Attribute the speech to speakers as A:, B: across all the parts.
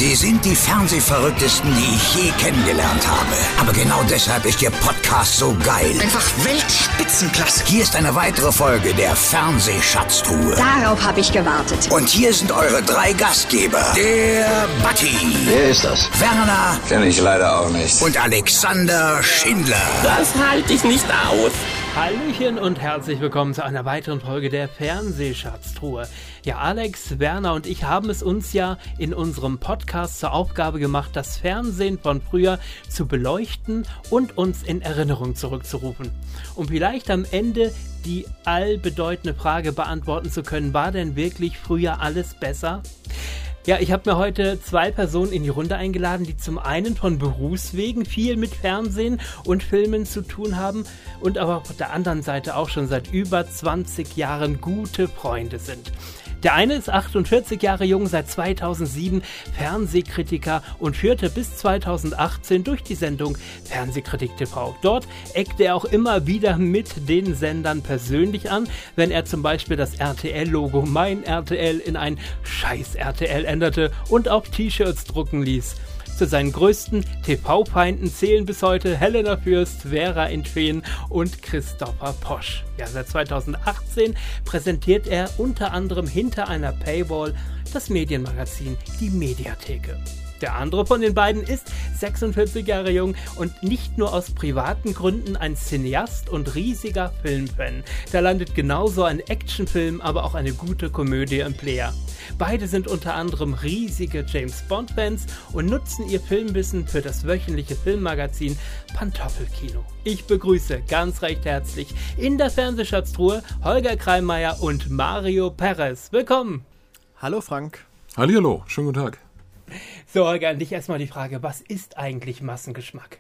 A: Sie sind die Fernsehverrücktesten, die ich je kennengelernt habe. Aber genau deshalb ist Ihr Podcast so geil.
B: Einfach Weltspitzenklasse.
A: Hier ist eine weitere Folge der Fernsehschatztruhe.
C: Darauf habe ich gewartet.
A: Und hier sind eure 3 Gastgeber. Der Batti.
D: Wer ist das?
A: Werner.
D: Kenn ich leider auch nicht.
A: Und Alexander Schindler.
E: Das halte ich nicht aus.
F: Hallöchen und herzlich willkommen zu einer weiteren Folge der Fernsehschatztruhe. Ja, Alex, Werner und ich haben es uns ja in unserem Podcast zur Aufgabe gemacht, das Fernsehen von früher zu beleuchten und uns in Erinnerung zurückzurufen. Um vielleicht am Ende die allbedeutende Frage beantworten zu können, war denn wirklich früher alles besser? Ja, ich habe mir heute 2 Personen in die Runde eingeladen, die zum einen von Berufswegen viel mit Fernsehen und Filmen zu tun haben und aber auf der anderen Seite auch schon seit über 20 Jahren gute Freunde sind. Der eine ist 48 Jahre jung, seit 2007 Fernsehkritiker und führte bis 2018 durch die Sendung Fernsehkritik TV. Dort eckte er auch immer wieder mit den Sendern persönlich an, wenn er zum Beispiel das RTL-Logo Mein RTL in ein Scheiß RTL änderte und auch T-Shirts drucken ließ. Zu seinen größten TV-Feinden zählen bis heute Helena Fürst, Vera Entwen und Christopher Posch. Ja, seit 2018 präsentiert er unter anderem hinter einer Paywall das Medienmagazin Die Mediatheke. Der andere von den beiden ist 46 Jahre jung und nicht nur aus privaten Gründen ein Cineast und riesiger Filmfan. Da landet genauso ein Actionfilm, aber auch eine gute Komödie im Player. Beide sind unter anderem riesige James-Bond-Fans und nutzen ihr Filmwissen für das wöchentliche Filmmagazin Pantoffelkino. Ich begrüße ganz recht herzlich in der Fernsehschatztruhe Holger Kreimeier und Mario Perez. Willkommen!
G: Hallo Frank.
H: Hallihallo, schönen guten Tag.
F: So, Holger, an dich erstmal die Frage, was ist eigentlich Massengeschmack?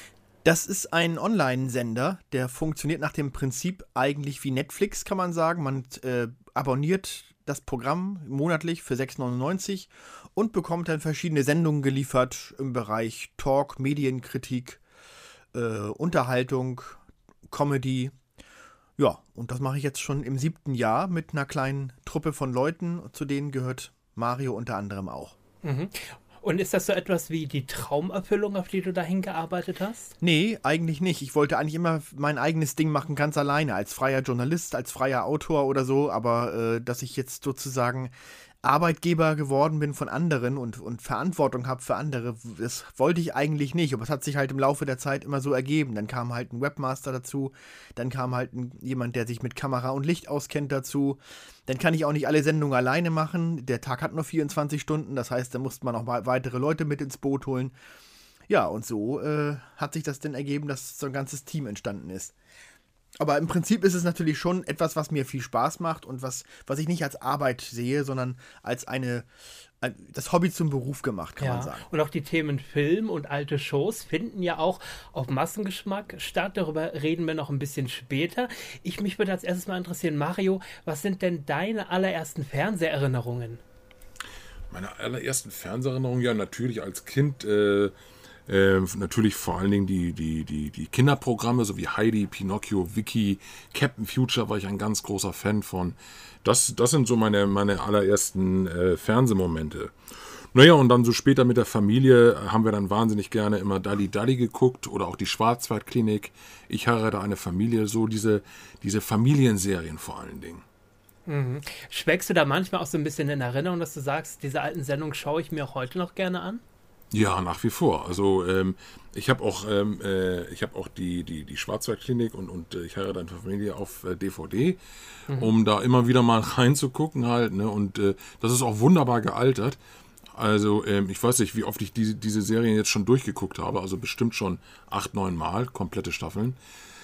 G: Das ist ein Online-Sender, der funktioniert nach dem Prinzip eigentlich wie Netflix, kann man sagen. Man abonniert das Programm monatlich für 6,99 und bekommt dann verschiedene Sendungen geliefert im Bereich Talk, Medienkritik, Unterhaltung, Comedy. Ja, und das mache ich jetzt schon im 7. Jahr mit einer kleinen Truppe von Leuten, zu denen gehört Mario unter anderem auch.
F: Mhm. Und ist das so etwas wie die Traumerfüllung, auf die du dahin gearbeitet hast?
G: Nee, eigentlich nicht. Ich wollte eigentlich immer mein eigenes Ding machen, ganz alleine, als freier Journalist, als freier Autor oder so, aber dass ich jetzt sozusagen Arbeitgeber geworden bin von anderen und Verantwortung habe für andere, das wollte ich eigentlich nicht, aber es hat sich halt im Laufe der Zeit immer so ergeben. Dann kam halt ein Webmaster dazu, dann kam halt jemand, der sich mit Kamera und Licht auskennt dazu. Dann kann ich auch nicht alle Sendungen alleine machen. Der Tag hat nur 24 Stunden, das heißt, da musste man auch weitere Leute mit ins Boot holen. Ja, und so hat sich das dann ergeben, dass so ein ganzes Team entstanden ist. Aber im Prinzip ist es natürlich schon etwas, was mir viel Spaß macht und was ich nicht als Arbeit sehe, sondern als das Hobby zum Beruf gemacht, kann man sagen.
F: Und auch die Themen Film und alte Shows finden ja auch auf Massengeschmack statt. Darüber reden wir noch ein bisschen später. Mich würde als erstes mal interessieren, Mario, was sind denn deine allerersten Fernseherinnerungen?
H: Meine allerersten Fernseherinnerungen, ja natürlich als Kind, natürlich vor allen Dingen die Kinderprogramme, so wie Heidi, Pinocchio, Vicky, Captain Future war ich ein ganz großer Fan von. Das sind so meine allerersten Fernsehmomente. Naja, und dann so später mit der Familie haben wir dann wahnsinnig gerne immer Dalli Dalli geguckt oder auch die Schwarzwaldklinik. Ich heirate eine Familie, so diese Familienserien vor allen Dingen.
F: Mhm. Schwelgst du da manchmal auch so ein bisschen in Erinnerung, dass du sagst, diese alten Sendungen schaue ich mir auch heute noch gerne an?
H: Ja, nach wie vor. Also ich habe auch die Schwarzwaldklinik und ich heirate eine Familie auf DVD, um da immer wieder mal reinzugucken halt. Ne? Und das ist auch wunderbar gealtert. Also ich weiß nicht, wie oft ich diese Serien jetzt schon durchgeguckt habe. Also bestimmt schon 8, 9 Mal, komplette Staffeln.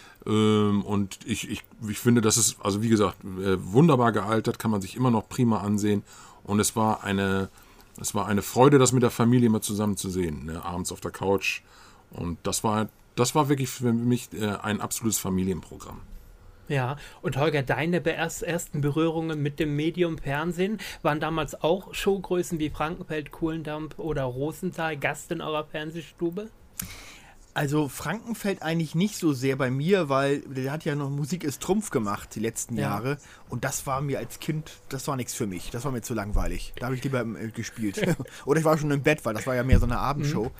H: Und ich finde, das ist, also wie gesagt, wunderbar gealtert, kann man sich immer noch prima ansehen. Und es war eine Freude, das mit der Familie immer zusammen zu sehen, ne? Abends auf der Couch. Und das war wirklich für mich ein absolutes Familienprogramm.
F: Ja, und Holger, deine ersten Berührungen mit dem Medium Fernsehen waren damals auch Showgrößen wie Frankenfeld, Kuhlendamp oder Rosenthal Gast in eurer Fernsehstube?
G: Also Frankenfeld eigentlich nicht so sehr bei mir, weil der hat ja noch Musik ist Trumpf gemacht die letzten Jahre und das war mir als Kind, das war nichts für mich, das war mir zu langweilig. Da habe ich lieber gespielt. Oder ich war schon im Bett, weil das war ja mehr so eine Abendshow.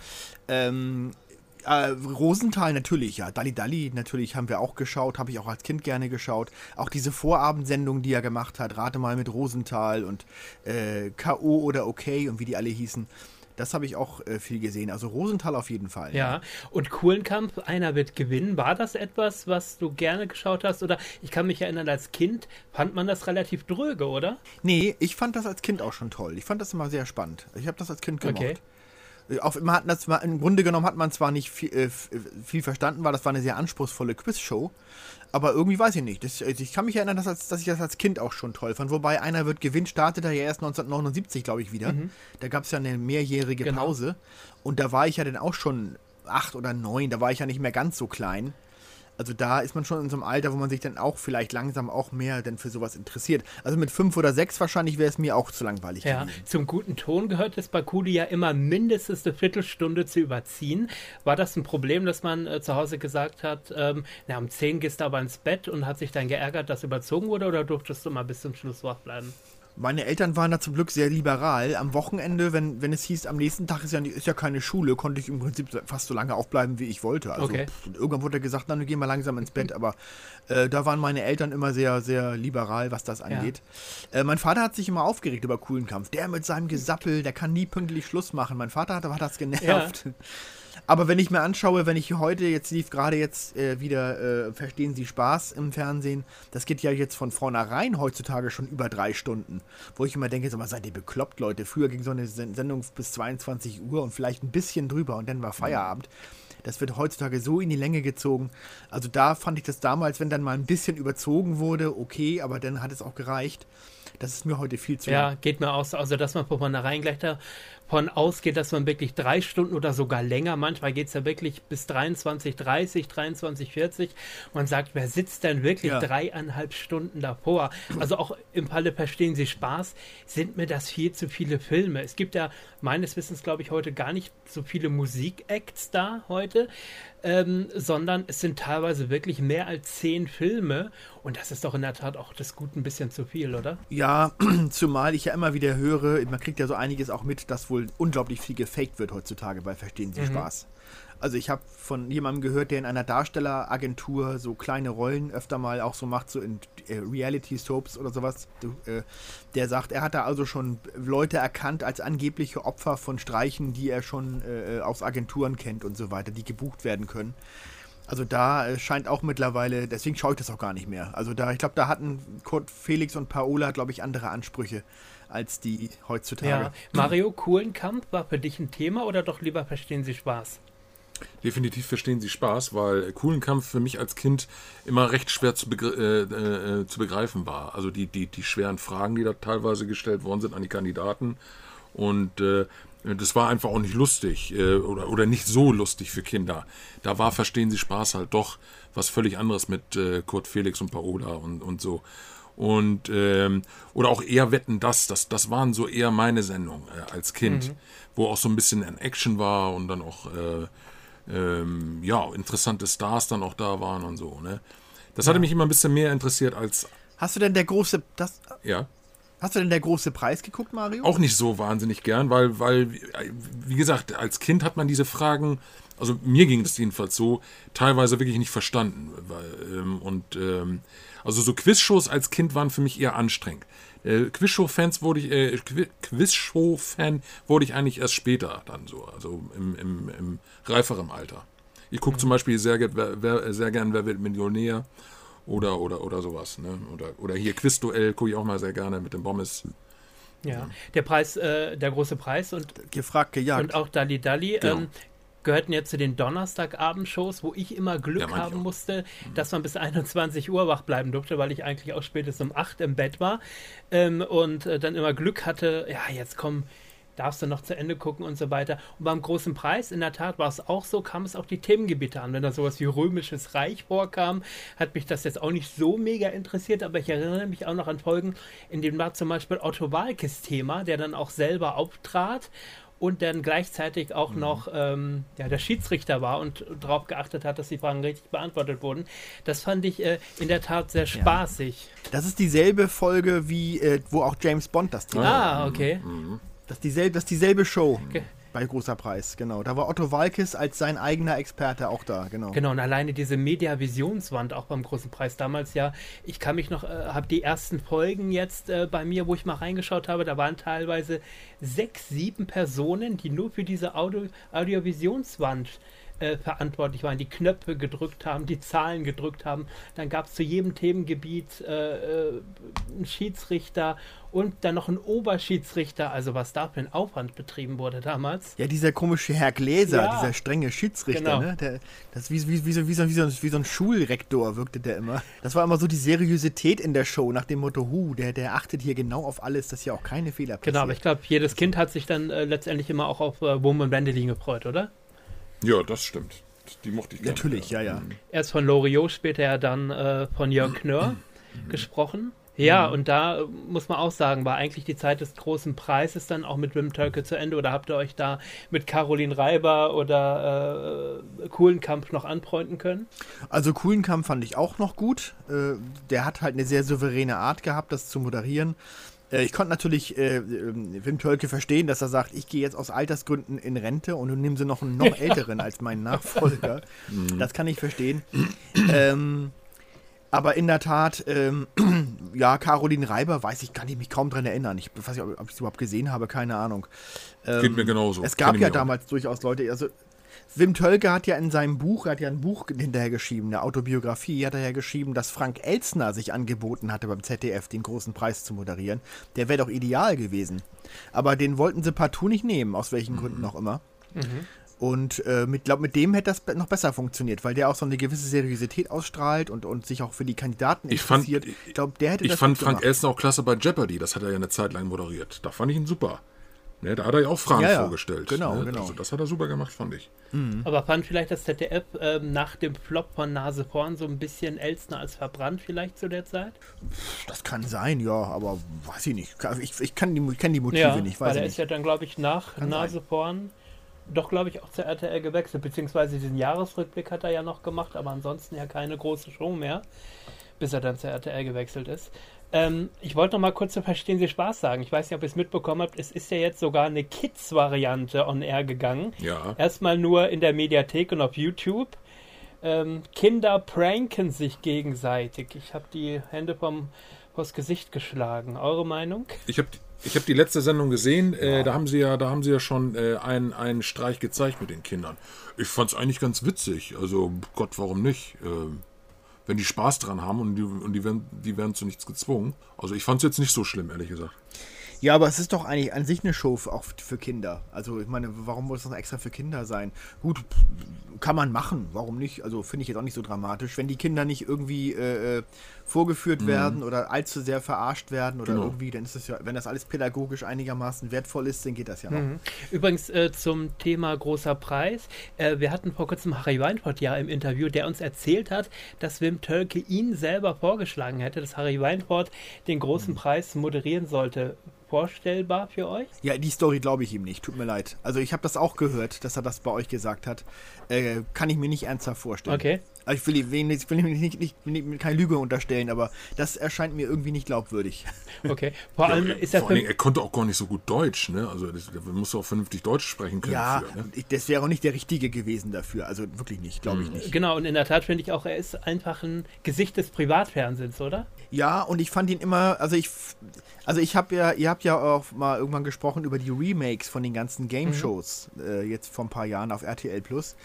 G: Rosenthal natürlich, ja. Dalli Dalli natürlich haben wir auch geschaut, habe ich auch als Kind gerne geschaut. Auch diese Vorabendsendung, die er gemacht hat, Rate mal mit Rosenthal und K.O. oder Okay und wie die alle hießen. Das habe ich auch viel gesehen. Also Rosenthal auf jeden Fall.
F: Ja, und Kuhlenkampf, einer wird gewinnen. War das etwas, was du gerne geschaut hast? Oder ich kann mich erinnern, als Kind fand man das relativ dröge, oder?
G: Nee, ich fand das als Kind auch schon toll. Ich fand das immer sehr spannend. Ich habe das als Kind gemocht.
F: Okay.
G: Im Grunde genommen hat man zwar nicht viel verstanden, weil das war eine sehr anspruchsvolle Quizshow, aber irgendwie weiß ich nicht. Ich kann mich erinnern, dass ich das als Kind auch schon toll fand. Wobei einer wird gewinnen, startete ja erst 1979, glaube ich, wieder. Da gab es ja eine mehrjährige Pause. Und da war ich ja dann auch schon 8 oder 9, da war ich ja nicht mehr ganz so klein. Also da ist man schon in so einem Alter, wo man sich dann auch vielleicht langsam auch mehr denn für sowas interessiert. Also mit 5 oder 6 wahrscheinlich wäre es mir auch zu langweilig gewesen.
F: Zum guten Ton gehört es bei Kudi ja immer mindestens eine Viertelstunde zu überziehen. War das ein Problem, dass man zu Hause gesagt hat, um 10 gehst du aber ins Bett und hat sich dann geärgert, dass überzogen wurde oder durftest du mal bis zum Schluss wach bleiben?
G: Meine Eltern waren da zum Glück sehr liberal. Am Wochenende, wenn es hieß, am nächsten Tag ist ja keine Schule, konnte ich im Prinzip fast so lange aufbleiben, wie ich wollte. Also irgendwann wurde gesagt, na, wir gehen mal langsam ins Bett. Aber da waren meine Eltern immer sehr, sehr liberal, was das angeht. Mein Vater hat sich immer aufgeregt über Kuhlenkampf. Der mit seinem Gesappel, der kann nie pünktlich Schluss machen. Mein Vater hat das genervt. Ja. Aber wenn ich mir anschaue, lief gerade wieder Verstehen Sie Spaß im Fernsehen, das geht ja jetzt von vornherein heutzutage schon über 3 Stunden, wo ich immer denke, seid ihr bekloppt, Leute, früher ging so eine Sendung bis 22 Uhr und vielleicht ein bisschen drüber und dann war Feierabend. Das wird heutzutage so in die Länge gezogen. Also da fand ich das damals, wenn dann mal ein bisschen überzogen wurde, okay, aber dann hat es auch gereicht. Das ist mir heute viel zu lang.
F: Ja, geht mir aus. Also, dass man von vornherein gleich davon ausgeht, dass man wirklich 3 Stunden oder sogar länger, manchmal geht es ja wirklich bis 23:30, 23:40. Man sagt, wer sitzt denn wirklich 3,5 Stunden davor? Also auch im Falle Verstehen Sie Spaß, sind mir das viel zu viele Filme. Es gibt ja meines Wissens, glaube ich, heute gar nicht so viele Musikacts da heute, sondern es sind teilweise wirklich mehr als 10 Filme und das ist doch in der Tat auch das Gute ein bisschen zu viel, oder?
G: Ja, zumal ich ja immer wieder höre, man kriegt ja so einiges auch mit, dass wohl unglaublich viel gefaked wird heutzutage bei Verstehen Sie Spaß. Also ich habe von jemandem gehört, der in einer Darstelleragentur so kleine Rollen öfter mal auch so macht, so in Reality-Soaps oder sowas. Der sagt, er hat da also schon Leute erkannt als angebliche Opfer von Streichen, die er schon aus Agenturen kennt und so weiter, die gebucht werden können. Also da scheint auch mittlerweile, deswegen schaue ich das auch gar nicht mehr. Also da, ich glaube, da hatten Kurt Felix und Paola, glaube ich, andere Ansprüche als die heutzutage.
F: Ja, Mario, Kuhlenkampf war für dich ein Thema oder doch lieber Verstehen Sie Spaß?
H: Definitiv Verstehen Sie Spaß, weil Kuhlenkampf für mich als Kind immer recht schwer zu begreifen war. Also die schweren Fragen, die da teilweise gestellt worden sind an die Kandidaten. Und das war einfach auch nicht lustig oder nicht so lustig für Kinder. Da war Verstehen Sie Spaß halt doch was völlig anderes mit Kurt Felix und Paola und so. Und oder auch eher Wetten, das waren so eher meine Sendungen als Kind, wo auch so ein bisschen ein Action war und dann auch interessante Stars dann auch da waren und so. Ne? Das hatte mich immer ein bisschen mehr interessiert als...
G: Hast du denn der große...
H: Ja.
G: Hast du denn der große Preis geguckt, Mario?
H: Auch nicht so wahnsinnig gern, weil, wie gesagt, als Kind hat man diese Fragen, also mir ging es jedenfalls so, teilweise wirklich nicht verstanden. Also so Quizshows als Kind waren für mich eher anstrengend. Quizshow-Fan wurde ich eigentlich erst später dann so, also im reiferen Alter. Ich gucke zum Beispiel sehr gern Wer wird Millionär oder sowas. Ne? Oder hier Quizduell gucke ich auch mal sehr gerne mit dem Bommes.
F: Ja, der Preis, der große Preis und
G: Gefragt, gejagt.
F: Und auch Dalli Dalli.
H: Genau.
F: Gehörten ja zu den Donnerstagabendshows, wo ich immer Glück haben musste, dass man bis 21 Uhr wach bleiben durfte, weil ich eigentlich auch spätestens um 8 im Bett war und dann immer Glück hatte, ja, jetzt komm, darfst du noch zu Ende gucken und so weiter. Und beim großen Preis, in der Tat war es auch so, kam es auf die Themengebiete an. Wenn da sowas wie Römisches Reich vorkam, hat mich das jetzt auch nicht so mega interessiert, aber ich erinnere mich auch noch an Folgen, in denen war zum Beispiel Otto Waalkes Thema, der dann auch selber auftrat. und dann gleichzeitig auch noch der Schiedsrichter war und darauf geachtet hat, dass die Fragen richtig beantwortet wurden. Das fand ich in der Tat sehr spaßig.
G: Das ist dieselbe Folge, wie wo auch James Bond das Thema.
F: Okay.
G: Das ist dieselbe Show.
F: Okay.
G: Bei Großer Preis, genau. Da war Otto Waalkes als sein eigener Experte auch da, genau.
F: Genau, und alleine diese Mediavisionswand auch beim Großen Preis damals, ja, ich kann mich noch, habe die ersten Folgen jetzt bei mir, wo ich mal reingeschaut habe, da waren teilweise 6, 7 Personen, die nur für diese Audiovisionswand verantwortlich waren, die Knöpfe gedrückt haben, die Zahlen gedrückt haben. Dann gab es zu jedem Themengebiet einen Schiedsrichter und dann noch einen Oberschiedsrichter, also was da für ein Aufwand betrieben wurde damals.
G: Ja, dieser komische Herr Gläser,
F: Ja.
G: dieser strenge Schiedsrichter,
F: Genau.
G: ne? Das ist wie so ein Schulrektor wirkte der immer. Das war immer so die Seriosität in der Show, nach dem Motto, der achtet hier genau auf alles, dass hier auch keine Fehler passieren.
F: Genau, aber ich glaube, jedes Kind hat sich dann letztendlich immer auch auf Wurm und Wendelin gefreut, oder?
H: Ja, das stimmt. Die mochte ich gerne.
G: Natürlich, ja.
F: Erst von Loriot, später ja dann von Jörg Knörr gesprochen. Ja, und da muss man auch sagen, war eigentlich die Zeit des Großen Preises dann auch mit Wim Tölke zu Ende, oder habt ihr euch da mit Caroline Reiber oder Kuhlenkamp noch anfreunden können?
G: Also Kuhlenkamp fand ich auch noch gut. Der hat halt eine sehr souveräne Art gehabt, das zu moderieren. Ich konnte natürlich Wim Tölke verstehen, dass er sagt, ich gehe jetzt aus Altersgründen in Rente und nehmen sie noch einen noch älteren als meinen Nachfolger. Das kann ich verstehen. Aber in der Tat, ja, Caroline Reiber, kann ich mich kaum dran erinnern. Ich weiß nicht, ob ich es überhaupt gesehen habe, keine Ahnung.
H: Geht mir genauso.
G: Es gab ja damals durchaus Leute, also Wim Tölke hat ja in seinem Buch, er hat ja ein Buch hinterher geschrieben, eine Autobiografie, hat er ja geschrieben, dass Frank Elstner sich angeboten hatte beim ZDF, den Großen Preis zu moderieren. Der wäre doch ideal gewesen. Aber den wollten sie partout nicht nehmen, aus welchen Gründen auch immer. Und mit dem hätte das noch besser funktioniert, weil der auch so eine gewisse Seriosität ausstrahlt und sich auch für die Kandidaten interessiert. Ich glaube, der hätte das
H: fand
G: gut
H: Frank
G: gemacht.
H: Elstner auch klasse bei Jeopardy, das hat er ja eine Zeit lang moderiert. Da fand ich ihn super. Ne, da hat er ja auch Fragen vorgestellt.
G: Genau,
H: ne?
G: genau.
H: Also das hat er super gemacht, fand ich.
F: Aber fand vielleicht das ZDF nach dem Flop von Nase vorn so ein bisschen Elstner als verbrannt vielleicht zu der Zeit?
G: Das kann sein, ja, aber weiß ich nicht. Ich kenn die Motive nicht, weiß
F: weil
G: ich
F: er
G: nicht.
F: ist ja dann, glaube ich, nach Nase vorn doch, glaube ich, auch zur RTL gewechselt, beziehungsweise diesen Jahresrückblick hat er ja noch gemacht, aber ansonsten ja keine große Show mehr, bis er dann zur RTL gewechselt ist. Ich wollte noch mal kurz zu Verstehen Sie Spaß sagen. Ich weiß nicht, ob ihr es mitbekommen habt, es ist ja jetzt sogar eine Kids-Variante on air gegangen.
H: Ja.
F: Erstmal nur in der Mediathek und auf YouTube. Kinder pranken sich gegenseitig. Ich habe die Hände vors Gesicht geschlagen. Eure Meinung?
H: Ich hab die letzte Sendung gesehen, da haben sie ja schon einen Streich gezeigt mit den Kindern. Ich fand es eigentlich ganz witzig. Also Gott, warum nicht? Wenn die Spaß dran haben und die werden zu nichts gezwungen. Also ich fand es jetzt nicht so schlimm, ehrlich gesagt.
G: Ja, aber es ist doch eigentlich an sich eine Show auch für Kinder. Also ich meine, warum muss das extra für Kinder sein? Gut, kann man machen, warum nicht? Also finde ich jetzt auch nicht so dramatisch. Wenn die Kinder nicht irgendwie vorgeführt werden oder allzu sehr verarscht werden oder irgendwie, dann ist es ja, wenn das alles pädagogisch einigermaßen wertvoll ist, dann geht das ja noch.
F: Übrigens zum Thema Großer Preis. Wir hatten vor kurzem Harry Weinfurt ja im Interview, der uns erzählt hat, dass Wim Tölke ihn selber vorgeschlagen hätte, dass Harry Weinfurt den Großen Preis moderieren sollte. Vorstellbar für euch?
G: Ja, die Story glaube ich ihm nicht, tut mir leid. Also ich habe das auch gehört, dass er das bei euch gesagt hat. Kann ich mir nicht ernsthaft vorstellen.
F: Okay.
G: Also ich will ihm keine Lüge unterstellen, aber das erscheint mir irgendwie nicht glaubwürdig.
F: Okay. Vor allem ist er
H: vor allem, er konnte auch gar nicht so gut Deutsch, ne? Also der musste auch vernünftig Deutsch sprechen können.
G: Ja,
H: für, ne?
G: das wäre auch nicht der Richtige gewesen dafür. Also wirklich nicht, glaube ich nicht.
F: Genau, und in der Tat finde ich auch, er ist einfach ein Gesicht des Privatfernsehens, oder?
G: Ja, und ich fand ihn immer, ihr habt ja auch mal irgendwann gesprochen über die Remakes von den ganzen Game-Shows, jetzt vor ein paar Jahren auf RTL+.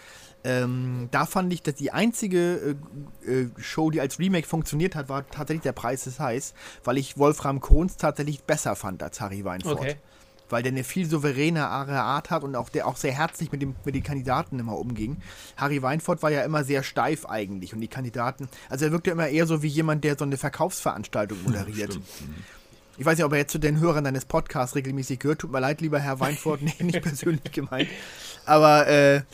G: Da fand ich, dass die einzige Show, die als Remake funktioniert hat, war tatsächlich Der Preis ist heiß, weil ich Wolfram Kons tatsächlich besser fand als Harry Weinfurt.
F: Okay.
G: Weil der eine viel souveränere Art hat und der auch sehr herzlich mit den Kandidaten immer umging. Harry Weinfurt war ja immer sehr steif eigentlich und die Kandidaten, also er wirkte immer eher so wie jemand, der so eine Verkaufsveranstaltung moderiert.
H: Stimmt.
G: Ich weiß nicht, ob er jetzt zu den Hörern deines Podcasts regelmäßig gehört. Tut mir leid, lieber Herr Weinfurt, nicht persönlich gemeint. Aber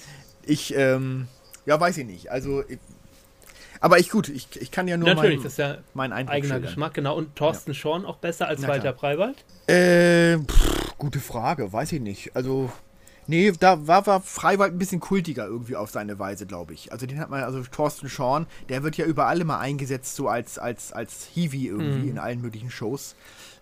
G: weiß ich nicht. Also, ich kann ja nur
F: Natürlich, das ist ja
G: mein Eindruck
F: eigener
G: schildern.
F: Geschmack, genau. Und Thorsten Schorn auch besser als
G: Na
F: Walter
G: klar.
F: Preiwald?
G: Gute Frage, weiß ich nicht. Also, Nee, da war Freiwald ein bisschen kultiger irgendwie auf seine Weise, glaube ich. Also den hat man, also Thorsten Schorn, der wird ja überall immer eingesetzt, so als Hiwi irgendwie in allen möglichen Shows.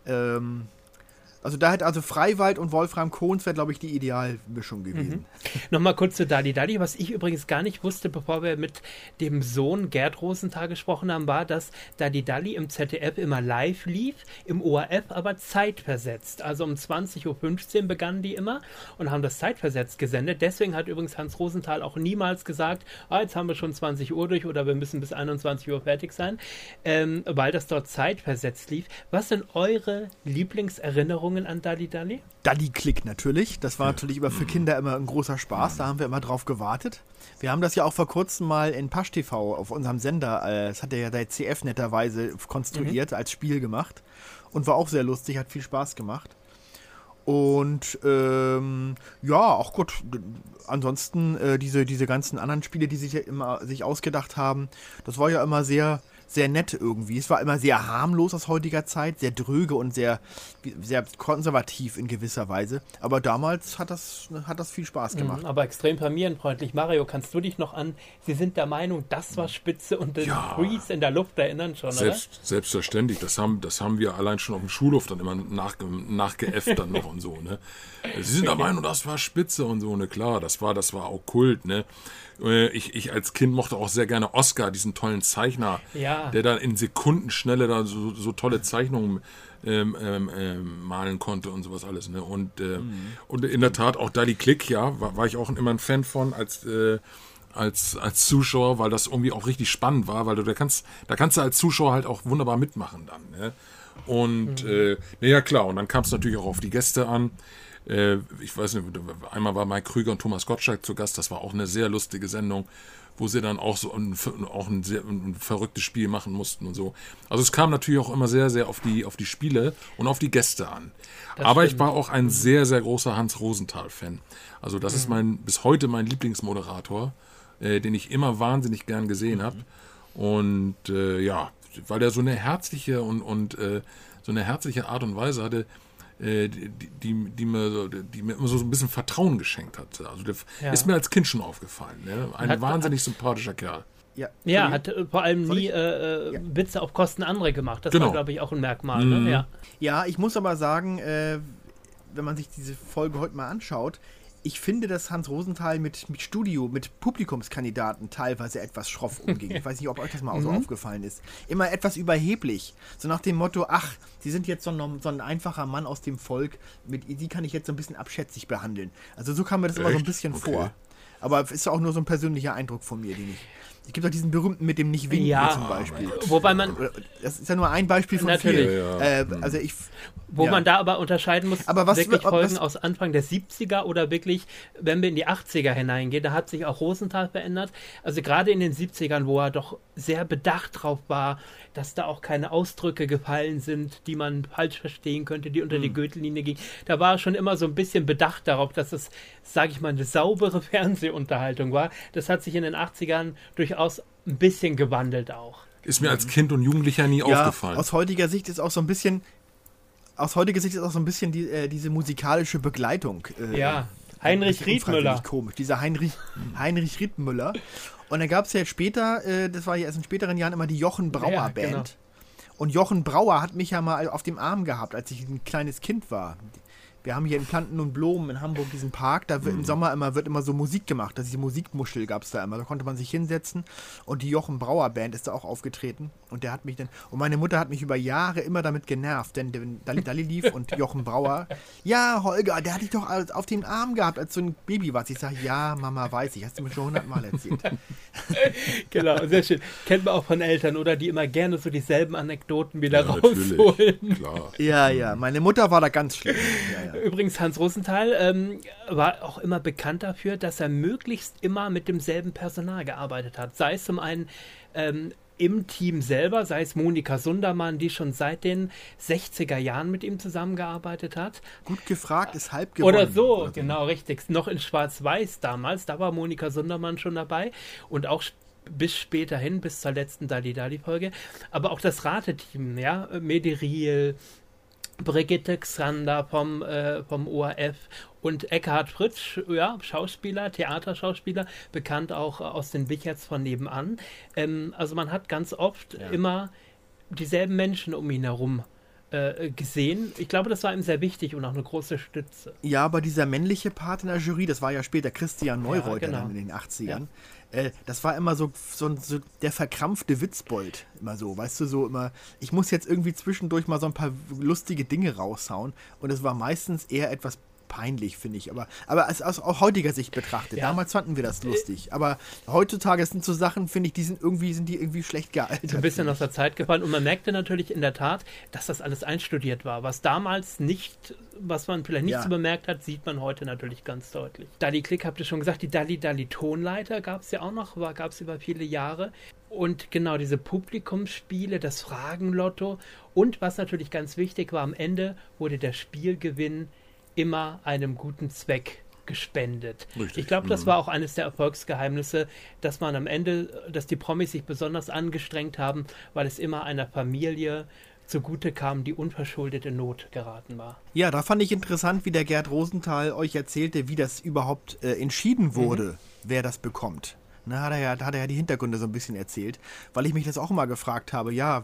G: Also da hätte also Freiwald und Wolfram Kons wäre, glaube ich, die Idealmischung gewesen.
F: Nochmal kurz zu Dalli Dalli. Was ich übrigens gar nicht wusste, bevor wir mit dem Sohn Gerd Rosenthal gesprochen haben, war, dass Dalli Dalli im ZDF immer live lief, im ORF aber zeitversetzt. Also um 20.15 Uhr begannen die immer und haben das zeitversetzt gesendet. Deswegen hat übrigens Hans Rosenthal auch niemals gesagt, jetzt haben wir schon 20 Uhr durch oder wir müssen bis 21 Uhr fertig sein, weil das dort zeitversetzt lief. Was sind eure Lieblingserinnerungen an Dalli Dalli?
G: Dalli-Klick natürlich. Das war natürlich für Kinder immer ein großer Spaß. Da haben wir immer drauf gewartet. Wir haben das ja auch vor kurzem mal in Pasch TV auf unserem Sender, das hat ja der CF netterweise konstruiert, als Spiel gemacht. Und war auch sehr lustig, hat viel Spaß gemacht. Und ja, auch gut. Ansonsten diese ganzen anderen Spiele, die sich ja immer sich ausgedacht haben, das war ja immer sehr nett irgendwie. Es war immer sehr harmlos aus heutiger Zeit, sehr dröge und sehr konservativ in gewisser Weise. Aber damals hat das viel Spaß gemacht.
F: Aber extrem familienfreundlich. Mario, kannst du dich noch an Sie sind der Meinung, das war Spitze und den Freeze in der Luft erinnern schon, oder?
H: Selbstverständlich. Das haben wir allein schon auf dem Schulhof dann immer nachgeäfft dann noch und so, ne? Sie sind der Meinung, das war Spitze und so, ne? Klar, das war auch Kult, ne? Ich als Kind mochte auch sehr gerne Oscar, diesen tollen Zeichner, der dann in Sekundenschnelle da so tolle Zeichnungen malen konnte und sowas alles. Ne? Und in der Tat auch Dalli-Klick, war ich auch immer ein Fan von als Zuschauer, weil das irgendwie auch richtig spannend war, weil da kannst du als Zuschauer halt auch wunderbar mitmachen dann. Ne? Und klar, und dann kam es natürlich auch auf die Gäste an. Ich weiß nicht, einmal war Mike Krüger und Thomas Gottschalk zu Gast, das war auch eine sehr lustige Sendung, wo sie dann auch so ein verrücktes Spiel machen mussten und so. Also es kam natürlich auch immer sehr, sehr auf die Spiele und auf die Gäste an. Aber ich war auch ein sehr, sehr großer Hans Rosenthal-Fan. Also das ist bis heute mein Lieblingsmoderator, den ich immer wahnsinnig gern gesehen habe. Und weil der so eine herzliche und so eine herzliche Art und Weise hatte, die mir immer so ein bisschen Vertrauen geschenkt hat. Also der ist mir als Kind schon aufgefallen. Ne? Ein wahnsinnig sympathischer Kerl.
F: Hat vor allem nie Witze auf Kosten anderer gemacht. Das war, glaube ich, auch ein Merkmal. Ne?
G: Ja, ich muss aber sagen, wenn man sich diese Folge heute mal anschaut, ich finde, dass Hans Rosenthal mit Publikumskandidaten teilweise etwas schroff umging. Ich weiß nicht, ob euch das mal so aufgefallen ist. Immer etwas überheblich. So nach dem Motto, ach, Sie sind jetzt so ein einfacher Mann aus dem Volk, Sie kann ich jetzt so ein bisschen abschätzig behandeln. Also so kam mir das immer so ein bisschen vor. Aber es ist auch nur so ein persönlicher Eindruck von mir, den ich... Es gibt auch diesen berühmten mit dem Nicht-Winken zum Beispiel.
F: Wobei man...
G: Das ist ja nur ein Beispiel von vielen. Also
F: man da aber unterscheiden muss,
G: aber
F: Folgen aus Anfang der 70er oder wirklich, wenn wir in die 80er hineingehen, da hat sich auch Rosenthal verändert. Also gerade in den 70ern, wo er doch sehr bedacht drauf war, dass da auch keine Ausdrücke gefallen sind, die man falsch verstehen könnte, die unter die Gürtellinie gingen. Da war er schon immer so ein bisschen bedacht darauf, dass es, sage ich mal, eine saubere Fernsehunterhaltung war. Das hat sich in den 80ern durchaus ein bisschen gewandelt auch.
H: Ist mir als Kind und Jugendlicher nie aufgefallen.
G: Aus heutiger Sicht ist auch so ein bisschen diese musikalische Begleitung.
F: Heinrich Riethmüller.
G: Komisch, dieser Heinrich Riethmüller. Und dann gab es ja später, das war ja erst in späteren Jahren, immer die Jochen Brauer Band. Genau. Und Jochen Brauer hat mich ja mal auf dem Arm gehabt, als ich ein kleines Kind war. Wir haben hier in Planten und Blumen in Hamburg diesen Park, da wird im Sommer wird immer so Musik gemacht. Das ist die Musikmuschel, gab es da immer. Da konnte man sich hinsetzen und die Jochen Brauer Band ist da auch aufgetreten. Und der hat mich dann, und meine Mutter hat mich über Jahre immer damit genervt, denn Dalli Dalli lief und Jochen Brauer, ja, Holger, der hat dich doch auf den Arm gehabt, als so ein Baby warst. Ich sage, ja, Mama, weiß ich, hast du mir schon 100-mal erzählt.
F: Genau, sehr schön. Kennt man auch von Eltern, oder? Die immer gerne so dieselben Anekdoten wieder rausholen.
H: Klar.
G: Ja, meine Mutter war da ganz schlimm. Ja.
F: Übrigens, Hans Rosenthal war auch immer bekannt dafür, dass er möglichst immer mit demselben Personal gearbeitet hat. Sei es zum einen im Team selber, sei es Monika Sundermann, die schon seit den 60er Jahren mit ihm zusammengearbeitet hat.
G: Gut gefragt ist halb gewonnen.
F: Oder so, genau, richtig. Noch in Schwarz-Weiß damals, da war Monika Sundermann schon dabei und auch bis später hin, bis zur letzten Dalli Dalli-Folge. Aber auch das Rateteam, Medi Riel, Brigitte Xander vom ORF und Eckhard Fritsch, ja, Schauspieler, Theaterschauspieler, bekannt auch aus den Wicherts von nebenan. Also man hat ganz oft immer dieselben Menschen um ihn herum gesehen. Ich glaube, das war ihm sehr wichtig und auch eine große Stütze.
G: Ja, aber dieser männliche Part in der Jury, das war ja später Christian Neureuter
F: genau.
G: dann in den 80ern. Ja. Das war immer so der verkrampfte Witzbold. Immer so, weißt du, so immer, ich muss jetzt irgendwie zwischendurch mal so ein paar lustige Dinge raushauen. Und es war meistens eher etwas peinlich, finde ich. Aber aus heutiger Sicht betrachtet. Ja. Damals fanden wir das lustig. Aber heutzutage sind so Sachen, finde ich, die sind irgendwie schlecht gealtert.
F: Ein bisschen aus der Zeit gefallen. Und man merkte natürlich in der Tat, dass das alles einstudiert war. Was damals nicht, was man vielleicht nicht so bemerkt hat, sieht man heute natürlich ganz deutlich. Dalli Klick, habt ihr schon gesagt, die Dalli Tonleiter gab es ja auch noch, gab es über viele Jahre. Und genau diese Publikumsspiele, das Fragenlotto. Und was natürlich ganz wichtig war, am Ende wurde der Spielgewinn immer einem guten Zweck gespendet. Richtig. Ich glaube, das war auch eines der Erfolgsgeheimnisse, dass man am Ende, dass die Promis sich besonders angestrengt haben, weil es immer einer Familie zugute kam, die unverschuldet in Not geraten war.
G: Ja, da fand ich interessant, wie der Gerd Rosenthal euch erzählte, wie das überhaupt entschieden wurde, wer das bekommt. Da hat er ja die Hintergründe so ein bisschen erzählt, weil ich mich das auch immer gefragt habe, ja,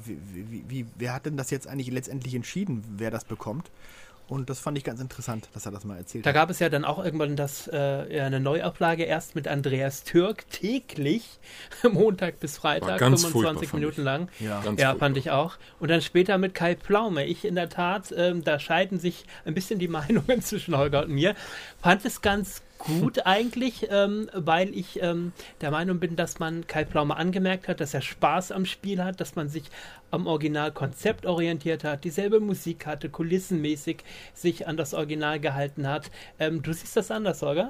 G: wer hat denn das jetzt eigentlich letztendlich entschieden, wer das bekommt? Und das fand ich ganz interessant, dass er das mal erzählt hat.
F: Da gab es ja dann auch irgendwann eine Neuauflage erst mit Andreas Türk täglich, Montag bis Freitag, 25 Minuten lang. Ja, fand ich auch. Und dann später mit Kai Pflaume. Ich in der Tat, da scheiden sich ein bisschen die Meinungen zwischen Holger und mir. Fand es ganz gut eigentlich, weil ich der Meinung bin, dass man Kai Pflaume angemerkt hat, dass er Spaß am Spiel hat, dass man sich am Originalkonzept orientiert hat, dieselbe Musik hatte, kulissenmäßig sich an das Original gehalten hat. Du siehst das anders, Holger?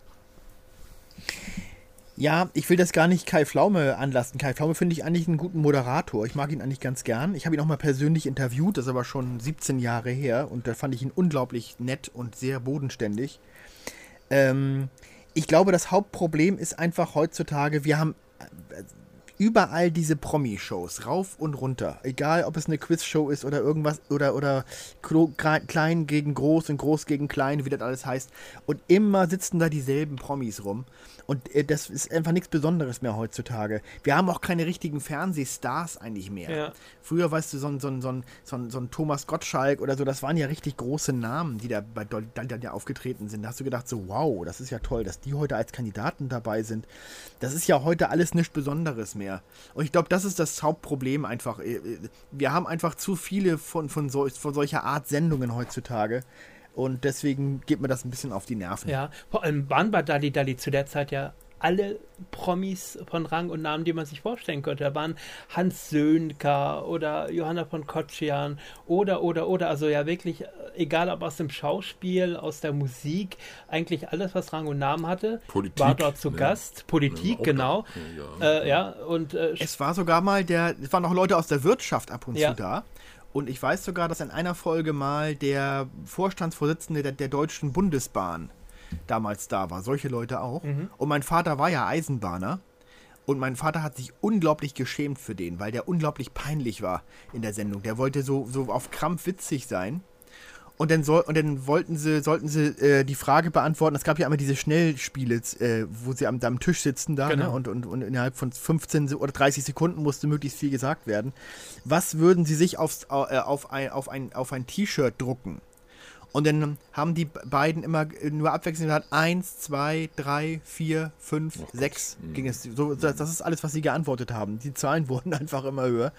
G: Ja, ich will das gar nicht Kai Pflaume anlasten. Kai Pflaume finde ich eigentlich einen guten Moderator. Ich mag ihn eigentlich ganz gern. Ich habe ihn auch mal persönlich interviewt, das ist aber schon 17 Jahre her und da fand ich ihn unglaublich nett und sehr bodenständig. Ich glaube, das Hauptproblem ist einfach heutzutage, wir haben überall diese Promi-Shows, rauf und runter. Egal, ob es eine Quiz-Show ist oder irgendwas, oder klein gegen groß und groß gegen klein, wie das alles heißt. Und immer sitzen da dieselben Promis rum. Und das ist einfach nichts Besonderes mehr heutzutage. Wir haben auch keine richtigen Fernsehstars eigentlich mehr. Ja. Früher, weißt du, so ein Thomas Gottschalk oder so, das waren ja richtig große Namen, die da bei Deutschland ja aufgetreten sind. Da hast du gedacht so, wow, das ist ja toll, dass die heute als Kandidaten dabei sind. Das ist ja heute alles nichts Besonderes mehr. Und ich glaube, das ist das Hauptproblem einfach. Wir haben einfach zu viele von solcher Art Sendungen heutzutage. Und deswegen geht mir das ein bisschen auf die Nerven.
F: Ja, vor allem waren bei Dalli zu der Zeit ja alle Promis von Rang und Namen, die man sich vorstellen könnte. Da waren Hans Söhnker oder Johanna von Kotschian oder. Also ja wirklich, egal ob aus dem Schauspiel, aus der Musik, eigentlich alles, was Rang und Namen hatte,
H: Politik,
F: war dort zu Gast. Politik, genau.
G: Es war sogar mal es waren auch Leute aus der Wirtschaft ab und zu da. Und ich weiß sogar, dass in einer Folge mal der Vorstandsvorsitzende der Deutschen Bundesbahn damals da war. Solche Leute auch. Mhm. Und mein Vater war ja Eisenbahner. Und mein Vater hat sich unglaublich geschämt für den, weil der unglaublich peinlich war in der Sendung. Der wollte so auf Krampf witzig sein. Und dann sollten sie die Frage beantworten. Es gab ja einmal diese Schnellspiele, wo sie am Tisch sitzen da, genau. Ne? Und innerhalb von 15 oder 30 Sekunden musste möglichst viel gesagt werden. Was würden sie sich auf ein T-Shirt drucken? Und dann haben die beiden immer nur abwechselnd gesagt, 1, 2, 3, 4, 5, 6 ging es. So, das ist alles, was sie geantwortet haben. Die Zahlen wurden einfach immer höher.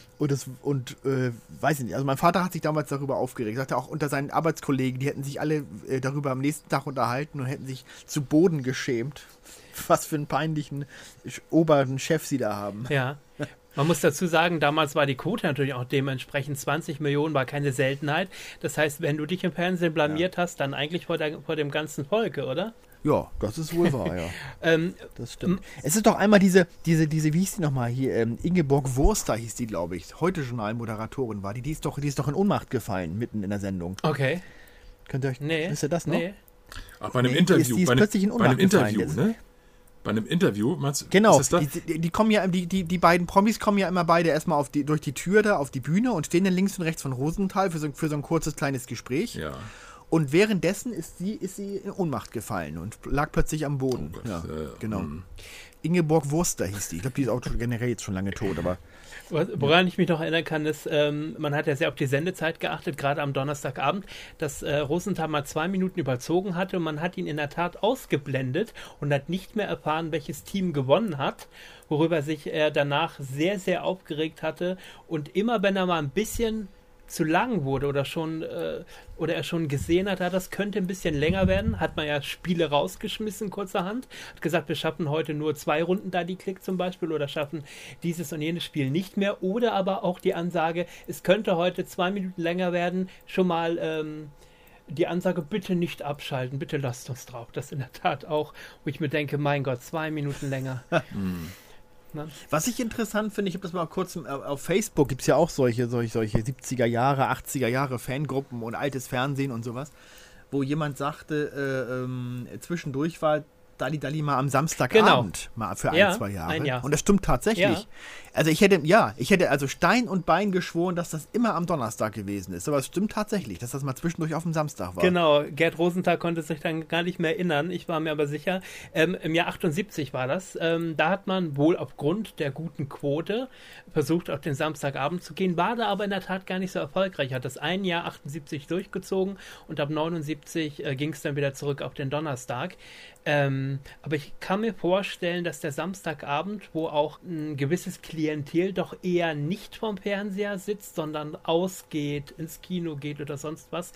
G: Weiß ich nicht, also mein Vater hat sich damals darüber aufgeregt, sagte auch unter seinen Arbeitskollegen, die hätten sich alle darüber am nächsten Tag unterhalten und hätten sich zu Boden geschämt, was für einen peinlichen oberen Chef sie da haben.
F: Ja, man muss dazu sagen, damals war die Quote natürlich auch dementsprechend 20 Millionen, war keine Seltenheit. Das heißt, wenn du dich im Fernsehen blamiert hast, dann eigentlich vor dem ganzen Volke, oder?
G: Ja, das ist wohl wahr, ja. Das stimmt. Es ist doch einmal diese, wie hieß die nochmal hier, Ingeborg Wurster hieß die, glaube ich, Heute-Journal-Moderatorin war die. Die ist doch in Ohnmacht gefallen, mitten in der Sendung.
F: Okay.
G: Könnt ihr euch, wisst ihr das noch? Nee.
H: Ach, bei einem Interview.
G: Die ist plötzlich in Ohnmacht gefallen.
H: Ne? Bei einem Interview, meinst du?
G: Genau,
H: ist das?
G: die kommen ja, die beiden Promis kommen ja immer beide erstmal durch die Tür da auf die Bühne und stehen dann links und rechts von Rosenthal für so ein kurzes, kleines Gespräch.
H: Ja.
G: Und währenddessen ist sie in Ohnmacht gefallen und lag plötzlich am Boden.
H: Oh Gott,
G: ja, genau. Ingeborg Wurster hieß die. Ich glaube, die ist auch generell jetzt schon lange tot, aber...
F: Woran ich mich noch erinnern kann, ist, man hat ja sehr auf die Sendezeit geachtet, gerade am Donnerstagabend, dass Rosenthal mal 2 Minuten überzogen hatte und man hat ihn in der Tat ausgeblendet und hat nicht mehr erfahren, welches Team gewonnen hat, worüber sich er danach sehr, sehr aufgeregt hatte und immer, wenn er mal ein bisschen zu lang wurde oder er schon gesehen hat, das könnte ein bisschen länger werden, hat man ja Spiele rausgeschmissen kurzerhand, hat gesagt, wir schaffen heute nur 2 Runden da die Klick zum Beispiel oder schaffen dieses und jenes Spiel nicht mehr oder aber auch die Ansage, es könnte heute 2 Minuten länger werden, schon mal die Ansage, bitte nicht abschalten, bitte lasst uns drauf. Das in der Tat auch, wo ich mir denke, mein Gott, 2 Minuten länger.
G: Was ich interessant finde, ich habe das mal kurz auf Facebook, gibt es ja auch solche 70er Jahre, 80er Jahre Fangruppen und altes Fernsehen und sowas, wo jemand sagte, zwischendurch war Dalli mal am Samstagabend mal für 1-2 Jahre.
F: Ein Jahr.
G: Und das stimmt tatsächlich.
F: Ja.
G: Also ich hätte also Stein und Bein geschworen, dass das immer am Donnerstag gewesen ist. Aber es stimmt tatsächlich, dass das mal zwischendurch auf dem Samstag war.
F: Genau, Gerd Rosenthal konnte sich dann gar nicht mehr erinnern. Ich war mir aber sicher. Im Jahr 78 war das. Da hat man wohl aufgrund der guten Quote versucht, auf den Samstagabend zu gehen, war da aber in der Tat gar nicht so erfolgreich. Hat das ein Jahr 78 durchgezogen und ab 79 ging es dann wieder zurück auf den Donnerstag. Aber ich kann mir vorstellen, dass der Samstagabend, wo auch ein gewisses Klientel doch eher nicht vorm Fernseher sitzt, sondern ausgeht, ins Kino geht oder sonst was,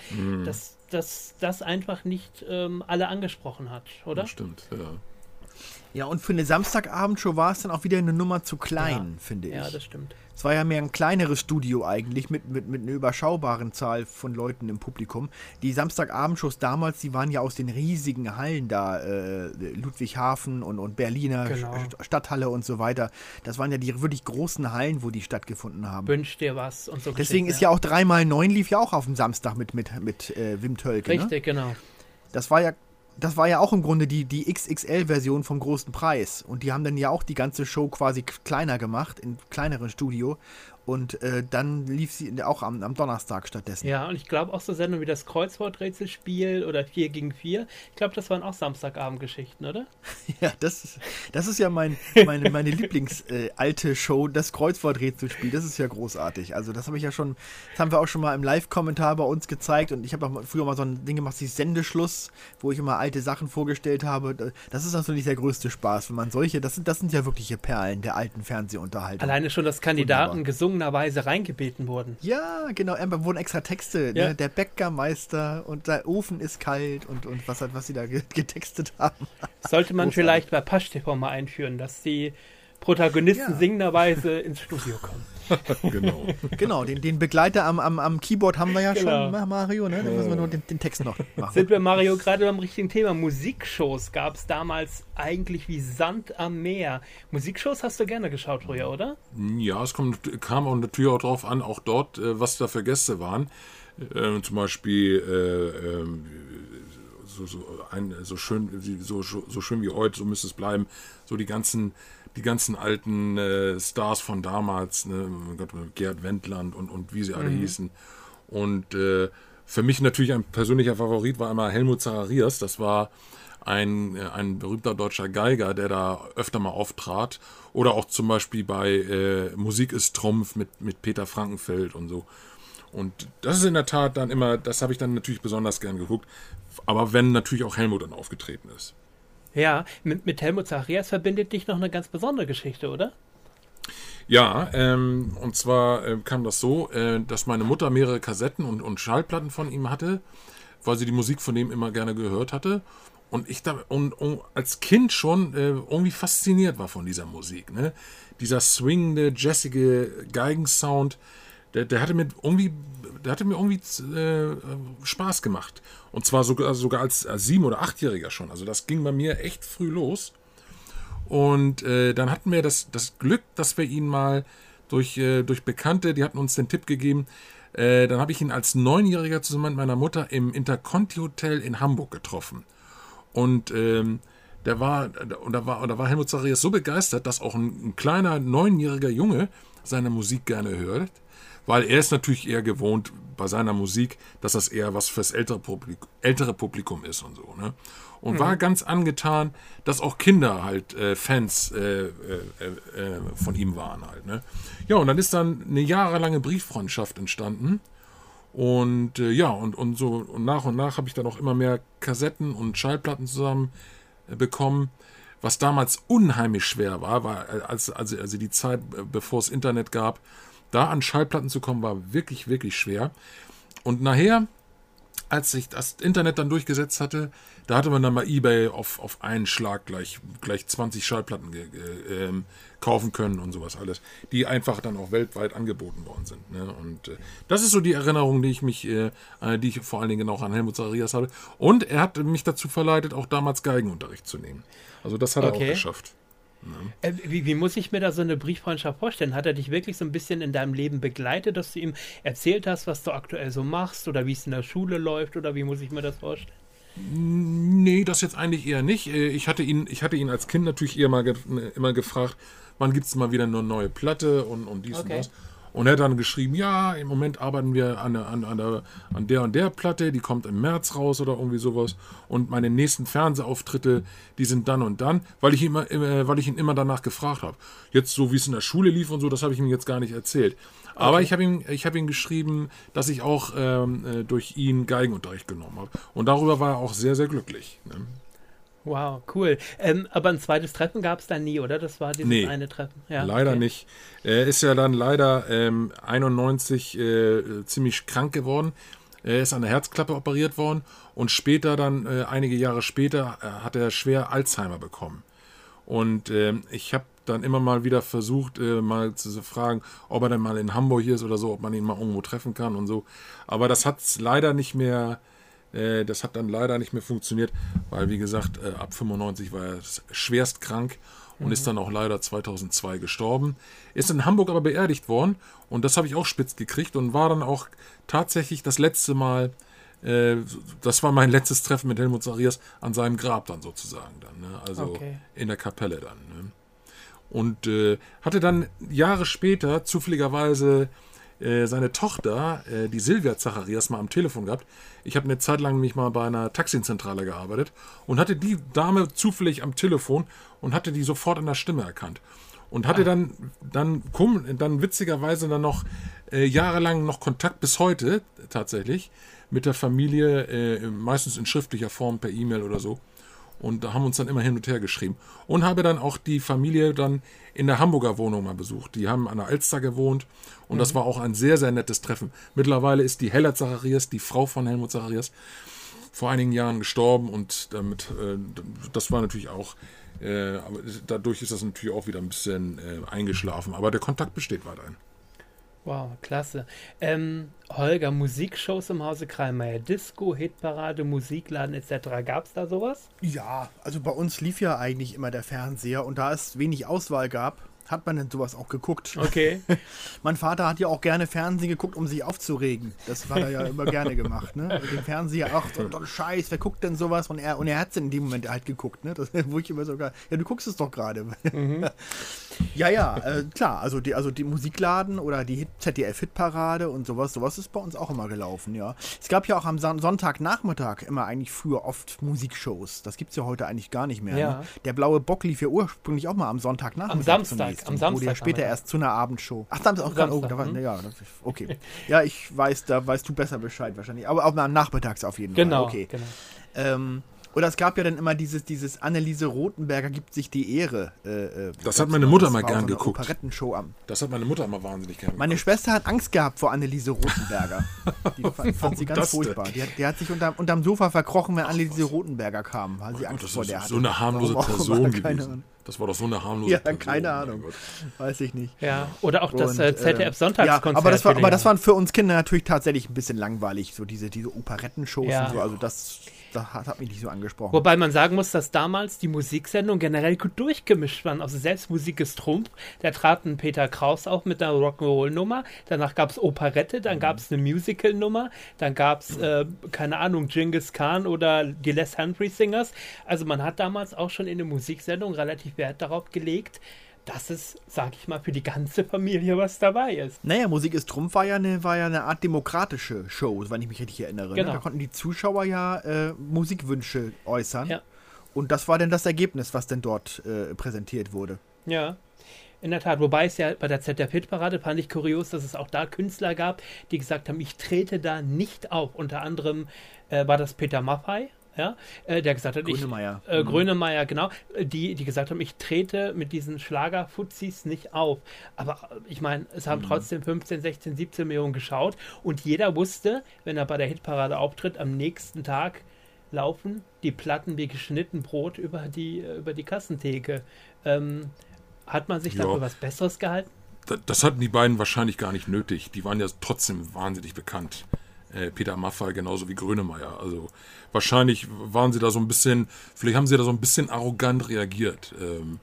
F: dass das einfach nicht alle angesprochen hat, oder?
H: Das stimmt, ja.
G: Ja, und für eine Samstagabendshow war es dann auch wieder eine Nummer zu klein, finde ich.
F: Ja, das stimmt.
G: Es war ja mehr ein kleineres Studio eigentlich, mit einer überschaubaren Zahl von Leuten im Publikum. Die Samstagabendshows damals, die waren ja aus den riesigen Hallen da, Ludwigshafen und Berliner Stadthalle und so weiter. Das waren ja die wirklich großen Hallen, wo die stattgefunden haben.
F: Wünsch dir was und so.
G: Deswegen ist ja auch 3x9 lief ja auch auf dem Samstag mit Wim Tölke.
F: Richtig,
G: ne?
F: Genau.
G: Das war ja auch im Grunde die XXL-Version vom Großen Preis. Und die haben dann ja auch die ganze Show quasi kleiner gemacht, in kleineren Studio. Und dann lief sie auch am Donnerstag stattdessen.
F: Ja, und ich glaube auch so Sendungen wie das Kreuzworträtselspiel oder 4 gegen 4. Ich glaube, das waren auch Samstagabendgeschichten, oder?
G: Ja, das ist ja meine Lieblings-alte Show, das Kreuzworträtselspiel. Das ist ja großartig. Also das haben wir auch schon mal im Live-Kommentar bei uns gezeigt. Und ich habe auch früher mal so ein Ding gemacht, dieses Sendeschluss, wo ich immer alte Sachen vorgestellt habe. Das ist natürlich der größte Spaß, wenn man das sind ja wirkliche Perlen der alten Fernsehunterhaltung.
F: Alleine schon, dass Kandidaten gesungenerweise reingebeten wurden.
G: Ja, genau, wurden extra Texte,
F: ja.
G: Ne? Der Bäckermeister und der Ofen ist kalt und was sie da getextet haben.
F: Sollte man vielleicht bei Pasch TV mal einführen, dass die Protagonisten singenderweise ins Studio kommen.
G: Genau, den Begleiter am Keyboard haben wir ja schon, Mario, ne? Da müssen wir nur den Text noch machen.
F: Sind wir, Mario, gerade beim richtigen Thema. Musikshows gab es damals eigentlich wie Sand am Meer. Musikshows hast du gerne geschaut früher, oder?
H: Ja, es kam auch natürlich auch drauf an, auch dort, was da für Gäste waren. Zum Beispiel so schön wie heute, so müsste es bleiben, so die ganzen alten Stars von damals, ne? Gerd Wendland und wie sie alle hießen. Und für mich natürlich ein persönlicher Favorit war einmal Helmut Zacharias. Das war ein berühmter deutscher Geiger, der da öfter mal auftrat. Oder auch zum Beispiel bei Musik ist Trumpf mit Peter Frankenfeld und so. Und das ist in der Tat dann immer, das habe ich dann natürlich besonders gern geguckt. Aber wenn natürlich auch Helmut dann aufgetreten ist.
F: Ja, mit Helmut Zacharias verbindet dich noch eine ganz besondere Geschichte, oder?
H: Ja, und zwar kam das so, dass meine Mutter mehrere Kassetten und Schallplatten von ihm hatte, weil sie die Musik von dem immer gerne gehört hatte. Und ich da als Kind schon irgendwie fasziniert war von dieser Musik. Ne? Dieser swingende, jazzige Geigensound, der hatte mir irgendwie Spaß gemacht. Und zwar sogar als 7- oder 8-Jähriger schon. Also das ging bei mir echt früh los. Und dann hatten wir das Glück, dass wir ihn mal durch Bekannte, die hatten uns den Tipp gegeben, dann habe ich ihn als 9-Jähriger zusammen mit meiner Mutter im Interconti Hotel in Hamburg getroffen. Und da war Helmut Zacharias so begeistert, dass auch ein kleiner 9-jähriger Junge seine Musik gerne hört, weil er ist natürlich eher gewohnt bei seiner Musik, dass das eher was fürs ältere Publikum ist und so, ne? Und war ganz angetan, dass auch Kinder halt Fans von ihm waren halt, ne? Ja, und dann ist dann eine jahrelange Brieffreundschaft entstanden. Und und so und nach habe ich dann auch immer mehr Kassetten und Schallplatten zusammen bekommen, was damals unheimlich schwer war, also die Zeit, bevor es Internet gab, da an Schallplatten zu kommen, war wirklich, wirklich schwer. Und nachher, als sich das Internet dann durchgesetzt hatte, da hatte man dann bei eBay auf einen Schlag gleich 20 Schallplatten kaufen können und sowas alles, die einfach dann auch weltweit angeboten worden sind. Ne? Und das ist so die Erinnerung, die ich vor allen Dingen auch an Helmut Zacharias habe. Und er hat mich dazu verleitet, auch damals Geigenunterricht zu nehmen. Also das hat er auch geschafft.
F: Ja. Wie muss ich mir da so eine Brieffreundschaft vorstellen? Hat er dich wirklich so ein bisschen in deinem Leben begleitet, dass du ihm erzählt hast, was du aktuell so machst oder wie es in der Schule läuft oder wie muss ich mir das vorstellen?
H: Nee, das jetzt eigentlich eher nicht. Ich hatte ihn als Kind natürlich immer gefragt, wann gibt es mal wieder eine neue Platte und dies und das. Und er hat dann geschrieben, ja, im Moment arbeiten wir an der und der Platte, die kommt im März raus oder irgendwie sowas. Und meine nächsten Fernsehauftritte, die sind dann und dann, weil ich ihn immer danach gefragt habe. Jetzt so, wie es in der Schule lief und so, das habe ich ihm jetzt gar nicht erzählt. Aber ich habe ihm geschrieben, dass ich auch durch ihn Geigenunterricht genommen habe. Und darüber war er auch sehr, sehr glücklich. Ne?
F: Wow, cool. Aber ein zweites Treffen gab es da nie, oder? Das war dieses eine Treffen. Ja,
H: leider nicht. Er ist ja dann leider 91 ziemlich krank geworden. Er ist an der Herzklappe operiert worden und später dann, einige Jahre später, hat er schwer Alzheimer bekommen. Und ich habe dann immer mal wieder versucht, mal zu fragen, ob er dann mal in Hamburg ist oder so, ob man ihn mal irgendwo treffen kann und so. Aber das hat leider nicht mehr... Das hat dann leider nicht mehr funktioniert, weil, wie gesagt, ab 95 war er schwerst krank und ist dann auch leider 2002 gestorben. Ist in Hamburg aber beerdigt worden und das habe ich auch spitz gekriegt und war dann auch tatsächlich das letzte Mal, das war mein letztes Treffen mit Helmut Zacharias an seinem Grab dann sozusagen. Dann, ne? Also in der Kapelle dann. Ne? Und hatte dann Jahre später zufälligerweise seine Tochter, die Silvia Zacharias, mal am Telefon gehabt. Ich habe eine Zeit lang nämlich mal bei einer Taxizentrale gearbeitet und hatte die Dame zufällig am Telefon und hatte die sofort in der Stimme erkannt. Und hatte dann witzigerweise dann noch jahrelang noch Kontakt bis heute tatsächlich mit der Familie, meistens in schriftlicher Form per E-Mail oder so. Und da haben wir uns dann immer hin und her geschrieben. Und habe dann auch die Familie dann in der Hamburger Wohnung mal besucht. Die haben an der Alster gewohnt und das war auch ein sehr, sehr nettes Treffen. Mittlerweile ist die Hella Zacharias, die Frau von Helmut Zacharias, vor einigen Jahren gestorben und damit, das war natürlich auch, aber dadurch ist das natürlich auch wieder ein bisschen eingeschlafen. Aber der Kontakt besteht weiterhin.
F: Wow, klasse. Holger, Musikshows im Hause Kreilmeier, Disco, Hitparade, Musikladen etc. Gab es da sowas?
G: Ja, also bei uns lief ja eigentlich immer der Fernseher und da es wenig Auswahl gab, hat man denn sowas auch geguckt.
F: Okay.
G: Mein Vater hat ja auch gerne Fernsehen geguckt, um sich aufzuregen. Das hat er ja immer gerne gemacht, ne? Mit dem Fernseher, ach, so ein Scheiß, wer guckt denn sowas? Und er hat es in dem Moment halt geguckt, ne? Das, wo ich immer sogar, ja, du guckst es doch gerade. Klar, also die Musikladen oder die ZDF-Hitparade und sowas ist bei uns auch immer gelaufen, ja. Es gab ja auch am Sonntagnachmittag immer eigentlich früher oft Musikshows. Das gibt's ja heute eigentlich gar nicht mehr.
F: Ja.
G: Ne? Der Blaue Bock lief ja ursprünglich auch mal am Sonntagnachmittag.
F: Am Samstag.
G: Wurde ja später erst zu einer Abendshow. Ach, Samstag auch gar okay. Ja, ich weiß, da weißt du besser Bescheid wahrscheinlich. Aber auch nachmittags auf jeden Fall. Okay. Genau. Oder es gab ja dann immer dieses Anneliese Rothenberger gibt sich die Ehre.
H: Das hat meine Mutter mal gern geguckt.
G: Operettenshow
H: Das hat meine Mutter mal wahnsinnig gern geguckt.
G: Meine Schwester hat Angst gehabt vor Anneliese Rothenberger. Die fand sie ganz furchtbar. Die hat sich unterm Sofa verkrochen, wenn Anneliese Rothenberger kam, weil sie Angst vor der hatte.
H: So eine harmlose Person gewesen. Das war doch so eine harmlose Person.
G: Ja, keine Ahnung. Weiß ich nicht.
F: Ja, oder auch das ZDF-Sonntagskonzert.
G: Ja, aber das waren für uns Kinder natürlich tatsächlich ein bisschen langweilig, so diese Operettenshows und so. Also das hat mich nicht so angesprochen.
F: Wobei man sagen muss, dass damals die Musiksendungen generell gut durchgemischt waren. Also selbst Musik ist Trumpf. Da traten Peter Kraus auf mit einer Rock'n'Roll-Nummer. Danach gab es Operette, dann gab es eine Musical-Nummer. Dann gab es, keine Ahnung, Genghis Khan oder die Les Humphrey Singers. Also man hat damals auch schon in der Musiksendung relativ Wert darauf gelegt, dass es, sag ich mal, für die ganze Familie was dabei ist.
G: Naja, Musik ist Trumpf war ja eine Art demokratische Show, wenn ich mich richtig erinnere.
F: Genau.
G: Da konnten die Zuschauer ja Musikwünsche äußern.
F: Ja.
G: Und das war dann das Ergebnis, was dann dort präsentiert wurde.
F: Ja, in der Tat. Wobei es ja bei der ZDF-Hitparade fand ich kurios, dass es auch da Künstler gab, die gesagt haben, ich trete da nicht auf. Unter anderem war das Peter Maffay. Ja, der gesagt hat,
G: Grönemeyer.
F: Grönemeyer, genau, die gesagt haben, ich trete mit diesen Schlagerfuzis nicht auf. Aber ich meine, es haben trotzdem 15, 16, 17 Millionen geschaut und jeder wusste, wenn er bei der Hitparade auftritt, am nächsten Tag laufen die Platten wie geschnitten Brot über die Kassentheke. Hat man sich da für was Besseres gehalten?
H: Das hatten die beiden wahrscheinlich gar nicht nötig. Die waren ja trotzdem wahnsinnig bekannt. Peter Maffay genauso wie Grönemeyer. Also wahrscheinlich waren sie da so ein bisschen, vielleicht haben sie da so ein bisschen arrogant reagiert.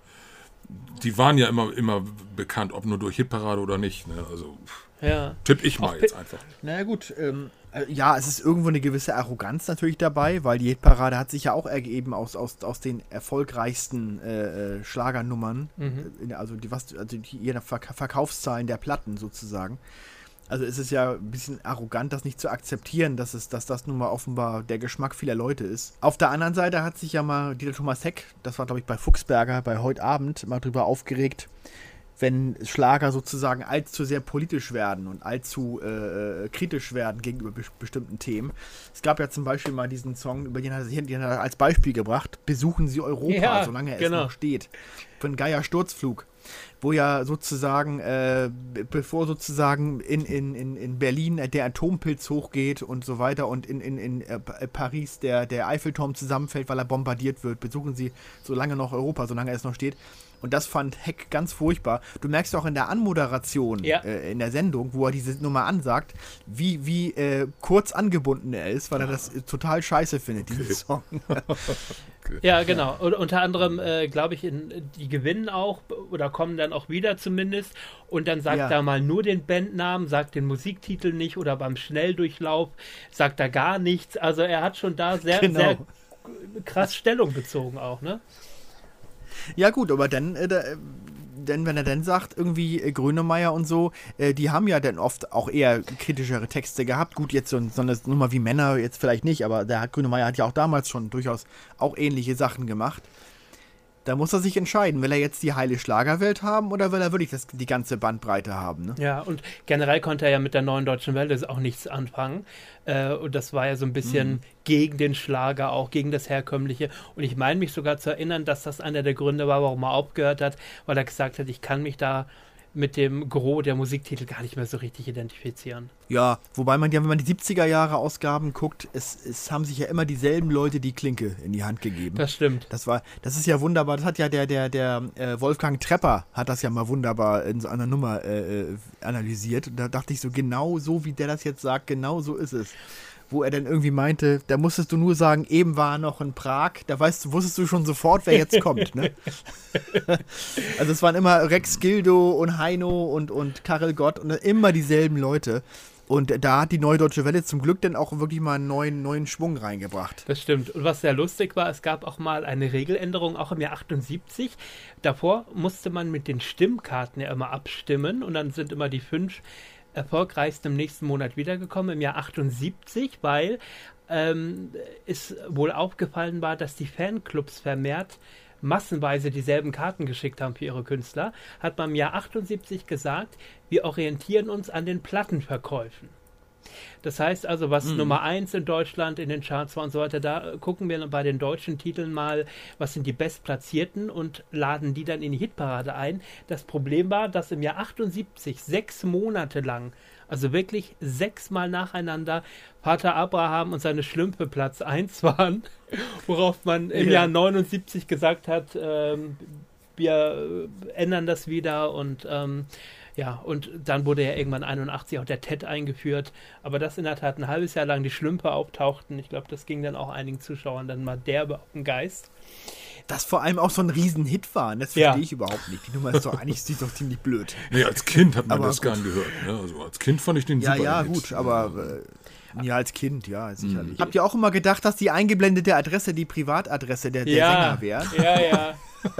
H: Die waren ja immer bekannt, ob nur durch Hitparade oder nicht. Ne? Also tipp ich mal jetzt einfach.
G: Naja gut, ja, es ist irgendwo eine gewisse Arroganz natürlich dabei, weil die Hitparade hat sich ja auch ergeben aus den erfolgreichsten Schlagernummern, also die Verkaufszahlen der Platten sozusagen. Also es ist ja ein bisschen arrogant, das nicht zu akzeptieren, dass das nun mal offenbar der Geschmack vieler Leute ist. Auf der anderen Seite hat sich ja mal Dieter Thomas Heck, das war glaube ich bei Fuchsberger, bei Heute Abend, mal drüber aufgeregt, wenn Schlager sozusagen allzu sehr politisch werden und allzu kritisch werden gegenüber bestimmten Themen. Es gab ja zum Beispiel mal diesen Song, über den hat er als Beispiel gebracht, Besuchen Sie Europa, solange es noch steht, von Geier Sturzflug. Wo ja sozusagen, bevor sozusagen in Berlin der Atompilz hochgeht und so weiter und in Paris der Eiffelturm zusammenfällt, weil er bombardiert wird, besuchen Sie so lange noch Europa, solange es noch steht. Und das fand Heck ganz furchtbar. Du merkst auch in der Anmoderation in der Sendung, wo er diese Nummer ansagt, wie kurz angebunden er ist, weil er das total scheiße findet, diesen Song.
F: Ja, genau. Und unter anderem, glaube ich, die gewinnen auch oder kommen dann auch wieder zumindest. Und dann sagt er mal nur den Bandnamen, sagt den Musiktitel nicht oder beim Schnelldurchlauf sagt er gar nichts. Also er hat schon da sehr krass Stellung bezogen auch, ne?
G: Ja gut, aber dann, wenn er dann sagt, irgendwie Grönemeyer und so, die haben ja dann oft auch eher kritischere Texte gehabt. Gut, jetzt so eine Nummer wie Männer jetzt vielleicht nicht, aber Grönemeyer hat ja auch damals schon durchaus auch ähnliche Sachen gemacht. Da muss er sich entscheiden, will er jetzt die heile Schlagerwelt haben oder will er wirklich die ganze Bandbreite haben? Ne?
F: Ja, und generell konnte er ja mit der Neuen Deutschen Welle auch nichts anfangen. Und das war ja so ein bisschen gegen den Schlager, auch gegen das Herkömmliche. Und ich meine mich sogar zu erinnern, dass das einer der Gründe war, warum er aufgehört hat, weil er gesagt hat, ich kann mich da mit dem Gros der Musiktitel gar nicht mehr so richtig identifizieren. Ja,
G: wobei man ja, wenn man die 70er-Jahre-Ausgaben guckt, es haben sich ja immer dieselben Leute die Klinke in die Hand gegeben.
F: Das stimmt.
G: Das ist ja wunderbar. Das hat ja der Wolfgang Trepper hat das ja mal wunderbar in so einer Nummer analysiert. Und da dachte ich so, genau so, wie der das jetzt sagt, genau so ist es. Wo er dann irgendwie meinte, da musstest du nur sagen, eben war er noch in Prag, da wusstest du schon sofort, wer jetzt kommt, ne? Also es waren immer Rex Gildo und Heino und Karel Gott und immer dieselben Leute. Und da hat die Neue Deutsche Welle zum Glück dann auch wirklich mal einen neuen Schwung reingebracht.
F: Das stimmt. Und was sehr lustig war, es gab auch mal eine Regeländerung, auch im Jahr 78. Davor musste man mit den Stimmkarten ja immer abstimmen und dann sind immer die 5 erfolgreichsten im nächsten Monat wiedergekommen, im Jahr 78, weil es wohl aufgefallen war, dass die Fanclubs vermehrt massenweise dieselben Karten geschickt haben für ihre Künstler, hat man im Jahr 78 gesagt, wir orientieren uns an den Plattenverkäufen. Das heißt also, was Nummer 1 in Deutschland in den Charts war und so weiter, da gucken wir bei den deutschen Titeln mal, was sind die Bestplatzierten und laden die dann in die Hitparade ein. Das Problem war, dass im Jahr 78 6 Monate lang, also wirklich 6 Mal nacheinander, Vater Abraham und seine Schlümpfe Platz 1 waren, worauf man im Jahr 79 gesagt hat, wir ändern das wieder und Ja, und dann wurde ja irgendwann 81 auch der TED eingeführt, aber dass in der Tat ein halbes Jahr lang die Schlümpfe auftauchten, ich glaube, das ging dann auch einigen Zuschauern dann mal derbe auf den Geist.
G: Das vor allem auch so ein Riesenhit war, das verstehe ich überhaupt nicht. Die Nummer ist doch eigentlich doch ziemlich blöd.
H: Nee, als Kind hat man das gern gehört. Ne? Also als Kind fand ich den super.
G: Ja, gut, aber ja, als Kind, ja, sicherlich. Habt ihr auch immer gedacht, dass die eingeblendete Adresse die Privatadresse der Sänger wäre?
F: Ja.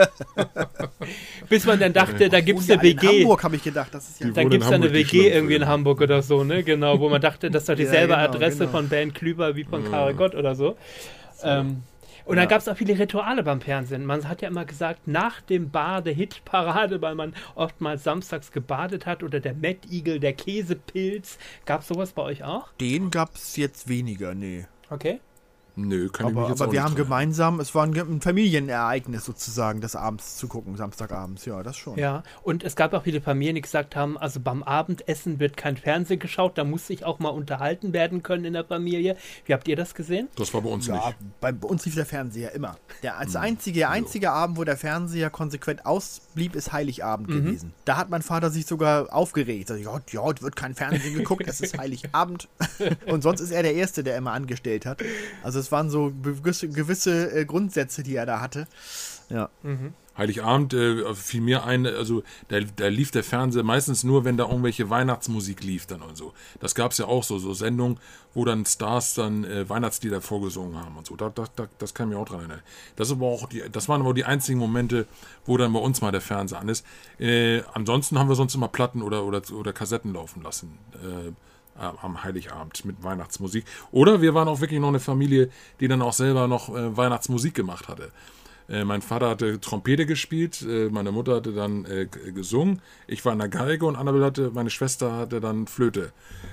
F: Bis man dann dachte, da gibt es eine WG.
G: In Hamburg habe ich gedacht, das ist ja.
F: Da gibt es eine WG irgendwie in Hamburg oder so, ne? Genau, wo man dachte, das ist doch dieselbe Adresse von Bernd Klüber wie von Karel Gott oder so. Und dann gab es auch viele Rituale beim Fernsehen. Man hat ja immer gesagt, nach dem Bade-Hit-Parade, weil man oftmals samstags gebadet hat, oder der Mad Eagle, der Käsepilz. Gab es sowas bei euch auch?
G: Den gab es jetzt weniger, nee.
F: Okay.
H: Nö, kann ich mich jetzt
G: aber
H: auch
G: wir
H: nicht
G: haben
H: dran.
G: gemeinsam, es war ein Familienereignis sozusagen, das abends zu gucken, Samstagabends, ja, das schon.
F: Ja, und es gab auch viele Familien, die gesagt haben, also beim Abendessen wird kein Fernsehen geschaut, da muss sich auch mal unterhalten werden können in der Familie. Wie habt ihr das gesehen?
H: Das war bei uns nicht.
G: Bei uns lief der Fernseher immer. Der einzige Abend, wo der Fernseher konsequent ausblieb, ist Heiligabend gewesen. Da hat mein Vater sich sogar aufgeregt. Ja, heute wird kein Fernsehen geguckt, es ist Heiligabend. Und sonst ist er der Erste, der immer angestellt hat. Also es waren so gewisse Grundsätze, die er da hatte. Ja.
H: Heiligabend fiel mir ein, also da lief der Fernseher meistens nur, wenn da irgendwelche Weihnachtsmusik lief dann und so. Das gab es ja auch so Sendungen, wo dann Stars dann Weihnachtslieder vorgesungen haben und so. Das kann ich mir auch dran erinnern. Das waren aber die einzigen Momente, wo dann bei uns mal der Fernseher an ist. Ansonsten haben wir sonst immer Platten oder Kassetten laufen lassen. Am Heiligabend mit Weihnachtsmusik. Oder wir waren auch wirklich noch eine Familie, die dann auch selber noch Weihnachtsmusik gemacht hatte. Mein Vater hatte Trompete gespielt, meine Mutter hatte dann gesungen, ich war in der Geige und meine Schwester hatte dann Flöte.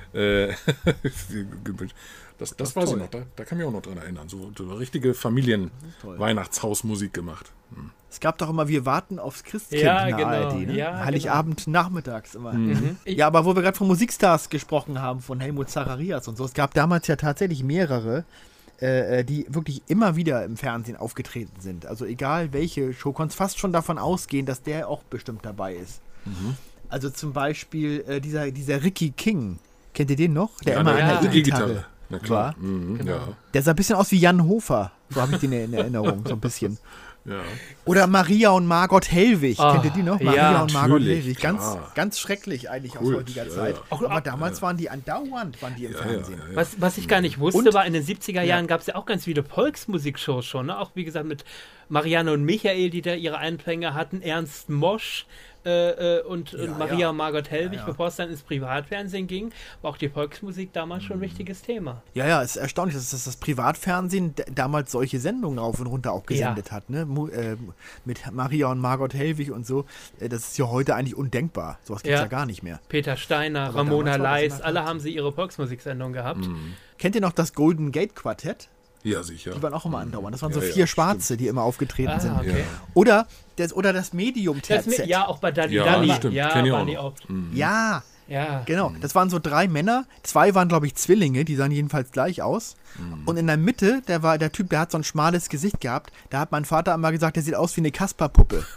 H: Das weiß ich noch, da kann ich mich auch noch dran erinnern. So richtige Familien-Weihnachtshausmusik gemacht.
G: Es gab doch immer, wir warten aufs Christkind in der ARD, ne?
F: Ja,
G: Heiligabend nachmittags immer. Ja, aber wo wir gerade von Musikstars gesprochen haben, von Helmut Zacharias und so, es gab damals ja tatsächlich mehrere, die wirklich immer wieder im Fernsehen aufgetreten sind. Also egal welche Show, konntest fast schon davon ausgehen, dass der auch bestimmt dabei ist. Also zum Beispiel dieser Ricky King, kennt ihr den noch? Der immer an der E-Gitarre war.
H: Genau. Ja.
G: Der sah ein bisschen aus wie Jan Hofer, so habe ich den in Erinnerung, so ein bisschen.
H: Ja.
G: Oder Maria und Margot Hellwig. Kennt ihr die noch? Maria und Margot Hellwig. Ganz schrecklich eigentlich aus heutiger Zeit. Aber damals waren die andauernd im Fernsehen.
F: Ja. Was ich gar nicht wusste, war in den 70er Jahren gab es ja auch ganz viele Volksmusikshows schon. Ne? Auch wie gesagt mit Marianne und Michael, die da ihre Einfänge hatten, Ernst Mosch und Maria und Margot Hellwig, bevor es dann ins Privatfernsehen ging, war auch die Volksmusik damals schon ein wichtiges Thema. Ja,
G: es ist erstaunlich, dass das Privatfernsehen damals solche Sendungen rauf und runter auch gesendet hat, ne? Mit Maria und Margot Hellwig und so. Das ist ja heute eigentlich undenkbar. Sowas gibt es ja gar nicht mehr.
F: Peter Steiner, aber Ramona Leis, alle haben sie ihre Volksmusiksendung gehabt.
G: Kennt ihr noch das Golden Gate Quartett?
H: Ja, sicher.
G: Die waren auch immer andauernd. Das waren so 4 Schwarze, die immer aufgetreten sind.
F: Okay.
G: Oder das Medium-Terzett.
F: Ja, auch bei Dalli
H: ja,
F: Dalli.
H: Stimmt.
F: Ja,
H: Kenn ich
F: waren
H: auch
F: die oft.
G: Ja.
F: Ja.
G: Genau. Das waren so 3 Männer. 2 waren, glaube ich, Zwillinge. Die sahen jedenfalls gleich aus. Und in der Mitte, der Typ, der hat so ein schmales Gesicht gehabt. Da hat mein Vater einmal gesagt, der sieht aus wie eine Kasperpuppe.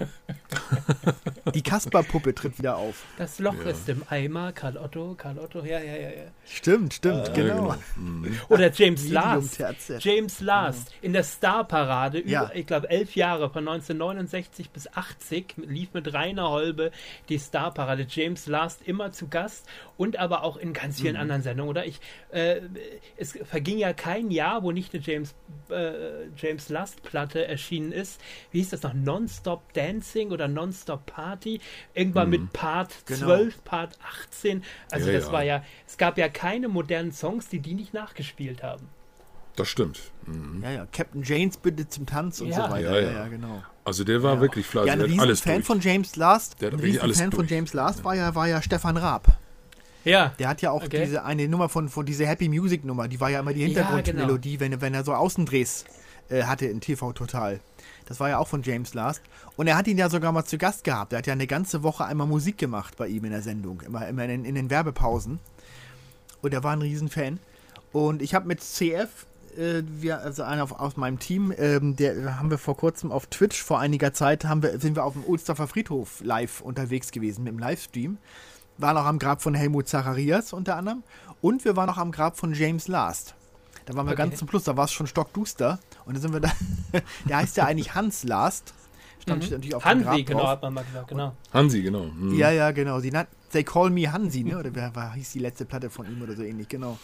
G: Die Kasperpuppe tritt wieder auf.
F: Das Loch ist im Eimer. Karl Otto, ja.
G: Stimmt, genau.
F: Oder James Last.
G: Medium-Terzett.
F: James Last in der Starparade, ich glaube 11 Jahre, von 1969 bis 80, lief mit Rainer Holbe die Starparade. James Last immer zu Gast und aber auch in ganz vielen anderen Sendungen. Oder es verging ja kein Jahr, wo nicht eine James Last-Platte erschienen ist. Wie hieß das noch? Non-Stop Dancing oder Non-Stop Party? Irgendwann mit Part 12, Part 18. Also das war ja, es gab ja keine modernen Songs, die nicht nachgespielt haben.
H: Das stimmt.
G: Ja. Captain Janes bitte zum Tanz und so weiter. Ja, genau.
H: Also der war wirklich fleißig.
G: Ja, ein Riesenfan von James Last.
H: Der hat wirklich alles
G: Fan
H: durch.
G: von James Last war ja Stefan Raab.
F: Ja.
G: Der hat ja auch diese eine Nummer von dieser Happy Music Nummer, die war ja immer die Hintergrundmelodie, wenn er so Außendrehs hatte in TV Total. Das war ja auch von James Last. Und er hat ihn ja sogar mal zu Gast gehabt. Er hat ja eine ganze Woche einmal Musik gemacht bei ihm in der Sendung. Immer in den Werbepausen. Und er war ein Riesenfan. Und ich habe mit CF, also einer aus meinem Team, der haben wir vor kurzem auf Twitch, vor einiger Zeit, sind wir auf dem Ohlsdorfer Friedhof live unterwegs gewesen mit dem Livestream. waren auch am Grab von Helmut Zacharias unter anderem. Und wir waren auch am Grab von James Last. Da waren wir ganz zum Schluss, da war es schon stockduster. Und dann sind wir da, der heißt ja eigentlich Hans Last. Stand natürlich auf dem Grab
F: Hansi,
G: drauf.
F: genau, hat man mal gesagt, genau.
H: Hansi, genau. Mhm.
G: Ja, genau. They Call Me Hansi, ne? Oder hieß die letzte Platte von ihm oder so ähnlich, genau.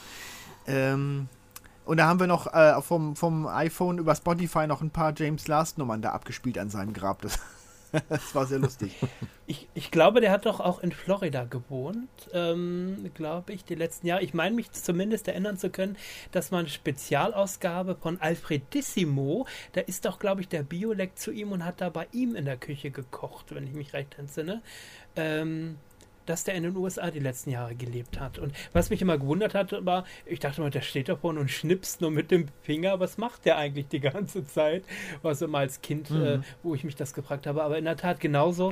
G: Und da haben wir noch vom iPhone über Spotify noch ein paar James Last Nummern da abgespielt an seinem Grab. Das war sehr lustig.
F: Ich glaube, der hat doch auch in Florida gewohnt, glaube ich, die letzten Jahre. Ich meine mich zumindest erinnern zu können, dass man eine Spezialausgabe von Alfredissimo, da ist doch, glaube ich, der Biolek zu ihm und hat da bei ihm in der Küche gekocht, wenn ich mich recht entsinne. Dass der in den USA die letzten Jahre gelebt hat. Und was mich immer gewundert hat, war, ich dachte mal, der steht da vorne und schnipst nur mit dem Finger. Was macht der eigentlich die ganze Zeit? Was immer als Kind, wo ich mich das gefragt habe. Aber in der Tat genauso,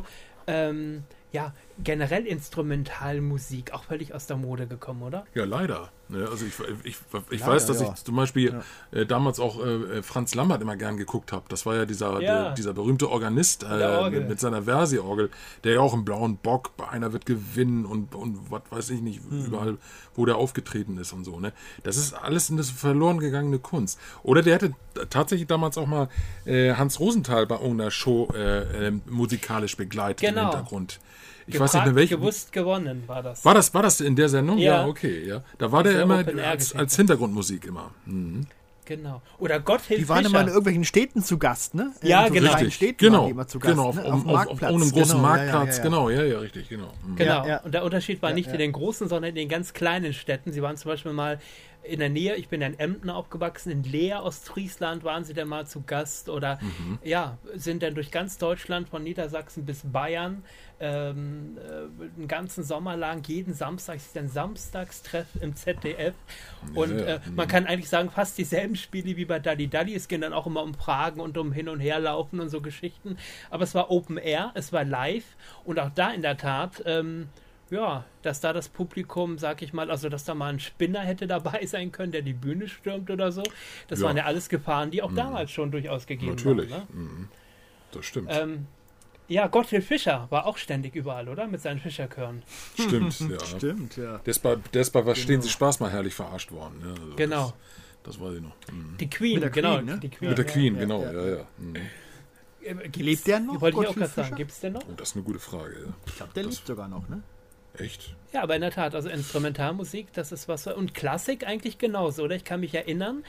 F: generell Instrumentalmusik, auch völlig aus der Mode gekommen, oder?
H: Ja, leider. Ja, also ich weiß, dass ich zum Beispiel damals auch Franz Lambert immer gern geguckt habe. Das war ja dieser berühmte Organist mit seiner Versi-Orgel, der ja auch im Blauen Bock bei Einer wird gewinnen und was weiß ich nicht, überall, wo der aufgetreten ist und so. Ne? Das ist alles eine verloren gegangene Kunst. Oder der hatte tatsächlich damals auch mal Hans Rosenthal bei irgendeiner Show musikalisch begleitet im Hintergrund. Ich weiß nicht mehr welchen.
F: Gewusst gewonnen war das.
H: War das in der Sendung? Ja, okay. Ja. Da war der immer als Hintergrundmusik immer. Mhm.
F: Genau. Oder Gotthild
G: Die waren
F: Fischer.
G: immer in irgendwelchen Städten zu Gast, ne?
F: Ja,
G: in so
F: genau.
G: kleinen
H: Richtig.
G: Städten
H: Genau.
G: waren die immer zu Gast,
H: Genau,
G: ne?
H: auf einem großen Marktplatz.
G: Ja.
H: Genau, ja, richtig, genau. Mhm.
F: Genau.
G: Ja.
F: Und der Unterschied war nicht in den großen, sondern in den ganz kleinen Städten. Sie waren zum Beispiel mal in der Nähe, ich bin ja in Emden aufgewachsen, in Leer, Ostfriesland waren sie dann mal zu Gast oder sind dann durch ganz Deutschland von Niedersachsen bis Bayern einen ganzen Sommer lang, jeden Samstag, es ist ein Samstagstreff im ZDF und man kann eigentlich sagen, fast dieselben Spiele wie bei Dalli Dalli. Es ging dann auch immer um Fragen und um Hin- und Herlaufen und so Geschichten, aber es war Open Air, es war live und auch da in der Tat dass da das Publikum, sag ich mal, also dass da mal ein Spinner hätte dabei sein können, der die Bühne stürmt oder so. Das waren ja alles Gefahren, die auch damals schon durchaus gegeben
H: Natürlich.
F: waren. Ne?
H: Mhm. Das stimmt.
F: Gotthild Fischer war auch ständig überall, oder? Mit seinen Fischerchören.
H: Stimmt, ja.
G: Stimmt, ja.
H: Der ist bei Was stehen Sie Spaß mal herrlich verarscht worden. Ja, also
F: Genau.
H: Das weiß ich noch. Mhm.
F: Die Queen,
G: Mit der
F: genau.
G: Queen, ne?
F: Die Queen,
H: Mit der Queen,
G: ja,
H: genau,
G: ja.
H: ja. Mhm.
G: Lebt der noch,
F: Wollte ich auch
G: Gottfried
F: gerade sagen.
G: Fischer?
F: Gibt es den noch?
H: Oh, das ist eine gute Frage. Ja.
G: Ich glaube, der lebt sogar noch, ne?
H: Echt?
F: Ja, aber in der Tat, also Instrumentalmusik, das ist was. Und Klassik eigentlich genauso, oder? Ich kann mich erinnern,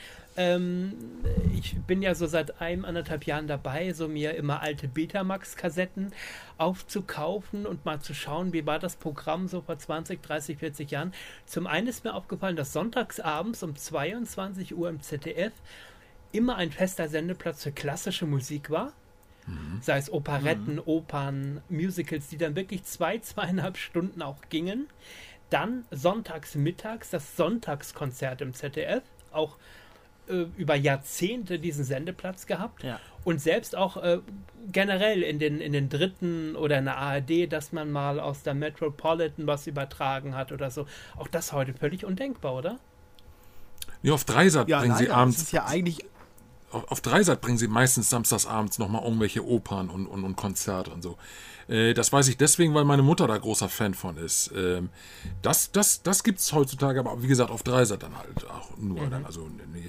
F: ich bin ja so seit 1,5 Jahren dabei, so mir immer alte Betamax-Kassetten aufzukaufen und mal zu schauen, wie war das Programm so vor 20, 30, 40 Jahren. Zum einen ist mir aufgefallen, dass sonntagsabends um 22 Uhr im ZDF immer ein fester Sendeplatz für klassische Musik war. Sei es Operetten, Opern, Musicals, die dann wirklich 2,5 Stunden auch gingen. Dann sonntags mittags das Sonntagskonzert im ZDF, auch über Jahrzehnte diesen Sendeplatz gehabt.
G: Ja.
F: Und selbst auch generell in den Dritten oder in der ARD, dass man mal aus der Metropolitan was übertragen hat oder so. Auch das heute völlig undenkbar, oder?
H: Ja, auf Dreisat bringen sie abends.
G: Das ist ja eigentlich
H: Auf Dreisat bringen sie meistens samstagsabends nochmal irgendwelche Opern und Konzerte und so. Das weiß ich deswegen, weil meine Mutter da großer Fan von ist. Das gibt es heutzutage, aber wie gesagt, auf Dreisat dann halt auch nur. Dann, also,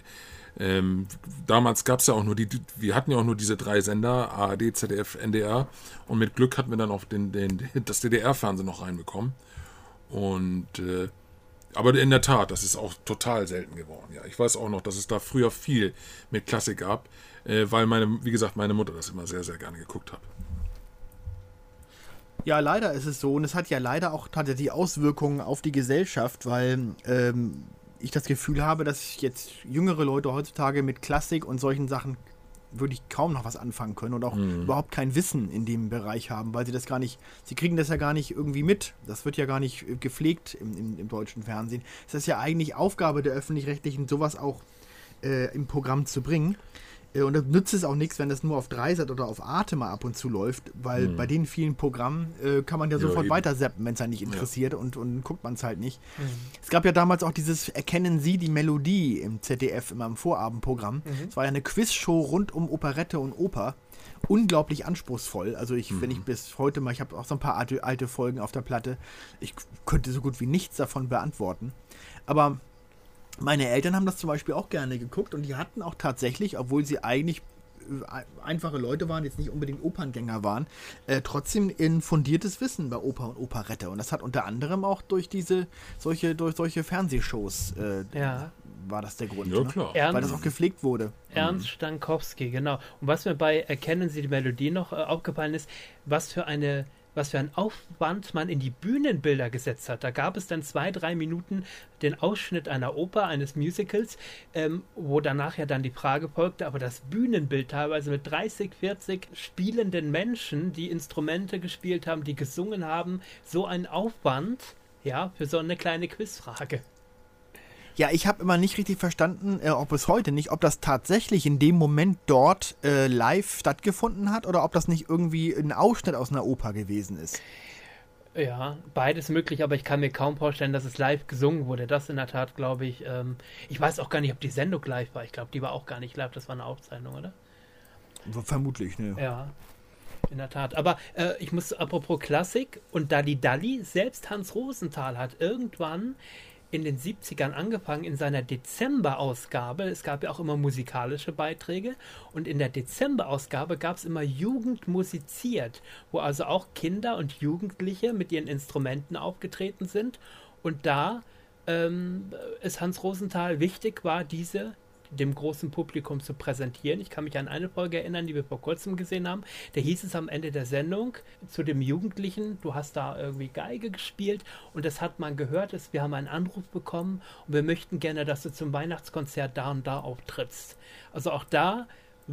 H: damals gab es ja auch nur wir hatten ja auch nur diese 3 Sender, ARD, ZDF, NDR. Und mit Glück hatten wir dann auch das DDR-Fernsehen noch reinbekommen. Und aber in der Tat, das ist auch total selten geworden. Ja, ich weiß auch noch, dass es da früher viel mit Klassik gab, weil wie gesagt, meine Mutter das immer sehr, sehr gerne geguckt hat.
G: Ja, leider ist es so. Und es hat ja leider auch tatsächlich Auswirkungen auf die Gesellschaft, weil ich das Gefühl habe, dass jetzt jüngere Leute heutzutage mit Klassik und solchen Sachen wirklich kaum noch was anfangen können und auch überhaupt kein Wissen in dem Bereich haben, weil sie kriegen das ja gar nicht irgendwie mit. Das wird ja gar nicht gepflegt im deutschen Fernsehen. Es ist ja eigentlich Aufgabe der Öffentlich-Rechtlichen, sowas auch im Programm zu bringen. Und das nützt es auch nichts, wenn das nur auf Dreisat oder auf Arte mal ab und zu läuft, weil bei den vielen Programmen kann man ja sofort weiter zappen, wenn es einen nicht interessiert und guckt man es halt nicht. Es gab ja damals auch dieses Erkennen Sie die Melodie im ZDF, immer im Vorabendprogramm. Es war ja eine Quizshow rund um Operette und Oper. unglaublich anspruchsvoll. Also wenn ich bis heute mal, ich habe auch so ein paar alte Folgen auf der Platte, ich könnte so gut wie nichts davon beantworten. Aber meine Eltern haben das zum Beispiel auch gerne geguckt und die hatten auch tatsächlich, obwohl sie eigentlich einfache Leute waren, jetzt nicht unbedingt Operngänger waren, trotzdem ein fundiertes Wissen bei Oper und Operette. Und das hat unter anderem auch durch solche Fernsehshows war das der Grund.
H: Ja, klar.
G: Ne? Weil das auch gepflegt wurde.
F: Ernst Stankowski, genau. Und was mir bei Erkennen Sie die Melodie noch aufgefallen ist, was für ein Aufwand man in die Bühnenbilder gesetzt hat. Da gab es dann 2-3 Minuten den Ausschnitt einer Oper, eines Musicals, wo danach ja dann die Frage folgte, aber das Bühnenbild teilweise mit 30, 40 spielenden Menschen, die Instrumente gespielt haben, die gesungen haben, so ein Aufwand, ja, für so eine kleine Quizfrage.
G: Ja, ich habe immer nicht richtig verstanden, ob das tatsächlich in dem Moment dort live stattgefunden hat oder ob das nicht irgendwie ein Ausschnitt aus einer Oper gewesen ist.
F: Ja, beides möglich, aber ich kann mir kaum vorstellen, dass es live gesungen wurde. Das in der Tat, glaube ich, ich weiß auch gar nicht, ob die Sendung live war. Ich glaube, die war auch gar nicht live, das war eine Aufzeichnung, oder?
G: Vermutlich, ne?
F: Ja, in der Tat. Aber ich muss, apropos Klassik und Dalli, selbst Hans Rosenthal hat irgendwann in den 70ern angefangen in seiner Dezemberausgabe, es gab ja auch immer musikalische Beiträge und in der Dezemberausgabe gab es immer Jugend musiziert, wo also auch Kinder und Jugendliche mit ihren Instrumenten aufgetreten sind und da es Hans Rosenthal wichtig war, diese dem großen Publikum zu präsentieren. Ich kann mich an eine Folge erinnern, die wir vor kurzem gesehen haben. Da hieß es am Ende der Sendung zu dem Jugendlichen, du hast da irgendwie Geige gespielt und das hat man gehört, wir haben einen Anruf bekommen und wir möchten gerne, dass du zum Weihnachtskonzert da und da auftrittst. Also auch da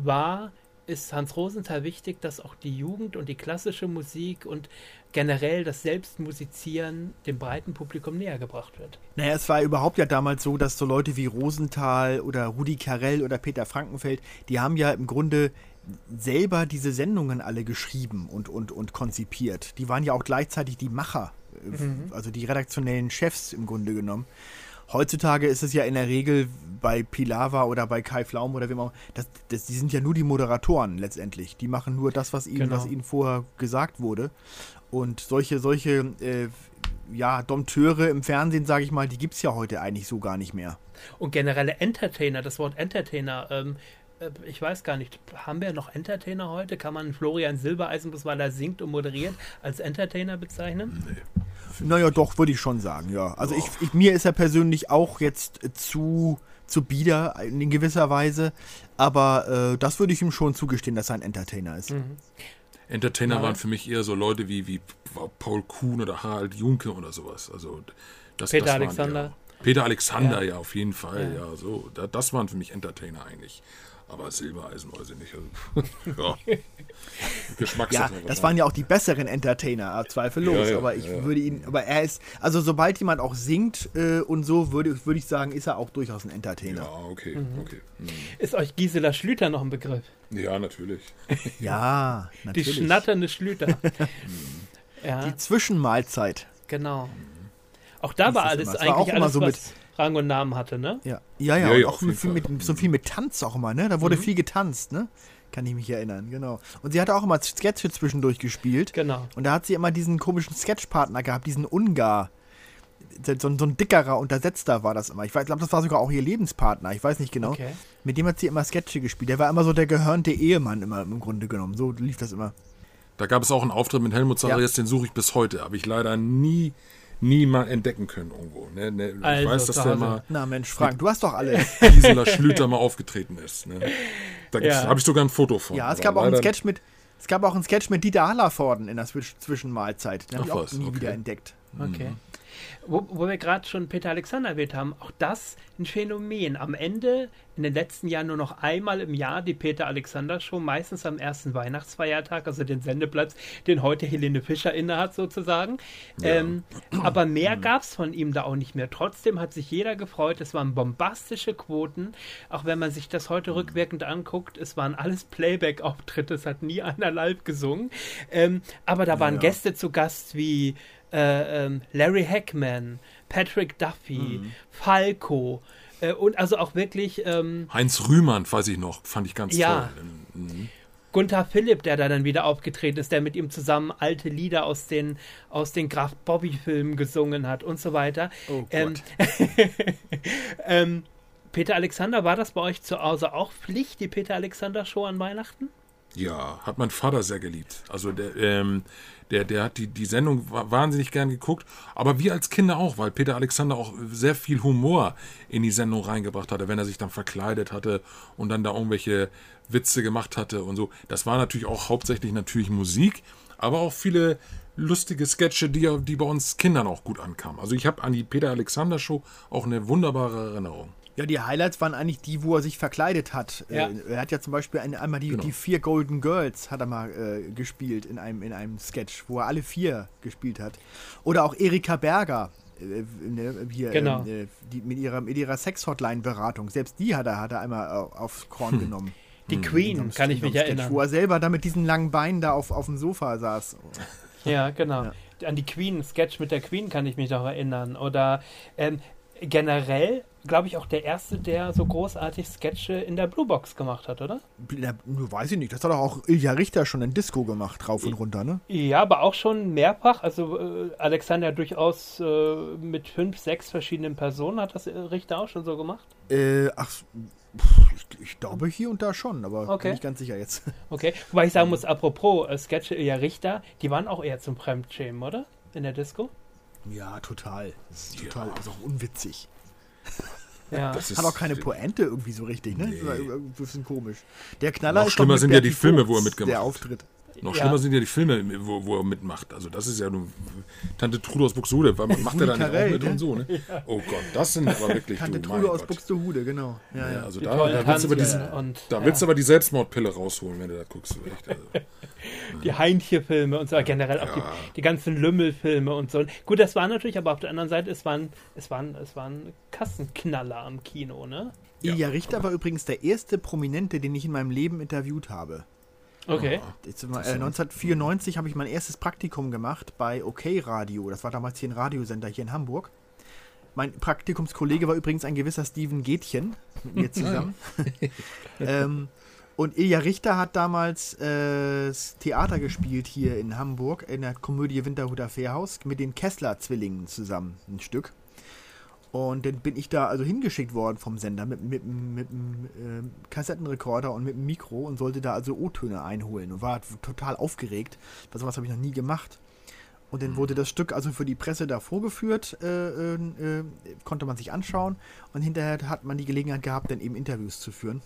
F: ist Hans Rosenthal wichtig, dass auch die Jugend und die klassische Musik und generell das Selbstmusizieren dem breiten Publikum näher gebracht wird.
G: Naja, es war überhaupt ja damals so, dass so Leute wie Rosenthal oder Rudi Carrell oder Peter Frankenfeld, die haben ja im Grunde selber diese Sendungen alle geschrieben und konzipiert. Die waren ja auch gleichzeitig die Macher, also die redaktionellen Chefs im Grunde genommen. Heutzutage ist es ja in der Regel bei Pilawa oder bei Kai Pflaume oder wie immer, die sind ja nur die Moderatoren letztendlich. Die machen nur das, was ihnen vorher gesagt wurde. Und solche Dompteure im Fernsehen, sage ich mal, die gibt es ja heute eigentlich so gar nicht mehr.
F: Und generelle Entertainer, das Wort Entertainer, ich weiß gar nicht, haben wir noch Entertainer heute? Kann man Florian Silbereisen, bloß weil er singt und moderiert, als Entertainer bezeichnen?
H: Nee.
G: Naja, doch, würde ich schon sagen, ja. Also mir ist er persönlich auch jetzt zu bieder in gewisser Weise, aber das würde ich ihm schon zugestehen, dass er ein Entertainer ist.
F: Mhm.
H: Entertainer waren für mich eher so Leute wie Paul Kuhn oder Harald Junke oder sowas. Also
F: Peter Alexander.
H: Peter Alexander, ja, auf jeden Fall. Ja, so, das waren für mich Entertainer eigentlich. Aber Silbereisen weiß ich nicht. Also, ja.
G: Geschmackssache. Ja, das waren ja auch die besseren Entertainer, zweifellos.
H: Ja,
G: aber ich würde ihn, aber er ist, also sobald jemand auch singt und so, würde ich sagen, ist er auch durchaus ein Entertainer.
H: Ja, okay.
F: Ist euch Gisela Schlüter noch ein Begriff?
H: Ja, natürlich.
G: Ja, natürlich.
F: Die schnatternde Schlüter. Ja.
G: Die Zwischenmahlzeit.
F: Genau. Auch da war alles eigentlich auch alles, so was Rang und Namen hatte, ne?
G: Ja, und auch so viel mit Tanz auch immer, ne? Da wurde viel getanzt, ne? Kann ich mich erinnern, genau. Und sie hatte auch immer Sketche zwischendurch gespielt.
F: Genau.
G: Und da hat sie immer diesen komischen Sketchpartner gehabt, diesen Ungar. So ein dickerer Untersetzter war das immer. Ich glaube, das war sogar auch ihr Lebenspartner. Ich weiß nicht genau.
F: Okay.
G: Mit dem hat sie immer Sketche gespielt. Der war immer so der gehörnte Ehemann immer im Grunde genommen. So lief das immer.
H: Da gab es auch einen Auftritt mit Helmut Zacharias, den suche ich bis heute. Habe ich leider nie mal entdecken können irgendwo. Ne? Ich weiß, dass der mal...
G: Na Mensch, Frank, du hast doch alles.
H: Gisela Schlüter mal aufgetreten ist. Ne? Da habe ich sogar ein Foto von.
G: Ja, es gab auch einen Sketch mit Dieter Hallervorden in der Zwischenmahlzeit. Den habe ich auch nie wieder entdeckt.
F: Okay. Wo wir gerade schon Peter Alexander erwähnt haben, auch das ein Phänomen. Am Ende, in den letzten Jahren nur noch einmal im Jahr die Peter Alexander Show, meistens am ersten Weihnachtsfeiertag, also den Sendeplatz, den heute Helene Fischer innehat sozusagen. Ja. Aber mehr gab es von ihm da auch nicht mehr. Trotzdem hat sich jeder gefreut, es waren bombastische Quoten, auch wenn man sich das heute rückwirkend anguckt, es waren alles Playback-Auftritte, es hat nie einer live gesungen. Aber da waren Gäste zu Gast wie Larry Hackman, Patrick Duffy, Falco und also auch wirklich
H: Heinz Rühmann, weiß ich noch, fand ich ganz toll.
F: Gunther Philipp, der da dann wieder aufgetreten ist, der mit ihm zusammen alte Lieder aus den Graf Bobby-Filmen gesungen hat und so weiter.
G: Oh Gott.
F: Peter Alexander, war das bei euch zu Hause auch Pflicht, die Peter Alexander Show an Weihnachten?
H: Ja, hat mein Vater sehr geliebt. Also der hat die Sendung wahnsinnig gern geguckt, aber wir als Kinder auch, weil Peter Alexander auch sehr viel Humor in die Sendung reingebracht hatte, wenn er sich dann verkleidet hatte und dann da irgendwelche Witze gemacht hatte und so. Das war natürlich auch hauptsächlich Musik, aber auch viele lustige Sketche, die bei uns Kindern auch gut ankamen. Also ich habe an die Peter Alexander Show auch eine wunderbare Erinnerung.
G: Ja, die Highlights waren eigentlich die, wo er sich verkleidet hat.
F: Ja.
G: Er hat ja zum Beispiel einmal die 4 Golden Girls hat er mal gespielt in einem Sketch, wo er alle 4 gespielt hat. Oder auch Erika Berger hier
F: Genau.
G: mit ihrer Sex-Hotline-Beratung. Selbst die hat er einmal aufs Korn genommen.
F: Die Queen, kann ich mich erinnern.
G: Wo er selber da mit diesen langen Beinen da auf dem Sofa saß.
F: Ja, genau.
G: Ja.
F: An die Queen-Sketch mit der Queen kann ich mich noch erinnern. Oder generell, glaube ich, auch der Erste, der so großartig Sketche in der Blue Box gemacht hat, oder?
G: Weiß ich nicht. Das hat doch auch Ilja Richter schon in Disco gemacht, rauf und runter, ne?
F: Ja, aber auch schon mehrfach. Also Alexander durchaus mit 5, 6 verschiedenen Personen hat das Richter auch schon so gemacht.
G: Ich glaube hier und da schon, aber
F: Okay.
G: bin nicht ganz sicher jetzt.
F: Okay, wobei ich sagen muss, apropos Sketche Ilja Richter, die waren auch eher zum Fremdschämen, oder? In der Disco?
G: Ja, total. Das ist total, ist auch unwitzig.
F: Ja.
H: Das ist,
G: Hat auch keine Pointe irgendwie so richtig, ne?
H: Nee.
G: Das war irgendwie ein bisschen komisch. Der Knaller
H: Noch
G: ist
H: schlimmer
G: doch mit
H: sind ja die
G: Berti
H: Filme,
G: Vogts,
H: wo er mitgemacht
G: der
H: hat.
G: Auftritt.
H: Noch
F: Ja.
H: schlimmer sind ja die Filme, wo er mitmacht. Also das ist ja nur Tante Trude aus Buxtehude. Macht er da nicht
G: Carell,
H: auch mit
G: ne?
H: und so, ne? Oh Gott, das sind aber wirklich
G: Tante
H: mein
G: Trude aus
H: Gott.
G: Buxtehude, genau. Ja, ja.
H: Also
F: Die
H: da
F: tollen
H: willst du aber
F: Tanzfilme und
H: willst du aber die Selbstmordpille rausholen, wenn du das guckst. Echt, also.
F: die Heintje-Filme und so, generell auch die ganzen Lümmelfilme und so. Gut, das war natürlich, aber auf der anderen Seite, es waren Kassenknaller am Kino, ne?
G: Ilja Richter war übrigens der erste Prominente, den ich in meinem Leben interviewt habe.
F: Okay.
G: 1994 habe ich mein erstes Praktikum gemacht bei OK Radio. Das war damals hier ein Radiosender hier in Hamburg. Mein Praktikumskollege war übrigens ein gewisser Steven Gätchen mit mir zusammen. Und Ilja Richter hat damals Theater gespielt hier in Hamburg in der Komödie Winterhuter Fährhaus mit den Kessler-Zwillingen zusammen ein Stück. Und dann bin ich da also hingeschickt worden vom Sender mit einem Kassettenrekorder und mit einem Mikro und sollte da also O-Töne einholen und war total aufgeregt. Sowas habe ich noch nie gemacht. Und dann wurde das Stück also für die Presse da vorgeführt, konnte man sich anschauen und hinterher hat man die Gelegenheit gehabt, dann eben Interviews zu führen.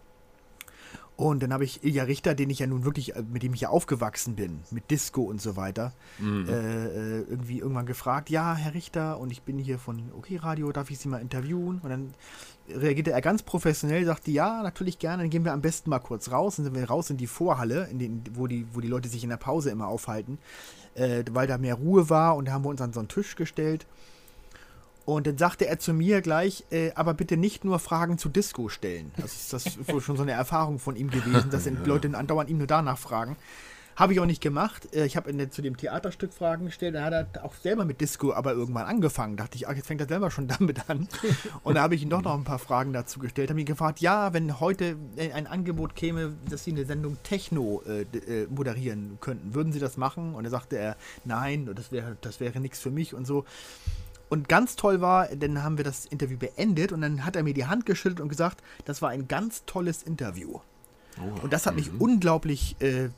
G: Und dann habe ich Ilja Richter, den ich ja nun wirklich, mit dem ich ja aufgewachsen bin, mit Disco und so weiter, irgendwie irgendwann gefragt, ja, Herr Richter, und ich bin hier von OK Radio, darf ich Sie mal interviewen? Und dann reagierte er ganz professionell, sagte, ja, natürlich gerne, dann gehen wir am besten mal kurz raus. Dann sind wir raus in die Vorhalle, wo die Leute sich in der Pause immer aufhalten, weil da mehr Ruhe war, und da haben wir uns an so einen Tisch gestellt. Und dann sagte er zu mir gleich, aber bitte nicht nur Fragen zu Disco stellen. Das ist wohl schon so eine Erfahrung von ihm gewesen, dass die Leute andauernd ihm nur danach fragen. Habe ich auch nicht gemacht. Ich habe zu dem Theaterstück Fragen gestellt. Dann hat er auch selber mit Disco aber irgendwann angefangen. Dachte ich, jetzt fängt er selber schon damit an. Und da habe ich ihm doch noch ein paar Fragen dazu gestellt. Habe ihn gefragt, ja, wenn heute ein Angebot käme, dass Sie eine Sendung Techno moderieren könnten, würden Sie das machen? Und da sagte er, nein, das wäre nichts für mich und so. Und ganz toll war, dann haben wir das Interview beendet und dann hat er mir die Hand geschüttelt und gesagt, das war ein ganz tolles Interview. Und das hat mich unglaublich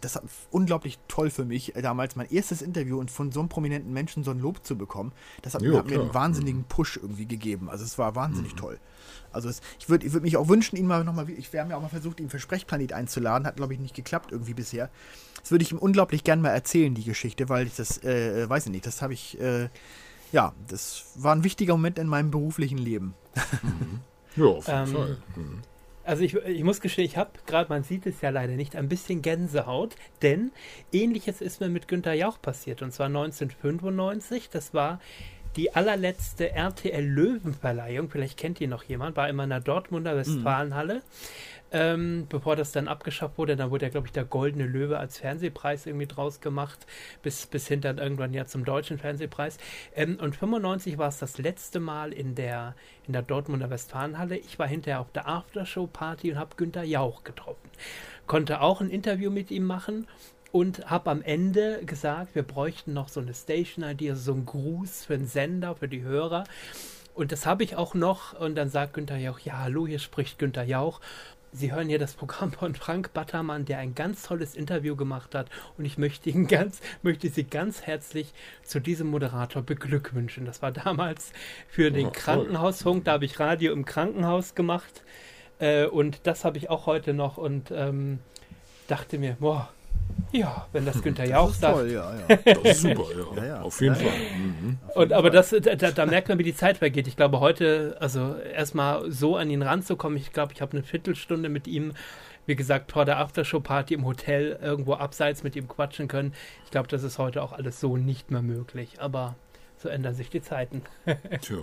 G: toll für mich, damals mein erstes Interview und von so einem prominenten Menschen so ein Lob zu bekommen. Das hat mir einen wahnsinnigen Push irgendwie gegeben. Also es war wahnsinnig toll. Also ich würde mich auch wünschen, ihn mal nochmal, wir haben ja auch mal versucht, ihn für Sprechplanet einzuladen, hat glaube ich nicht geklappt irgendwie bisher. Das würde ich ihm unglaublich gern mal erzählen, die Geschichte, weil ich das, weiß ich nicht, das habe ich, ja, das war ein wichtiger Moment in meinem beruflichen Leben.
H: Ja, auf jeden Fall.
F: Also ich muss gestehen, ich habe gerade, man sieht es ja leider nicht, ein bisschen Gänsehaut, denn Ähnliches ist mir mit Günther Jauch passiert, und zwar 1995, das war die allerletzte RTL-Löwenverleihung, vielleicht kennt die noch jemand, war immer in der Dortmunder Westfalenhalle. Bevor das dann abgeschafft wurde, dann wurde ja, glaube ich, der Goldene Löwe als Fernsehpreis irgendwie draus gemacht, bis hin dann irgendwann ja zum Deutschen Fernsehpreis. Und 95 war es das letzte Mal in der Dortmunder Westfalenhalle. Ich war hinterher auf der Aftershow-Party und habe Günther Jauch getroffen. Konnte auch ein Interview mit ihm machen und habe am Ende gesagt, wir bräuchten noch so eine Station-ID, also so einen Gruß für einen Sender, für die Hörer. Und das habe ich auch noch. Und dann sagt Günther Jauch, ja, hallo, hier spricht Günther Jauch. Sie hören hier das Programm von Frank Battermann, der ein ganz tolles Interview gemacht hat, und ich möchte Sie ganz herzlich zu diesem Moderator beglückwünschen. Das war damals für den Krankenhausfunk, da habe ich Radio im Krankenhaus gemacht, und das habe ich auch heute noch, und dachte mir, boah, ja, wenn das Günther Jauch sagt.
G: Toll, ja.
H: Das ist super, ja. Auf jeden Fall. Mhm.
F: Aber da merkt man, wie die Zeit vergeht. Ich glaube, heute, also erstmal so an ihn ranzukommen, ich glaube, ich habe eine Viertelstunde mit ihm, wie gesagt, vor der Aftershow-Party im Hotel irgendwo abseits mit ihm quatschen können. Ich glaube, das ist heute auch alles so nicht mehr möglich. Aber so ändern sich die Zeiten.
H: Tja.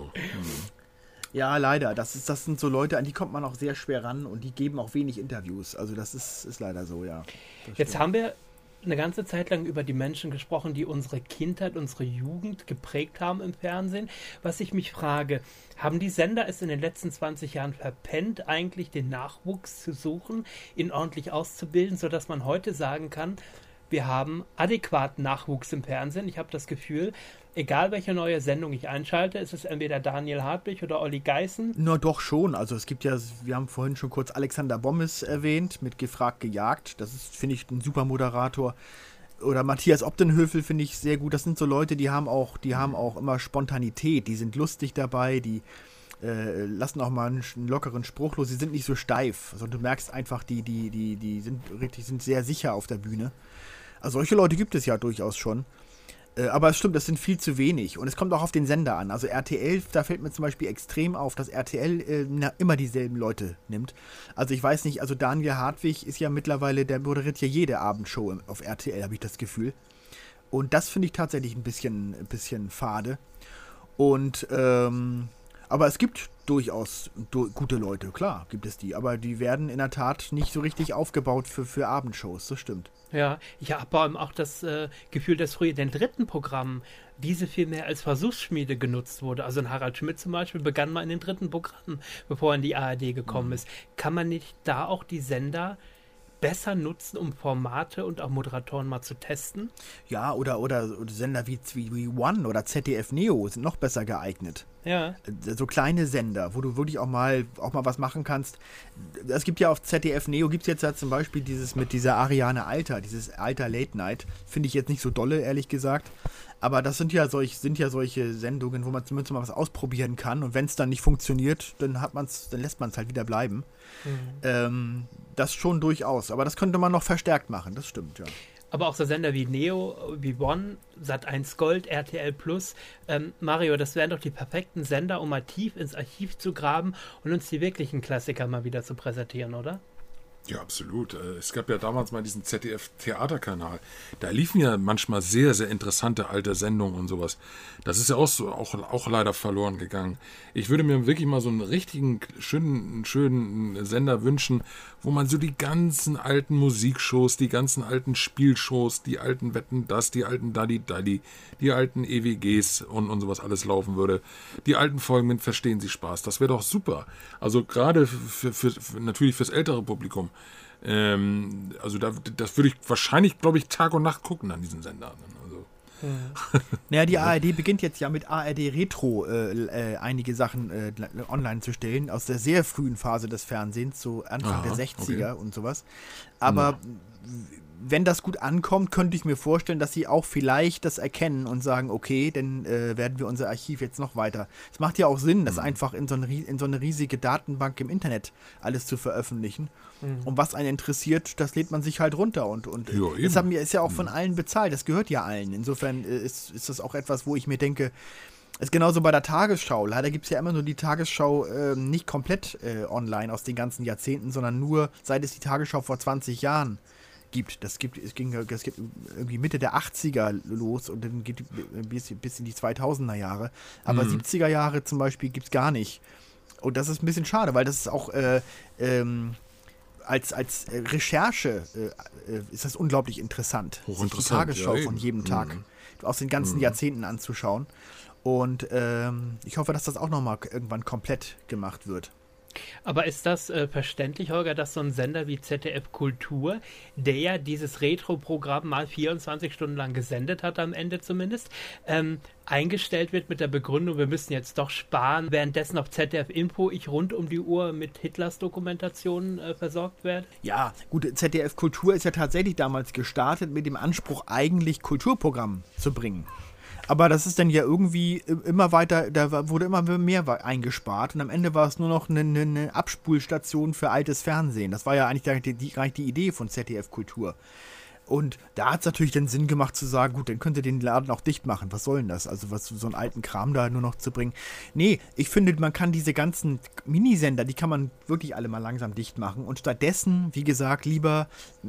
G: Ja, leider. Das sind so Leute, an die kommt man auch sehr schwer ran, und die geben auch wenig Interviews. Also das ist leider so, ja.
F: Jetzt haben wir eine ganze Zeit lang über die Menschen gesprochen, die unsere Kindheit, unsere Jugend geprägt haben im Fernsehen. Was ich mich frage, haben die Sender es in den letzten 20 Jahren verpennt, eigentlich den Nachwuchs zu suchen, ihn ordentlich auszubilden, sodass man heute sagen kann, wir haben adäquaten Nachwuchs im Fernsehen. Ich habe das Gefühl, egal welche neue Sendung ich einschalte, ist es entweder Daniel Hartwig oder Olli Geißen.
G: Na doch schon. Also es gibt ja, wir haben vorhin schon kurz Alexander Bommes erwähnt, mit Gefragt, gejagt. Das ist, finde ich, ein super Moderator. Oder Matthias Opdenhövel finde ich sehr gut. Das sind so Leute, die haben auch immer Spontanität. Die sind lustig dabei, die lassen auch mal einen lockeren Spruch los. Sie sind nicht so steif. Also du merkst einfach, die sind sehr sicher auf der Bühne. Also solche Leute gibt es ja durchaus schon. Aber es stimmt, das sind viel zu wenig. Und es kommt auch auf den Sender an. Also RTL, da fällt mir zum Beispiel extrem auf, dass RTL immer dieselben Leute nimmt. Also ich weiß nicht, also Daniel Hartwig ist ja mittlerweile, der moderiert ja jede Abendshow auf RTL, habe ich das Gefühl. Und das finde ich tatsächlich ein bisschen fade. Und, aber es gibt durchaus gute Leute, klar gibt es die. Aber die werden in der Tat nicht so richtig aufgebaut für Abendshows, das stimmt.
F: Ja, ich habe vor allem auch das Gefühl, dass früher in den dritten Programmen diese viel mehr als Versuchsschmiede genutzt wurde. Also ein Harald Schmidt zum Beispiel begann mal in den dritten Programmen, bevor er in die ARD gekommen ist. Kann man nicht da auch die Sender besser nutzen, um Formate und auch Moderatoren mal zu testen?
G: Ja, oder Sender wie One oder ZDF Neo sind noch besser geeignet.
F: Ja.
G: So kleine Sender, wo du wirklich auch mal was machen kannst. Es gibt ja auf ZDF Neo, gibt es jetzt ja zum Beispiel mit dieser Ariane Alter, dieses Alter Late Night, finde ich jetzt nicht so dolle, ehrlich gesagt. Aber das sind ja solche Sendungen, wo man zumindest mal was ausprobieren kann, und wenn es dann nicht funktioniert, dann lässt man es halt wieder bleiben. Mhm. Das schon durchaus, aber das könnte man noch verstärkt machen, das stimmt, ja.
F: Aber auch so Sender wie Neo, wie One, Sat.1 Gold, RTL Plus. Mario, das wären doch die perfekten Sender, um mal tief ins Archiv zu graben und uns die wirklichen Klassiker mal wieder zu präsentieren, oder?
H: Ja, absolut. Es gab ja damals mal diesen ZDF-Theaterkanal. Da liefen ja manchmal sehr, sehr interessante alte Sendungen und sowas. Das ist ja auch leider verloren gegangen. Ich würde mir wirklich mal so einen richtigen, schönen Sender wünschen, wo man so die ganzen alten Musikshows, die ganzen alten Spielshows, die alten Wetten, die alten Dalli, die alten EWGs und sowas alles laufen würde. Die alten Folgen mit Verstehen Sie Spaß. Das wäre doch super. Also gerade natürlich fürs ältere Publikum. Also das würde ich wahrscheinlich, glaube ich, Tag und Nacht gucken an diesen Sendern. Also.
G: Naja, die ARD beginnt jetzt ja mit ARD Retro einige Sachen online zu stellen, aus der sehr frühen Phase des Fernsehens, so Anfang der 60er und sowas. Aber wenn das gut ankommt, könnte ich mir vorstellen, dass sie auch vielleicht das erkennen und sagen, okay, dann werden wir unser Archiv jetzt noch weiter. Es macht ja auch Sinn, das einfach in so eine riesige Datenbank im Internet alles zu veröffentlichen. Und was einen interessiert, das lädt man sich halt runter. Und das ist ja auch von allen bezahlt, das gehört ja allen. Insofern ist das auch etwas, wo ich mir denke, ist genauso bei der Tagesschau. Leider gibt es ja immer nur die Tagesschau nicht komplett online aus den ganzen Jahrzehnten, sondern nur, seit es die Tagesschau vor 20 Jahren gibt. Es geht irgendwie Mitte der 80er los und dann geht bis in die 2000er Jahre. Aber 70er Jahre zum Beispiel gibt es gar nicht. Und das ist ein bisschen schade, weil das ist auch als Recherche ist das unglaublich interessant, sich die Tagesschau von jedem Tag aus den ganzen Jahrzehnten anzuschauen. Und ich hoffe, dass das auch nochmal irgendwann komplett gemacht wird.
F: Aber ist das verständlich, Holger, dass so ein Sender wie ZDF Kultur, der ja dieses Retro-Programm mal 24 Stunden lang gesendet hat, am Ende zumindest, eingestellt wird mit der Begründung, wir müssen jetzt doch sparen, währenddessen auf ZDF Info ich rund um die Uhr mit Hitlers Dokumentationen versorgt werde?
G: Ja, gut, ZDF Kultur ist ja tatsächlich damals gestartet mit dem Anspruch, eigentlich Kulturprogramm zu bringen. Aber das ist dann ja irgendwie immer weiter, da wurde immer mehr eingespart und am Ende war es nur noch eine Abspulstation für altes Fernsehen. Das war ja eigentlich die Idee von ZDF Kultur. Und da hat es natürlich den Sinn gemacht zu sagen, gut, dann könnt ihr den Laden auch dicht machen. Was soll denn das? Also so einen alten Kram da nur noch zu bringen. Nee, ich finde, man kann diese ganzen Minisender, die kann man wirklich alle mal langsam dicht machen. Und stattdessen, wie gesagt, lieber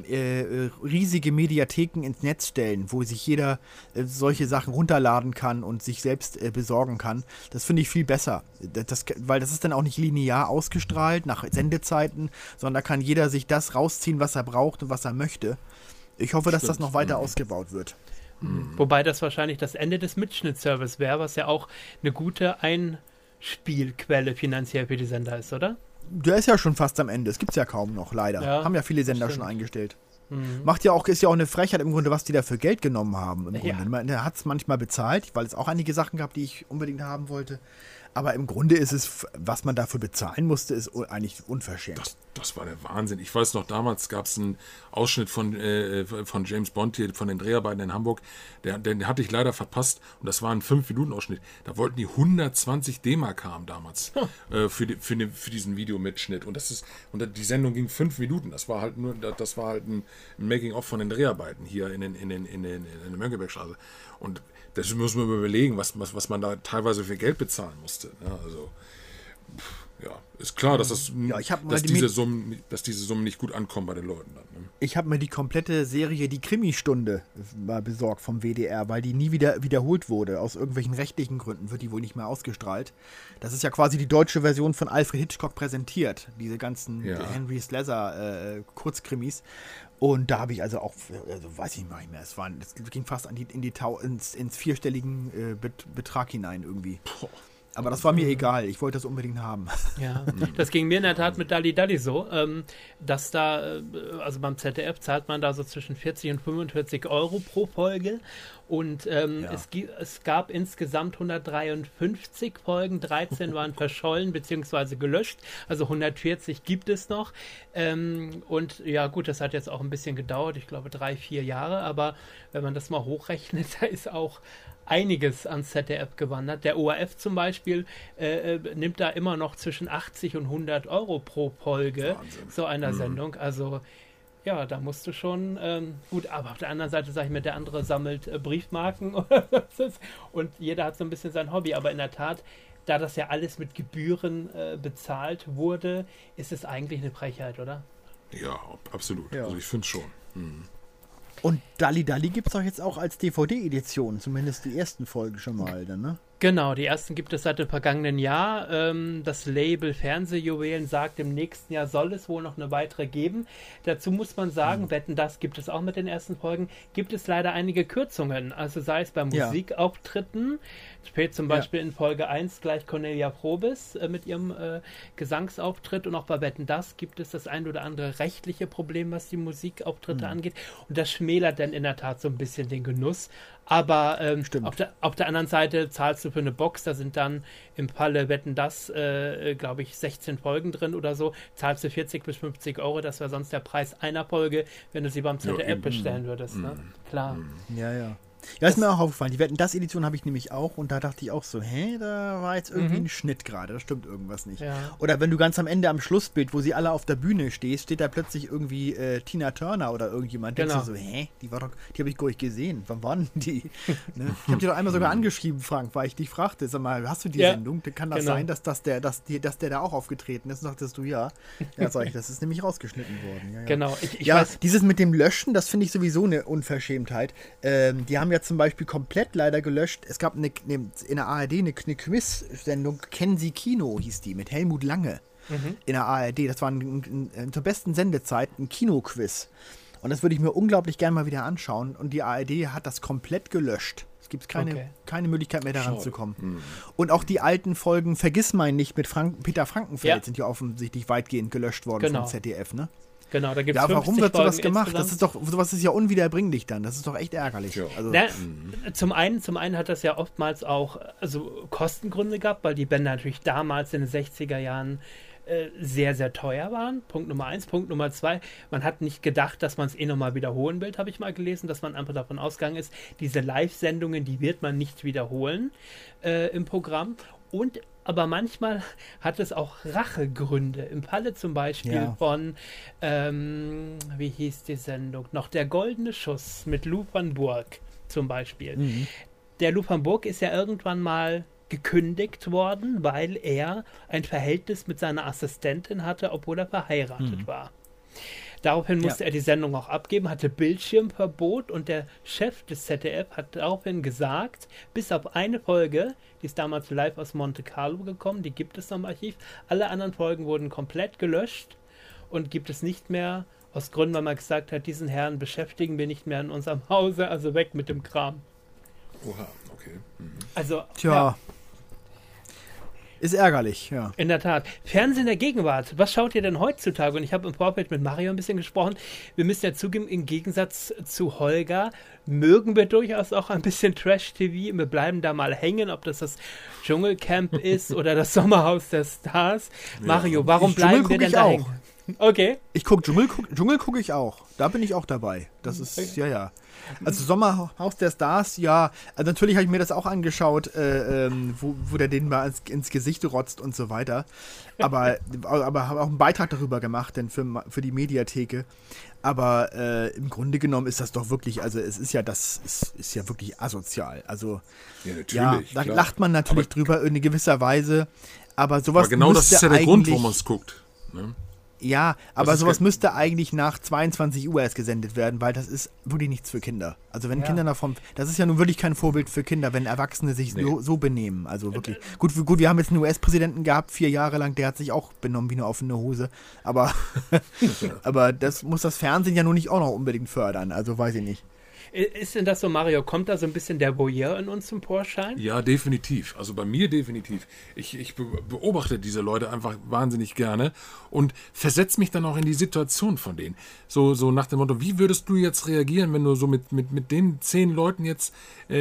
G: riesige Mediatheken ins Netz stellen, wo sich jeder solche Sachen runterladen kann und sich selbst besorgen kann. Das finde ich viel besser. Weil das ist dann auch nicht linear ausgestrahlt nach Sendezeiten, sondern da kann jeder sich das rausziehen, was er braucht und was er möchte. Ich hoffe, dass das noch weiter ausgebaut wird.
F: Wobei das wahrscheinlich das Ende des Mitschnittservice wäre, was ja auch eine gute Einspielquelle finanziell für die Sender ist, oder?
G: Der ist ja schon fast am Ende. Es gibt es ja kaum noch, leider.
F: Ja,
G: haben ja viele Sender schon eingestellt. Ist ja auch eine Frechheit im Grunde, was die da für Geld genommen haben. Im Grunde. Der hat es manchmal bezahlt, weil es auch einige Sachen gab, die ich unbedingt haben wollte. Aber im Grunde ist es, was man dafür bezahlen musste, ist eigentlich unverschämt.
H: Das war der Wahnsinn. Ich weiß noch, damals gab es einen Ausschnitt von James Bond hier, von den Dreharbeiten in Hamburg. Den hatte ich leider verpasst und das war ein 5-Minuten-Ausschnitt. Da wollten die 120 D-Mark haben damals für diesen Videomitschnitt. Und die Sendung ging 5 Minuten. Das war halt ein Making-of von den Dreharbeiten hier in der Mönckebergstraße. Und das müssen wir überlegen, was man da teilweise für Geld bezahlen musste. Ja, also, ja, ist klar, dass diese Summen nicht gut ankommen bei den Leuten dann. Ne?
G: Ich habe mir die komplette Serie Die Krimi-Stunde mal besorgt vom WDR, weil die nie wieder wiederholt wurde. Aus irgendwelchen rechtlichen Gründen wird die wohl nicht mehr ausgestrahlt. Das ist ja quasi die deutsche Version von Alfred Hitchcock präsentiert. Diese ganzen Henry Slezar Kurzkrimis. Und da habe ich also weiß ich nicht mehr, es ging fast ins vierstelligen Betrag hinein irgendwie. Aber das war mir egal, ich wollte das unbedingt haben.
F: Ja, das ging mir in der Tat mit Dalli Dalli so, dass da, also beim ZDF zahlt man da so zwischen 40 und 45 Euro pro Folge und es gab insgesamt 153 Folgen, 13 waren verschollen bzw. gelöscht, also 140 gibt es noch und ja gut, das hat jetzt auch ein bisschen gedauert, ich glaube 3-4 Jahre, aber wenn man das mal hochrechnet, da ist auch einiges ans ZDF gewandert. Der ORF zum Beispiel nimmt da immer noch zwischen 80 und 100 Euro pro Folge so einer Sendung. Also ja, da musst du schon gut, aber auf der anderen Seite sage ich mir, der andere sammelt Briefmarken und jeder hat so ein bisschen sein Hobby. Aber in der Tat, da das ja alles mit Gebühren bezahlt wurde, ist es eigentlich eine Frechheit, oder?
H: Ja, absolut. Ja. Also ich finde es schon.
G: Und Dalli Dalli gibt es doch jetzt auch als DVD-Edition, zumindest die ersten Folgen schon mal, dann, ne?
F: Genau, die ersten gibt es seit dem vergangenen Jahr. Das Label Fernsehjuwelen sagt, im nächsten Jahr soll es wohl noch eine weitere geben. Dazu muss man sagen, Wetten, das gibt es auch mit den ersten Folgen, gibt es leider einige Kürzungen. Also sei es bei Musikauftritten, spielt zum Beispiel in Folge 1 gleich Cornelia Probis mit ihrem Gesangsauftritt und auch bei Wetten, das gibt es das ein oder andere rechtliche Problem, was die Musikauftritte angeht. Und das schmälert dann in der Tat so ein bisschen den Genuss. Aber auf der anderen Seite zahlst du für eine Box, da sind dann im Falle Wetten, das, glaube ich, 16 Folgen drin oder so, zahlst du 40 bis 50 Euro, das wäre sonst der Preis einer Folge, wenn du sie beim ZDF bestellen würdest. Ne? Klar.
G: Ja. Ja, ist mir auch aufgefallen. Die Wetten, das Edition habe ich nämlich auch und da dachte ich auch so, da war jetzt irgendwie ein Schnitt gerade, da stimmt irgendwas nicht. Ja. Oder wenn du ganz am Ende am Schlussbild, wo sie alle auf der Bühne stehst, steht da plötzlich irgendwie Tina Turner oder irgendjemand. Genau. Denkst du so, die habe ich gar nicht gesehen. Wann waren die? Ne? Ich habe dir doch einmal sogar angeschrieben, Frank, weil ich dich fragte, sag mal, hast du die Sendung? Kann das sein, dass der da auch aufgetreten ist? Und sagtest du, ja. Ja, sag ich, das ist nämlich rausgeschnitten worden. Ja.
F: Genau. Ich weiß.
G: Dieses mit dem Löschen, das finde ich sowieso eine Unverschämtheit. Die haben ja zum Beispiel komplett leider gelöscht. Es gab in der ARD eine Quiz-Sendung, Kennen Sie Kino, hieß die, mit Helmut Lange in der ARD. Das war zur besten Sendezeit ein Kinoquiz. Und das würde ich mir unglaublich gerne mal wieder anschauen. Und die ARD hat das komplett gelöscht. Es gibt keine Möglichkeit mehr daran zu kommen. Und auch die alten Folgen Vergissmein nicht mit Peter Frankenfeld sind ja offensichtlich weitgehend gelöscht worden vom ZDF, ne?
F: Genau, da gibt es 50
G: warum wird sowas
F: Folgen
G: gemacht? Sowas ist ja unwiederbringlich dann. Das ist doch echt ärgerlich. Ja.
F: Also, zum einen hat das ja oftmals auch Kostengründe gehabt, weil die Bänder natürlich damals in den 60er Jahren sehr, sehr teuer waren. Punkt Nummer 1. Punkt Nummer 2, man hat nicht gedacht, dass man es nochmal wiederholen will, habe ich mal gelesen, dass man einfach davon ausgegangen ist, diese Live-Sendungen, die wird man nicht wiederholen im Programm. Aber manchmal hat es auch Rachegründe. Im Falle zum Beispiel von, wie hieß die Sendung noch? Der Goldene Schuss mit Lou van Burg zum Beispiel. Der Lou van Burg ist ja irgendwann mal gekündigt worden, weil er ein Verhältnis mit seiner Assistentin hatte, obwohl er verheiratet war. Daraufhin musste er die Sendung auch abgeben, hatte Bildschirmverbot und der Chef des ZDF hat daraufhin gesagt, bis auf eine Folge, die ist damals live aus Monte Carlo gekommen, die gibt es noch im Archiv, alle anderen Folgen wurden komplett gelöscht und gibt es nicht mehr, aus Gründen, weil man gesagt hat, diesen Herrn beschäftigen wir nicht mehr in unserem Hause, also weg mit dem Kram.
H: Oha, okay.
F: Also,
G: ist ärgerlich, ja.
F: In der Tat. Fernsehen der Gegenwart. Was schaut ihr denn heutzutage? Und ich habe im Vorfeld mit Mario ein bisschen gesprochen. Wir müssen ja zugeben, im Gegensatz zu Holger mögen wir durchaus auch ein bisschen Trash-TV. Wir bleiben da mal hängen, ob das Dschungelcamp ist oder das Sommerhaus der Stars. Ja. Mario, warum bleiben wir denn da hängen? Okay.
G: Ich gucke Dschungel gucke ich auch. Da bin ich auch dabei. Das ist, ja. Also Sommerhaus der Stars, ja. Also natürlich habe ich mir das auch angeschaut, wo der den mal ins Gesicht rotzt und so weiter. Aber habe auch einen Beitrag darüber gemacht, denn für die Mediatheke. Aber im Grunde genommen ist das doch wirklich, also es ist ja, ist ja wirklich asozial. Also da lacht man natürlich drüber in gewisser Weise. Aber sowas
H: aber genau das ist ja der Grund, warum man es guckt. Ne?
G: Ja, aber sowas müsste eigentlich nach 22 Uhr erst gesendet werden, weil das ist wirklich nichts für Kinder. Also wenn Kinder davon, das ist ja nun wirklich kein Vorbild für Kinder, wenn Erwachsene sich so benehmen. Also wirklich. Gut, wir haben jetzt einen US-Präsidenten gehabt, 4 Jahre lang, der hat sich auch benommen wie eine offene Hose. Aber, aber das muss das Fernsehen ja nun nicht auch noch unbedingt fördern. Also weiß ich nicht.
F: Ist denn das so, Mario? Kommt da so ein bisschen der Voyeur in uns zum Vorschein?
H: Ja, definitiv. Also bei mir definitiv. Ich beobachte diese Leute einfach wahnsinnig gerne und versetze mich dann auch in die Situation von denen. So nach dem Motto, wie würdest du jetzt reagieren, wenn du so mit den 10 Leuten jetzt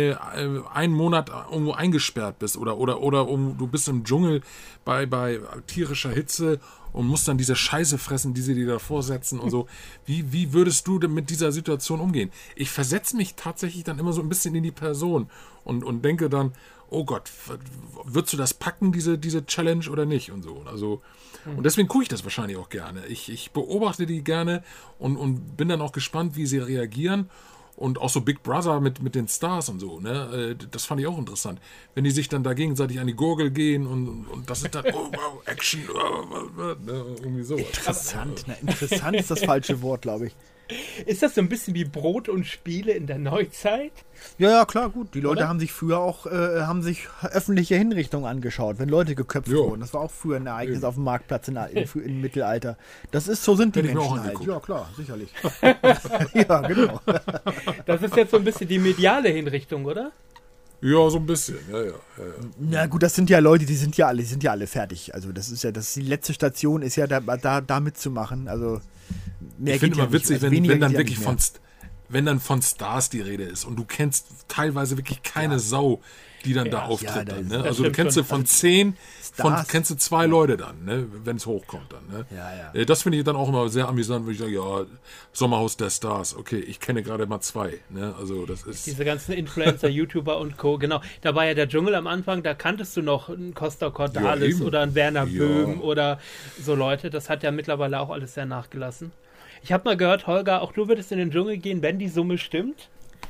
H: einen Monat irgendwo eingesperrt bist oder du bist im Dschungel bei tierischer Hitze und musst dann diese Scheiße fressen, die sie dir da vorsetzen und so. Wie würdest du denn mit dieser Situation umgehen? Ich versetze mich tatsächlich dann immer so ein bisschen in die Person und denke dann, oh Gott, würdest du das packen, diese Challenge oder nicht und so. Also, und deswegen gucke ich das wahrscheinlich auch gerne. Ich beobachte die gerne und bin dann auch gespannt, wie sie reagieren. Und auch so Big Brother mit den Stars und so, ne? Das fand ich auch interessant. Wenn die sich dann da gegenseitig an die Gurgel gehen und das ist dann, oh wow, Action, ne? Irgendwie so.
G: Interessant, interessant ist das falsche Wort, glaube ich.
F: Ist das so ein bisschen wie Brot und Spiele in der Neuzeit?
G: Ja, klar, gut. Die Leute haben sich früher auch öffentliche Hinrichtungen angeschaut, wenn Leute geköpft wurden. Das war auch früher ein Ereignis auf dem Marktplatz im Mittelalter. So sind die Menschen halt. Ja, klar, sicherlich. Ja, genau.
F: Das ist jetzt so ein bisschen die mediale Hinrichtung, oder?
H: Ja, so ein bisschen, ja.
G: Na gut, das sind ja Leute, die sind ja alle fertig. Also das ist die letzte Station ist ja da mitzumachen. Also
H: ich finde immer witzig, wenn dann wirklich wenn dann von Stars die Rede ist und du kennst teilweise wirklich keine Sau, die dann da auftritt. Dann, ne? Also du kennst von 10, kennst du 2 Leute dann, ne? Wenn es hochkommt dann. Ne?
G: Ja.
H: Das finde ich dann auch immer sehr amüsant, wenn ich sage, ja, Sommerhaus der Stars, okay, ich kenne gerade mal 2. Ne? Also das ist...
F: Diese ganzen Influencer, YouTuber und Co., genau. Da war ja der Dschungel am Anfang, da kanntest du noch einen Costa Cordalis oder einen Werner Böhm oder so Leute. Das hat ja mittlerweile auch alles sehr nachgelassen. Ich habe mal gehört, Holger, auch du würdest in den Dschungel gehen, wenn die Summe stimmt?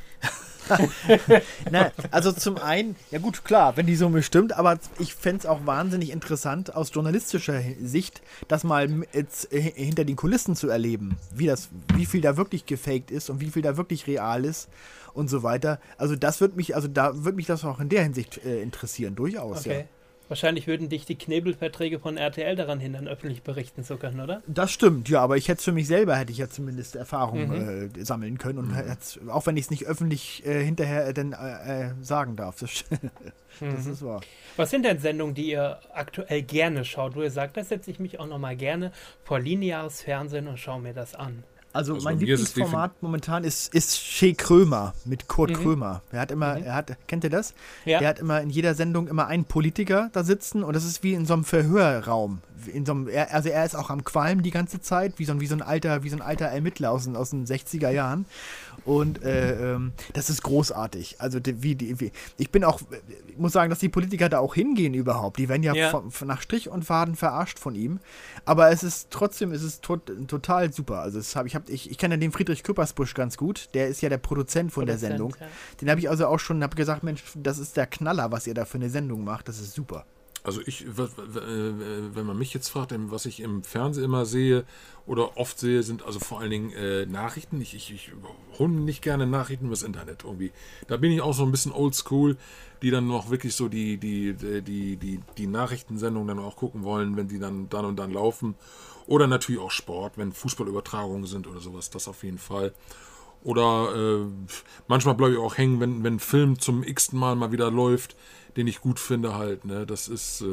G: Na, also zum einen, ja gut, klar, wenn die Summe stimmt, aber ich fände es auch wahnsinnig interessant aus journalistischer Sicht, das mal jetzt hinter den Kulissen zu erleben, wie viel da wirklich gefaked ist und wie viel da wirklich real ist und so weiter. Also da würde mich das auch in der Hinsicht interessieren, durchaus,
F: okay.
G: Ja.
F: Wahrscheinlich würden dich die Knebelverträge von RTL daran hindern, öffentlich berichten zu können, oder?
G: Das stimmt, ja, aber hätte ich ja zumindest Erfahrung sammeln können und auch wenn ich es nicht öffentlich hinterher dann sagen darf. Das ist wahr.
F: Was sind denn Sendungen, die ihr aktuell gerne schaut, wo ihr sagt, da setze ich mich auch nochmal gerne vor lineares Fernsehen und schaue mir das an?
G: Also mein Lieblingsformat momentan ist Che Krömer mit Kurt Krömer. Kennt ihr das?
F: Ja.
G: Er hat immer in jeder Sendung immer einen Politiker da sitzen und das ist wie in so einem Verhörraum. Er ist auch am Qualm die ganze Zeit, wie so ein alter Ermittler aus den 60er Jahren. Und das ist großartig. Also ich muss sagen, dass die Politiker da auch hingehen überhaupt. Die werden ja nach Strich und Faden verarscht von ihm. Aber es ist total super. Also ich kenne ja den Friedrich Küppersbusch ganz gut. Der ist ja der Produzent der Sendung. Ja. Den habe ich also auch schon gesagt, Mensch, das ist der Knaller, was ihr da für eine Sendung macht. Das ist super.
H: Also wenn man mich jetzt fragt, was ich im Fernsehen immer sehe oder oft sehe, sind also vor allen Dingen Nachrichten. Ich hole nicht gerne Nachrichten übers Internet irgendwie. Da bin ich auch so ein bisschen oldschool, die dann noch wirklich so die Nachrichtensendungen dann auch gucken wollen, wenn die dann und dann laufen. Oder natürlich auch Sport, wenn Fußballübertragungen sind oder sowas, das auf jeden Fall. Oder manchmal bleibe ich auch hängen, wenn ein Film zum x-ten Mal wieder läuft, den ich gut finde halt. Ne? Das ist,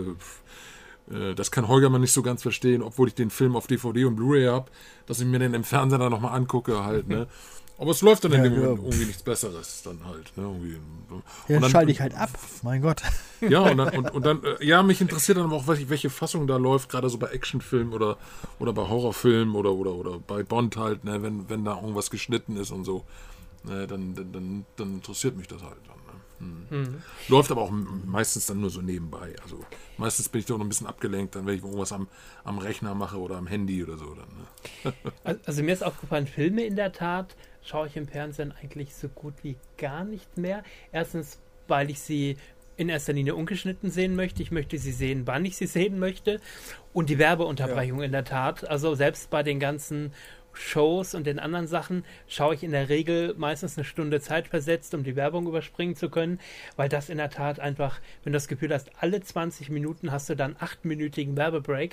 H: das kann Holger mal nicht so ganz verstehen, obwohl ich den Film auf DVD und Blu-ray habe, dass ich mir den im Fernseher dann nochmal angucke halt. Ne? Aber es läuft dann irgendwie nichts Besseres dann halt. Ne?
G: Ja, dann schalte ich halt ab, mein Gott.
H: Ja, und dann, mich interessiert dann aber auch, welche Fassung da läuft, gerade so bei Actionfilmen oder bei Horrorfilmen oder bei Bond halt, ne? wenn da irgendwas geschnitten ist und so, ne? dann interessiert mich das halt dann. Läuft aber auch meistens dann nur so nebenbei. Also meistens bin ich doch noch ein bisschen abgelenkt, dann wenn ich irgendwas am Rechner mache oder am Handy oder so. Dann, ne?
F: Also mir ist aufgefallen, Filme in der Tat schaue ich im Fernsehen eigentlich so gut wie gar nicht mehr. Erstens, weil ich sie in erster Linie ungeschnitten sehen möchte. Ich möchte sie sehen, wann ich sie sehen möchte. Und die Werbeunterbrechung in der Tat. Also selbst bei den ganzen Shows und den anderen Sachen schaue ich in der Regel meistens eine Stunde Zeit versetzt, um die Werbung überspringen zu können, weil das in der Tat einfach, wenn du das Gefühl hast, alle 20 Minuten hast du dann 8-minütigen Werbebreak.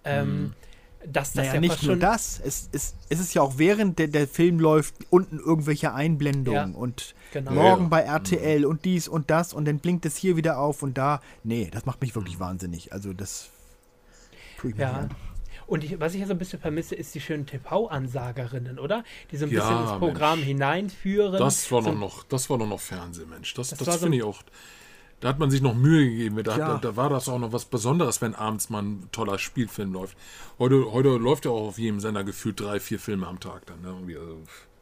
F: Das
G: naja,
F: ja
G: nicht nur das, es ist ja auch während der Film läuft, unten irgendwelche Einblendungen und morgen bei RTL und dies und das und dann blinkt es hier wieder auf und da. Nee, das macht mich wirklich wahnsinnig. Also das tue ich mir an.
F: Und was ich ja so ein bisschen vermisse, ist die schönen TV-Ansagerinnen, oder? Die so ein bisschen ins Programm hineinführen.
H: Das war doch noch Fernsehmensch. Das finde ich auch. Da hat man sich noch Mühe gegeben. Da war das auch noch was Besonderes, wenn abends mal ein toller Spielfilm läuft. Heute läuft ja auch auf jedem Sender gefühlt 3-4 Filme am Tag dann. Ne? Irgendwie, also,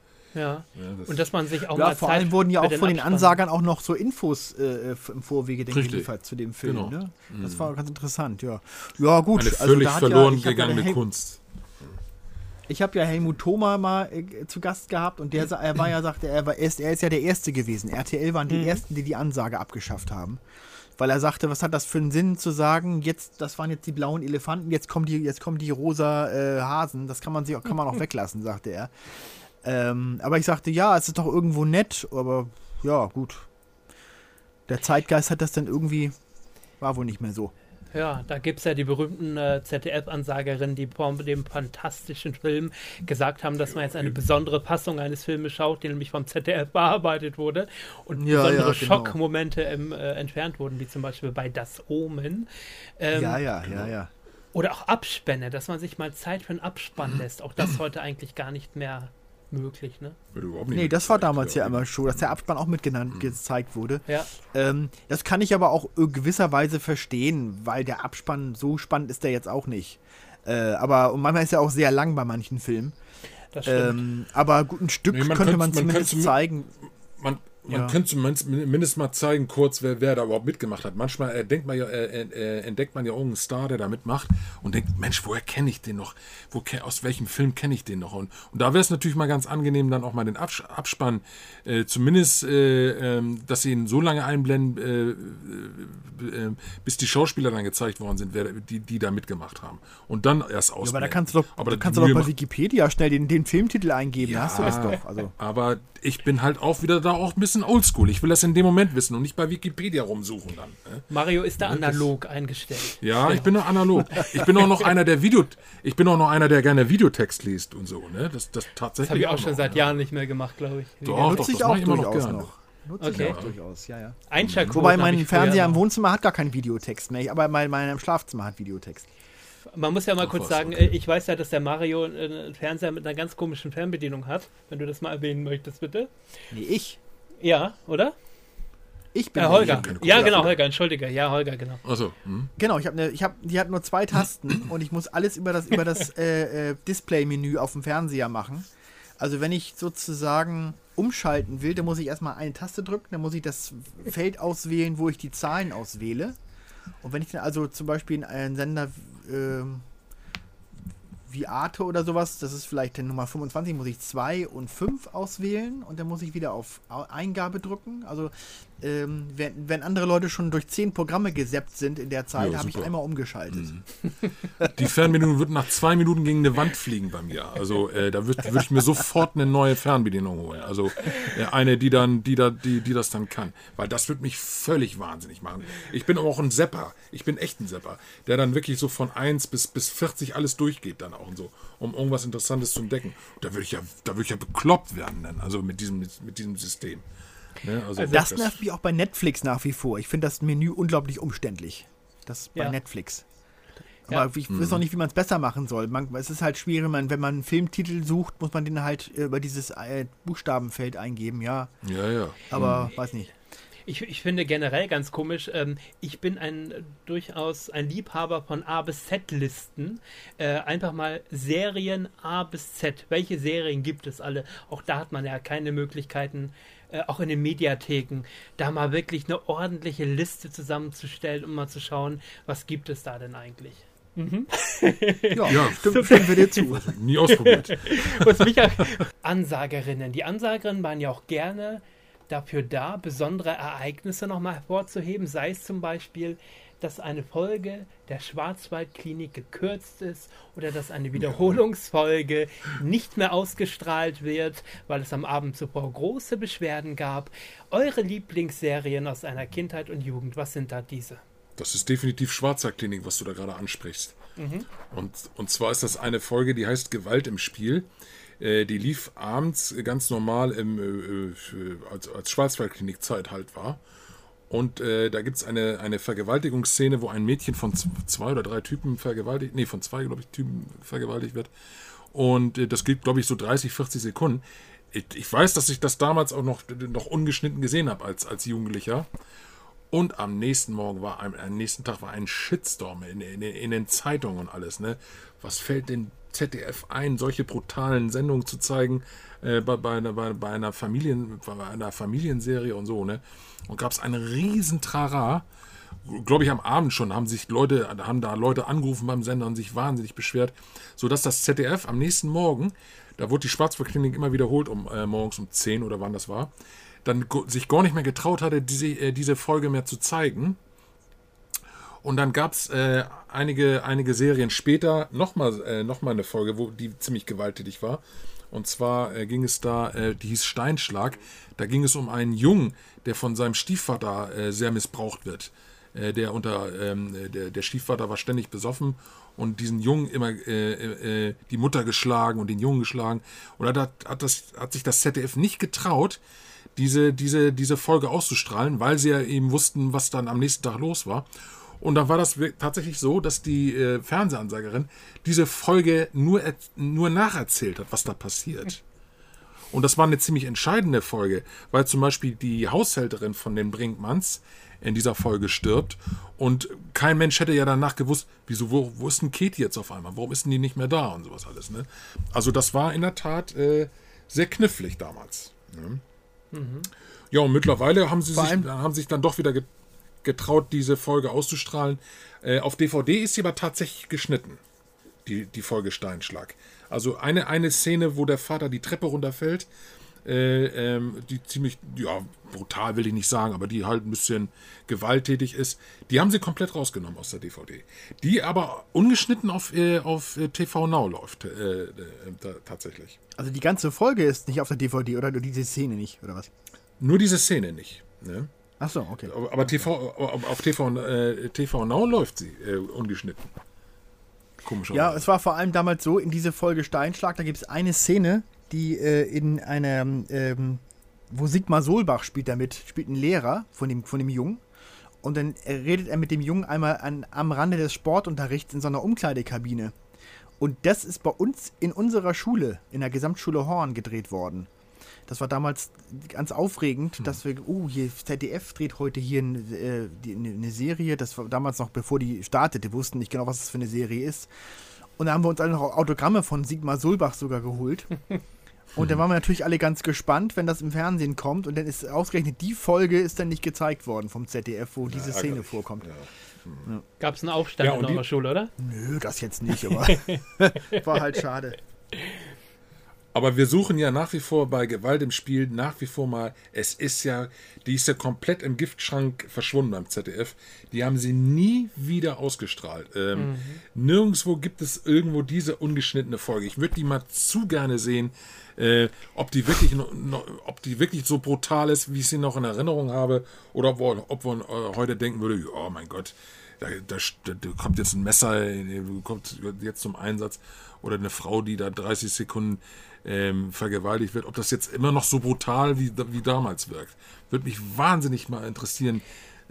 F: und dass man sich auch mal
G: vor allem wurden ja auch von den Ansagern auch noch so Infos im Vorwege geliefert zu dem Film. Genau. Ne? Das war ganz interessant, ja. Ja, gut.
H: Eine völlig verloren gegangene Kunst.
G: Ich habe ja Helmut Thoma mal zu Gast gehabt und er ist ja der Erste gewesen. RTL waren die Ersten, die Ansage abgeschafft haben. Weil er sagte, was hat das für einen Sinn zu sagen, das waren jetzt die blauen Elefanten, jetzt kommen die rosa Hasen, das kann man auch weglassen, sagte er. Aber ich sagte, ja, es ist doch irgendwo nett, aber ja, gut. Der Zeitgeist hat das dann irgendwie, war wohl nicht mehr so.
F: Ja, da gibt es ja die berühmten ZDF-Ansagerinnen, die vor dem fantastischen Film gesagt haben, dass man jetzt eine besondere Fassung eines Filmes schaut, die nämlich vom ZDF bearbeitet wurde und besondere Schockmomente entfernt wurden, wie zum Beispiel bei Das Omen. Oder auch Abspänne, dass man sich mal Zeit für einen Abspann lässt. Auch das heute eigentlich gar nicht mehr möglich, ne?
H: Wird überhaupt nicht
G: Nee, das war
H: mitgezeigt,
G: damals ja immer schon, dass der Abspann auch mitgenannt gezeigt wurde.
F: Ja.
G: Das kann ich aber auch gewisserweise verstehen, weil der Abspann, so spannend ist der jetzt auch nicht. Aber und manchmal ist er auch sehr lang bei manchen Filmen.
F: Das stimmt.
G: Aber gut, ein Stück könnte man zumindest zeigen.
H: Man könnte zumindest mal zeigen, kurz, wer da überhaupt mitgemacht hat. Manchmal entdeckt man ja irgendeinen Star, der da mitmacht und denkt, Mensch, woher kenne ich den noch? Aus welchem Film kenne ich den noch? Und da wäre es natürlich mal ganz angenehm, dann auch mal den Abspann, zumindest, dass sie ihn so lange einblenden, bis die Schauspieler dann gezeigt worden sind, die da mitgemacht haben. Und dann erst ausblenden.
G: Aber da kannst du doch bei Wikipedia schnell den Filmtitel eingeben, da hast du das doch. Also.
H: Aber ich bin halt auch wieder da auch ein bisschen oldschool. Ich will das in dem Moment wissen und nicht bei Wikipedia rumsuchen dann.
F: Mario ist da analog eingestellt.
H: Ja, ich bin noch analog. Ich bin auch noch einer, der gerne Videotext liest und so. Ne? Das tatsächlich.
F: Das habe ich auch schon seit Jahren nicht mehr gemacht, glaube ich.
H: Doch,
G: nutze ich
H: das
G: auch
H: mache ich immer noch
G: durchaus
H: gerne.
G: noch. Nutze ich auch durchaus, ja.
F: Einschaltquoten
G: Wobei mein
F: habe ich
G: Fernseher
F: früher
G: im Wohnzimmer hat gar keinen Videotext mehr, aber mein Schlafzimmer hat Videotext.
F: Man muss ja mal kurz sagen, ich weiß ja, dass der Mario einen Fernseher mit einer ganz komischen Fernbedienung hat. Wenn du das mal erwähnen möchtest, bitte.
G: Nee, ich.
F: Ja, oder?
G: Ich bin
F: Holger. Ja, genau, Holger, entschuldige. Ja, Holger, genau.
H: Achso.
G: Genau, die hat nur 2 Tasten und ich muss alles über das Display-Menü auf dem Fernseher machen. Also wenn ich sozusagen umschalten will, dann muss ich erstmal eine Taste drücken, dann muss ich das Feld auswählen, wo ich die Zahlen auswähle. Und wenn ich dann also zum Beispiel einen Sender wie Arte oder sowas, das ist vielleicht die Nummer 25, muss ich 2 und 5 auswählen und dann muss ich wieder auf Eingabe drücken. Also wenn andere Leute schon durch 10 Programme gesäppt sind in der Zeit, habe ich einmal umgeschaltet.
H: Die Fernbedienung wird nach 2 Minuten gegen eine Wand fliegen bei mir. Also da würde ich mir sofort eine neue Fernbedienung holen. Also eine, die das dann kann. Weil das wird mich völlig wahnsinnig machen. Ich bin aber auch ein Zapper. Ich bin echt ein Zapper, der dann wirklich so von 1 bis 40 alles durchgeht dann auch und so, um irgendwas Interessantes zu entdecken. Da würde ich ja bekloppt werden dann, also mit diesem System. Ne? Also
G: das nervt mich auch bei Netflix nach wie vor. Ich finde das Menü unglaublich umständlich. Das bei Netflix. Aber ich weiß noch nicht, wie man es besser machen soll. Es ist halt schwierig, wenn man einen Filmtitel sucht, muss man den halt über dieses Buchstabenfeld eingeben, ja.
H: Ja.
G: Aber weiß nicht.
F: Ich finde generell ganz komisch, ich bin durchaus ein Liebhaber von A bis Z-Listen. Einfach mal Serien A bis Z. Welche Serien gibt es alle? Auch da hat man ja keine Möglichkeiten, auch in den Mediatheken, da mal wirklich eine ordentliche Liste zusammenzustellen, um mal zu schauen, was gibt es da denn eigentlich?
G: Ja, stimmen wir dir zu.
H: Nie ausprobiert.
F: Was mich auch, Ansagerinnen. Die Ansagerinnen waren ja auch gerne dafür da, besondere Ereignisse nochmal hervorzuheben, sei es zum Beispiel, dass eine Folge der Schwarzwaldklinik gekürzt ist oder dass eine Wiederholungsfolge nicht mehr ausgestrahlt wird, weil es am Abend zuvor große Beschwerden gab. Eure Lieblingsserien aus einer Kindheit und Jugend, was sind da diese?
H: Das ist definitiv Schwarzwaldklinik, was du da gerade ansprichst. Und zwar ist das eine Folge, die heißt Gewalt im Spiel. Die lief abends ganz normal als Schwarzwaldklinik-Zeit halt war. Und da gibt es eine Vergewaltigungsszene, wo ein Mädchen von 2 oder 3 Typen von 2, glaube ich, Typen vergewaltigt wird. Und das geht, glaube ich, so 30, 40 Sekunden. Ich weiß, dass ich das damals auch noch ungeschnitten gesehen habe als Jugendlicher. Und am nächsten Tag war ein Shitstorm in den Zeitungen und alles. Ne? Was fällt den ZDF ein, solche brutalen Sendungen zu zeigen bei einer Familienserie und so, ne? Und gab es einen riesen Trara. Glaube ich, am Abend schon haben da Leute angerufen beim Sender und sich wahnsinnig beschwert, sodass das ZDF am nächsten Morgen, da wurde die Schwarzwaldklinik immer wiederholt, morgens um 10 oder wann das war, dann sich gar nicht mehr getraut hatte, diese Folge mehr zu zeigen. Und dann gab es einige Serien später nochmal eine Folge, die ziemlich gewalttätig war. Und zwar ging es da, die hieß Steinschlag. Da ging es um einen Jungen, der von seinem Stiefvater sehr missbraucht wird. Der Stiefvater war ständig besoffen und diesen Jungen immer die Mutter geschlagen und den Jungen geschlagen. Und da hat sich das ZDF nicht getraut, diese Folge auszustrahlen, weil sie ja eben wussten, was dann am nächsten Tag los war. Und dann war das tatsächlich so, dass die Fernsehansagerin diese Folge nur nacherzählt hat, was da passiert. Und das war eine ziemlich entscheidende Folge, weil zum Beispiel die Haushälterin von den Brinkmanns in dieser Folge stirbt und kein Mensch hätte ja danach gewusst, wieso, wo ist denn Katie jetzt auf einmal? Warum ist denn die nicht mehr da und sowas alles, ne? Also das war in der Tat sehr knifflig damals. Ne? Mhm. Ja, und mittlerweile haben sich dann doch wieder getraut, diese Folge auszustrahlen. Auf DVD ist sie aber tatsächlich geschnitten, die Folge Steinschlag. Also eine Szene, wo der Vater die Treppe runterfällt, die ziemlich, ja, brutal will ich nicht sagen, aber die halt ein bisschen gewalttätig ist, die haben sie komplett rausgenommen aus der DVD. Die aber ungeschnitten auf TV Now läuft, tatsächlich.
G: Also die ganze Folge ist nicht auf der DVD, oder nur diese Szene nicht, oder was?
H: Nur diese Szene nicht, ne?
G: Ach so, okay.
H: Aber auf TV Now läuft sie ungeschnitten. Komisch.
G: Ja, es war vor allem damals so, in dieser Folge Steinschlag, da gibt es eine Szene, die in einer, wo Sigmar Solbach spielt einen Lehrer von dem Jungen. Und dann redet er mit dem Jungen einmal am Rande des Sportunterrichts in so einer Umkleidekabine. Und das ist bei uns in unserer Schule, in der Gesamtschule Horn, gedreht worden. Das war damals ganz aufregend, dass wir, hier ZDF dreht heute hier eine Serie. Das war damals noch, bevor die startete, wussten nicht genau, was das für eine Serie ist. Und da haben wir uns alle noch Autogramme von Sigmar Solbach sogar geholt. Und dann waren wir natürlich alle ganz gespannt, wenn das im Fernsehen kommt. Und dann ist ausgerechnet die Folge ist dann nicht gezeigt worden vom ZDF, wo diese Szene vorkommt.
F: Ja. Ja. Gab es einen Aufstand in eurer Schule, oder?
G: Nö, das jetzt nicht, aber war halt schade.
H: Aber wir suchen ja nach wie vor bei Gewalt im Spiel nach wie vor mal, die ist ja komplett im Giftschrank verschwunden beim ZDF. Die haben sie nie wieder ausgestrahlt. Nirgendwo gibt es irgendwo diese ungeschnittene Folge. Ich würde die mal zu gerne sehen, ob die wirklich so brutal ist, wie ich sie noch in Erinnerung habe, oder ob man heute denken würde, oh mein Gott, da kommt jetzt ein Messer, kommt jetzt zum Einsatz, oder eine Frau, die da 30 Sekunden vergewaltigt wird, ob das jetzt immer noch so brutal wie damals wirkt. Würde mich wahnsinnig mal interessieren,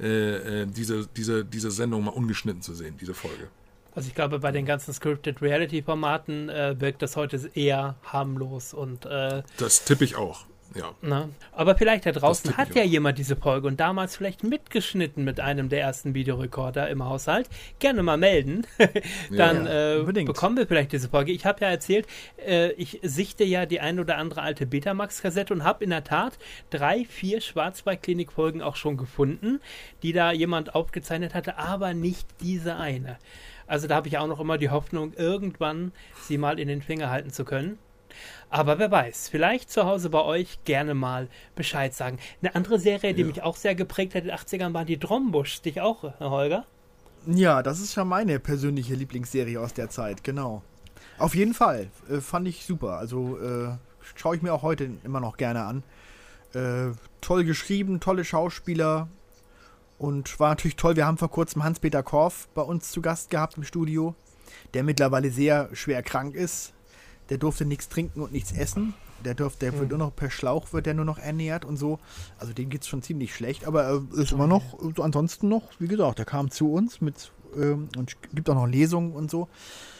H: diese Sendung mal ungeschnitten zu sehen, diese Folge.
F: Also ich glaube, bei den ganzen Scripted Reality-Formaten wirkt das heute eher harmlos und
H: das tippe ich auch. Ja.
F: Na, aber vielleicht da draußen hat ja jemand diese Folge und damals vielleicht mitgeschnitten mit einem der ersten Videorekorder im Haushalt. Gerne mal melden. Dann bekommen wir vielleicht diese Folge. Ich habe ja erzählt, ich sichte ja die ein oder andere alte Betamax-Kassette und habe in der Tat 3-4 Schwarzwaldklinik-Folgen auch schon gefunden, die da jemand aufgezeichnet hatte, aber nicht diese eine. Also da habe ich auch noch immer die Hoffnung, irgendwann sie mal in den Finger halten zu können. Aber wer weiß, vielleicht zu Hause bei euch gerne mal Bescheid sagen. Eine andere Serie, die mich auch sehr geprägt hat in den 80ern, war die Drombusch. Dich auch, Herr Holger?
G: Ja, das ist ja meine persönliche Lieblingsserie aus der Zeit, genau. Auf jeden Fall, fand ich super. Also schaue ich mir auch heute immer noch gerne an. Toll geschrieben, tolle Schauspieler und war natürlich toll. Wir haben vor kurzem Hans-Peter Korff bei uns zu Gast gehabt im Studio, der mittlerweile sehr schwer krank ist. Der durfte nichts trinken und nichts essen. Der wird nur noch per Schlauch wird der nur noch ernährt und so. Also dem geht's schon ziemlich schlecht, aber er ist immer noch, ansonsten noch, wie gesagt, er kam zu uns und gibt auch noch Lesungen und so.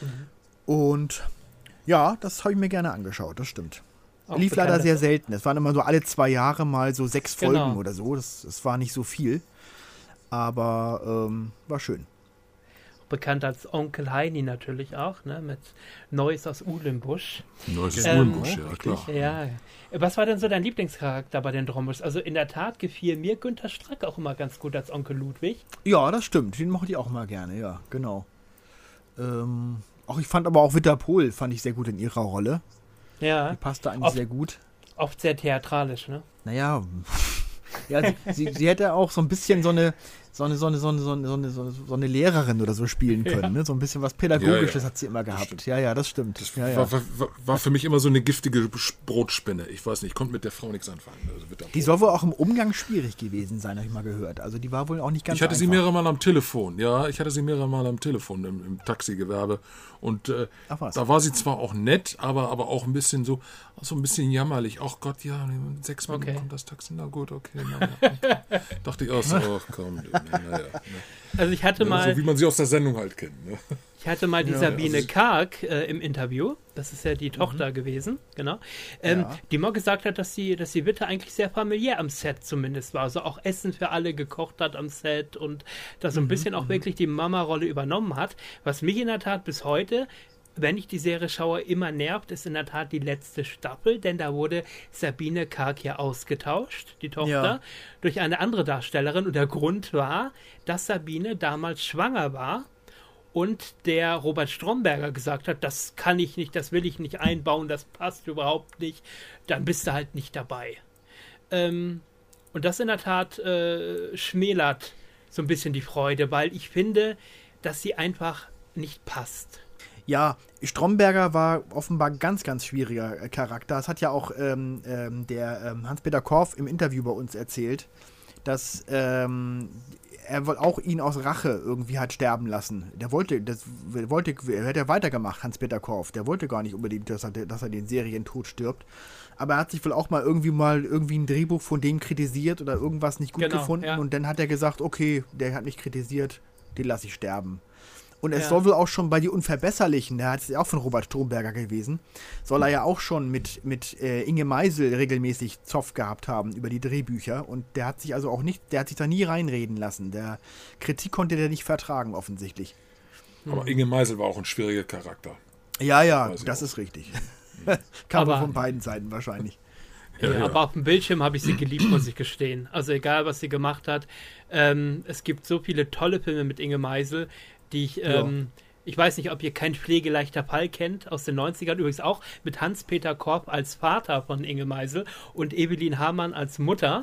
G: Und ja, das habe ich mir gerne angeschaut, das stimmt. Auch lief leider sehr selten. Es waren immer so alle 2 Jahre mal so 6 Folgen oder so. Das war nicht so viel, aber war schön.
F: Bekannt als Onkel Heini natürlich auch, ne? Mit Neues aus Uhlenbusch.
H: Neues aus Uhlenbusch, ja, klar.
F: Ja. Was war denn so dein Lieblingscharakter bei den Drombusch? Also in der Tat gefiel mir Günter Strack auch immer ganz gut als Onkel Ludwig.
G: Ja, das stimmt. Den mochte ich auch immer gerne, ja, genau. Ich fand aber auch Witter Pohl fand ich sehr gut in ihrer Rolle.
F: Ja.
G: Die passte eigentlich sehr gut.
F: Oft sehr theatralisch, ne?
G: Naja, ja, sie hätte auch so ein bisschen so eine Lehrerin oder so spielen können, ne? So ein bisschen was Pädagogisches hat sie immer gehabt. Ja, das stimmt.
H: Das war für mich immer so eine giftige Brotspinne. Ich weiß nicht, ich konnte mit der Frau nichts anfangen. Also
G: die soll wohl auch im Umgang schwierig gewesen sein, habe ich mal gehört. Also die war wohl auch nicht ganz
H: einfach. Ich hatte sie mehrere Mal am Telefon, im Taxigewerbe. Und da war sie zwar auch nett, aber auch ein bisschen so ein bisschen jammerlich. Ach Gott, ja, in 6 Minuten kommt das Taxi. Na gut, okay. Dachte ich auch so, ach komm. Naja, ne?
F: Also ich hatte mal...
H: So wie man sie aus der Sendung halt kennt. Ne?
F: Ich hatte mal die Sabine Karg im Interview, das ist ja die Tochter gewesen, genau, die mal gesagt hat, dass die Witte eigentlich sehr familiär am Set zumindest war, also auch Essen für alle gekocht hat am Set und da so ein bisschen auch wirklich die Mama-Rolle übernommen hat, was mich in der Tat bis heute, wenn ich die Serie schaue, immer nervt, ist in der Tat die letzte Staffel, denn da wurde Sabine Karg ja ausgetauscht, die Tochter, durch eine andere Darstellerin und der Grund war, dass Sabine damals schwanger war und der Robert Stromberger gesagt hat, das kann ich nicht, das will ich nicht einbauen, das passt überhaupt nicht, dann bist du halt nicht dabei. Und das in der Tat schmälert so ein bisschen die Freude, weil ich finde, dass sie einfach nicht passt.
G: Ja, Stromberger war offenbar ein ganz, ganz schwieriger Charakter. Das hat ja auch der Hans-Peter Korff im Interview bei uns erzählt, dass er auch ihn aus Rache irgendwie hat sterben lassen. Er hätte ja weitergemacht, Hans-Peter Korff. Der wollte gar nicht unbedingt, dass er den Serientod stirbt. Aber er hat sich wohl auch mal irgendwie ein Drehbuch von dem kritisiert oder irgendwas nicht gut gefunden. Ja. Und dann hat er gesagt, okay, der hat mich kritisiert, den lasse ich sterben. Und es soll wohl auch schon bei Die Unverbesserlichen, der hat es ja auch von Robert Stromberger gewesen, soll er ja auch schon mit Inge Meisel regelmäßig Zoff gehabt haben über die Drehbücher. Und der hat sich also auch nicht, der hat sich da nie reinreden lassen. Der Kritik konnte der nicht vertragen, offensichtlich.
H: Aber Inge Meisel war auch ein schwieriger Charakter.
G: Ja, das ist richtig. Kam aber von beiden Seiten wahrscheinlich.
F: Ja, aber auf dem Bildschirm habe ich sie geliebt, muss ich gestehen. Also egal, was sie gemacht hat. Es gibt so viele tolle Filme mit Inge Meisel, die ich weiß nicht, ob ihr Kein pflegeleichter Fall kennt, aus den 90ern, übrigens auch mit Hans-Peter Korff als Vater von Inge Meisel und Evelyn Hamann als Mutter,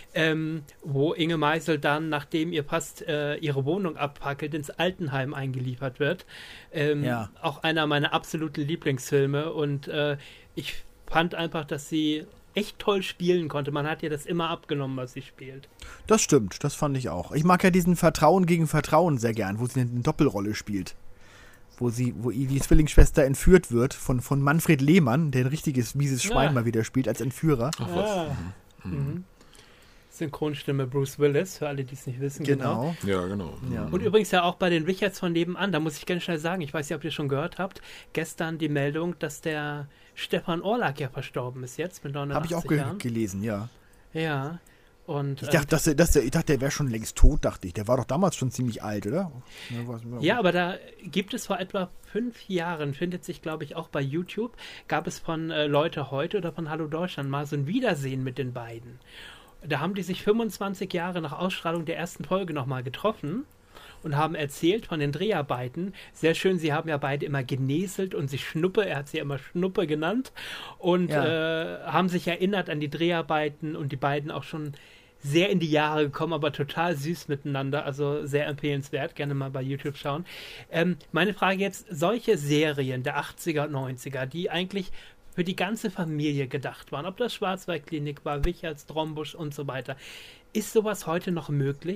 F: wo Inge Meisel dann, nachdem ihr fast ihre Wohnung abfackelt, ins Altenheim eingeliefert wird. Auch einer meiner absoluten Lieblingsfilme und ich fand einfach, dass sie echt toll spielen konnte. Man hat ihr das immer abgenommen, was sie spielt.
G: Das stimmt, das fand ich auch. Ich mag ja diesen Vertrauen gegen Vertrauen sehr gern, wo sie eine Doppelrolle spielt. Wo die Zwillingsschwester entführt wird von Manfred Lehmann, der ein richtiges mieses Schwein mal wieder spielt als Entführer.
H: Ach was.
F: Synchronstimme Bruce Willis, für alle, die es nicht wissen.
G: Genau.
H: Ja, genau.
G: Ja.
F: Und übrigens ja auch bei den Richards von nebenan, da muss ich ganz schnell sagen, ich weiß nicht, ob ihr schon gehört habt, gestern die Meldung, dass der Stefan Orlak ja verstorben ist jetzt mit 89
G: Habe ich auch
F: Jahren.
G: gelesen, ja.
F: Ja. Und,
G: ich dachte, der wäre schon längst tot, dachte ich. Der war doch damals schon ziemlich alt, oder?
F: Ja, aber da gibt es vor etwa 5 Jahren, findet sich, glaube ich, auch bei YouTube, gab es von Leute heute oder von Hallo Deutschland mal so ein Wiedersehen mit den beiden. Da haben die sich 25 Jahre nach Ausstrahlung der ersten Folge nochmal getroffen und haben erzählt von den Dreharbeiten. Sehr schön, sie haben ja beide immer genäselt und sich Schnuppe, er hat sie ja immer Schnuppe genannt, und haben sich erinnert an die Dreharbeiten und die beiden auch schon sehr in die Jahre gekommen, aber total süß miteinander, also sehr empfehlenswert, gerne mal bei YouTube schauen. Meine Frage jetzt, solche Serien der 80er und 90er, die eigentlich für die ganze Familie gedacht waren, ob das Schwarzwaldklinik war, Wicherts, Drombusch und so weiter, ist sowas heute noch möglich?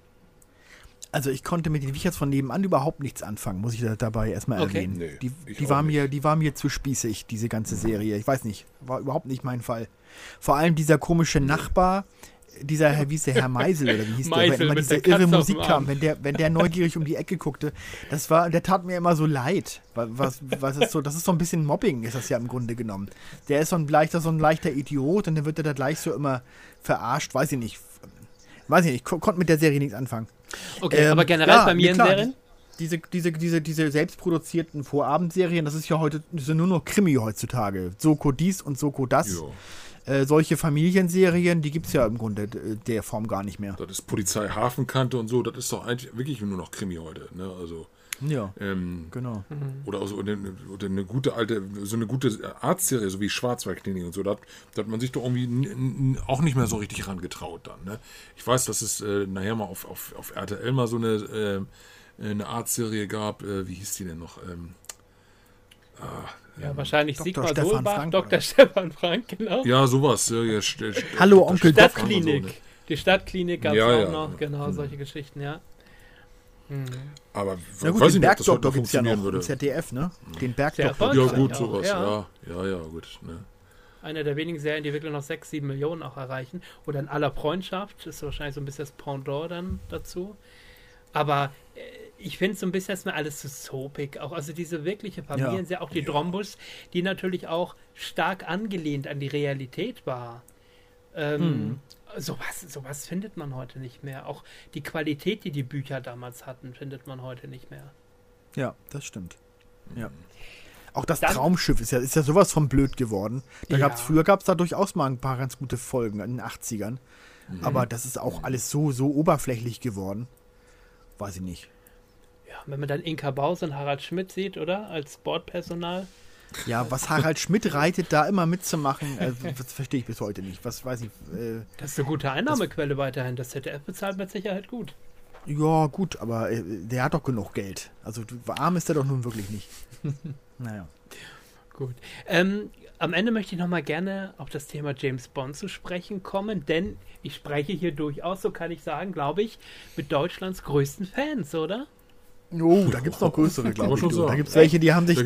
G: Also ich konnte mit den Wicherts von nebenan überhaupt nichts anfangen, muss ich dabei erstmal erwähnen.
H: Nee,
G: die war mir zu spießig, diese ganze Serie. Ich weiß nicht, war überhaupt nicht mein Fall. Vor allem dieser komische Nachbar, wie hieß der, Herr Meisel oder wie hieß der, wenn immer diese irre Musik kam, wenn der neugierig um die Ecke guckte, der tat mir immer so leid. Was ist so, das ist so ein bisschen Mobbing, ist das ja im Grunde genommen. Der ist so ein leichter Idiot und dann wird er da gleich so immer verarscht, weiß ich nicht, ich konnte mit der Serie nichts anfangen.
F: Okay, aber generell Familienserien?
G: Diese selbstproduzierten Vorabendserien, das ist nur noch Krimi heutzutage. Soko dies und Soko das.
H: Jo.
G: Solche Familienserien, die gibt es ja im Grunde der Form gar nicht mehr.
H: Das ist Polizei Hafenkante und so, das ist doch eigentlich wirklich nur noch Krimi heute, ne? Also,
G: ja, genau.
H: Oder auch so eine gute Arztserie, so wie Schwarzwaldklinik und so, da hat man sich doch irgendwie auch nicht mehr so richtig rangetraut dann, ne? Ich weiß, dass es nachher mal auf RTL mal so eine Arztserie gab, wie hieß die denn noch?
F: Ja, wahrscheinlich
G: Dr. Stefan Frank,
F: Dr. Stefan Frank, genau.
H: Ja, sowas.
G: Hallo Onkel
F: Stadtklinik.
G: Doc.
F: Die Stadtklinik gab es auch noch, genau, solche Geschichten, ja.
H: Aber
G: na gut,
H: weiß
G: den
H: ich nicht, ob das heute
G: Bergdoktor gibt es ja noch
H: würde.
G: im ZDF, ne? Den
F: Sehr
G: Bergdoktor.
H: Ja,
F: erfolgreich
H: gut,
F: auch,
H: sowas,
F: ja.
H: ja, gut. Ne?
F: Eine der wenigen Serien, die wirklich noch 6, 7 Millionen auch erreichen. Oder in aller Freundschaft, ist wahrscheinlich so ein bisschen das Pendant dann dazu. Aber ich finde so ein bisschen erstmal alles zu soapig. Auch also diese wirkliche Familienserie, auch die Drombus, die natürlich auch stark angelehnt an die Realität war. Sowas findet man heute nicht mehr. Auch die Qualität, die Bücher damals hatten, findet man heute nicht mehr.
G: Ja, das stimmt. Ja. Auch das Traumschiff ist ja sowas von blöd geworden. Früher gab es da durchaus mal ein paar ganz gute Folgen in den 80ern. Aber das ist auch alles so oberflächlich geworden. Weiß ich nicht.
F: Ja, wenn man dann Inka Baus und Harald Schmidt sieht, oder? Als Bordpersonal.
G: Ja, was Harald Schmidt reitet, da immer mitzumachen, das verstehe ich bis heute nicht. Was weiß ich.
F: Das ist eine gute Einnahmequelle weiterhin. Das ZDF bezahlt mit Sicherheit gut.
G: Ja, gut, aber der hat doch genug Geld. Also arm ist er doch nun wirklich nicht. Naja.
F: Gut. Am Ende möchte ich nochmal gerne auf das Thema James Bond zu sprechen kommen, denn ich spreche hier durchaus, so kann ich sagen, glaube ich, mit Deutschlands größten Fans, oder?
G: Oh, da gibt es noch größere, glaube ich. Da gibt es welche, die haben sich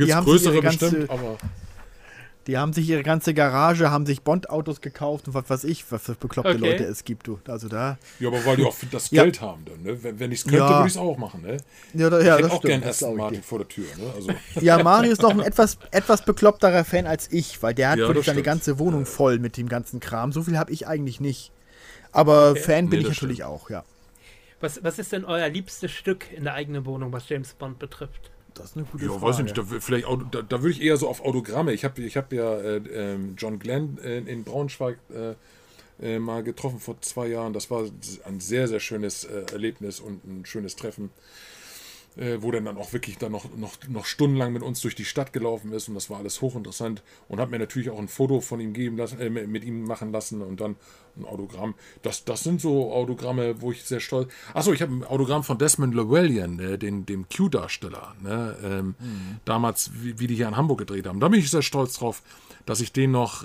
G: ihre ganze Garage, haben sich Bond-Autos gekauft und was weiß ich, was für bekloppte Leute es gibt. Du. Also da.
H: Ja, aber weil die auch das Geld haben dann, ne? Wenn ich es könnte, würde ich es auch machen, ne?
G: Ich hätte auch
H: gerne Aston Martin vor der Tür, ne? Also.
G: Ja, Mario ist noch ein etwas bekloppterer Fan als ich, weil der hat wirklich seine ganze Wohnung voll mit dem ganzen Kram. So viel habe ich eigentlich nicht. Aber Fan bin ich natürlich auch, ja.
F: Was ist denn euer liebstes Stück in der eigenen Wohnung, was James Bond betrifft?
G: Das ist eine gute Frage.
H: Weiß ich nicht, da würde ich eher so auf Autogramme. Ich hab ja John Glenn in Braunschweig mal getroffen vor 2 Jahren. Das war ein sehr, sehr schönes Erlebnis und ein schönes Treffen, wo dann auch wirklich dann noch stundenlang mit uns durch die Stadt gelaufen ist und das war alles hochinteressant und habe mir natürlich auch ein Foto von ihm mit ihm machen lassen und dann ein Autogramm. Das sind so Autogramme, wo ich sehr stolz... Achso, ich habe ein Autogramm von Desmond Llewellyn, dem Q-Darsteller, ne? Damals, wie die hier in Hamburg gedreht haben. Da bin ich sehr stolz drauf, dass ich den noch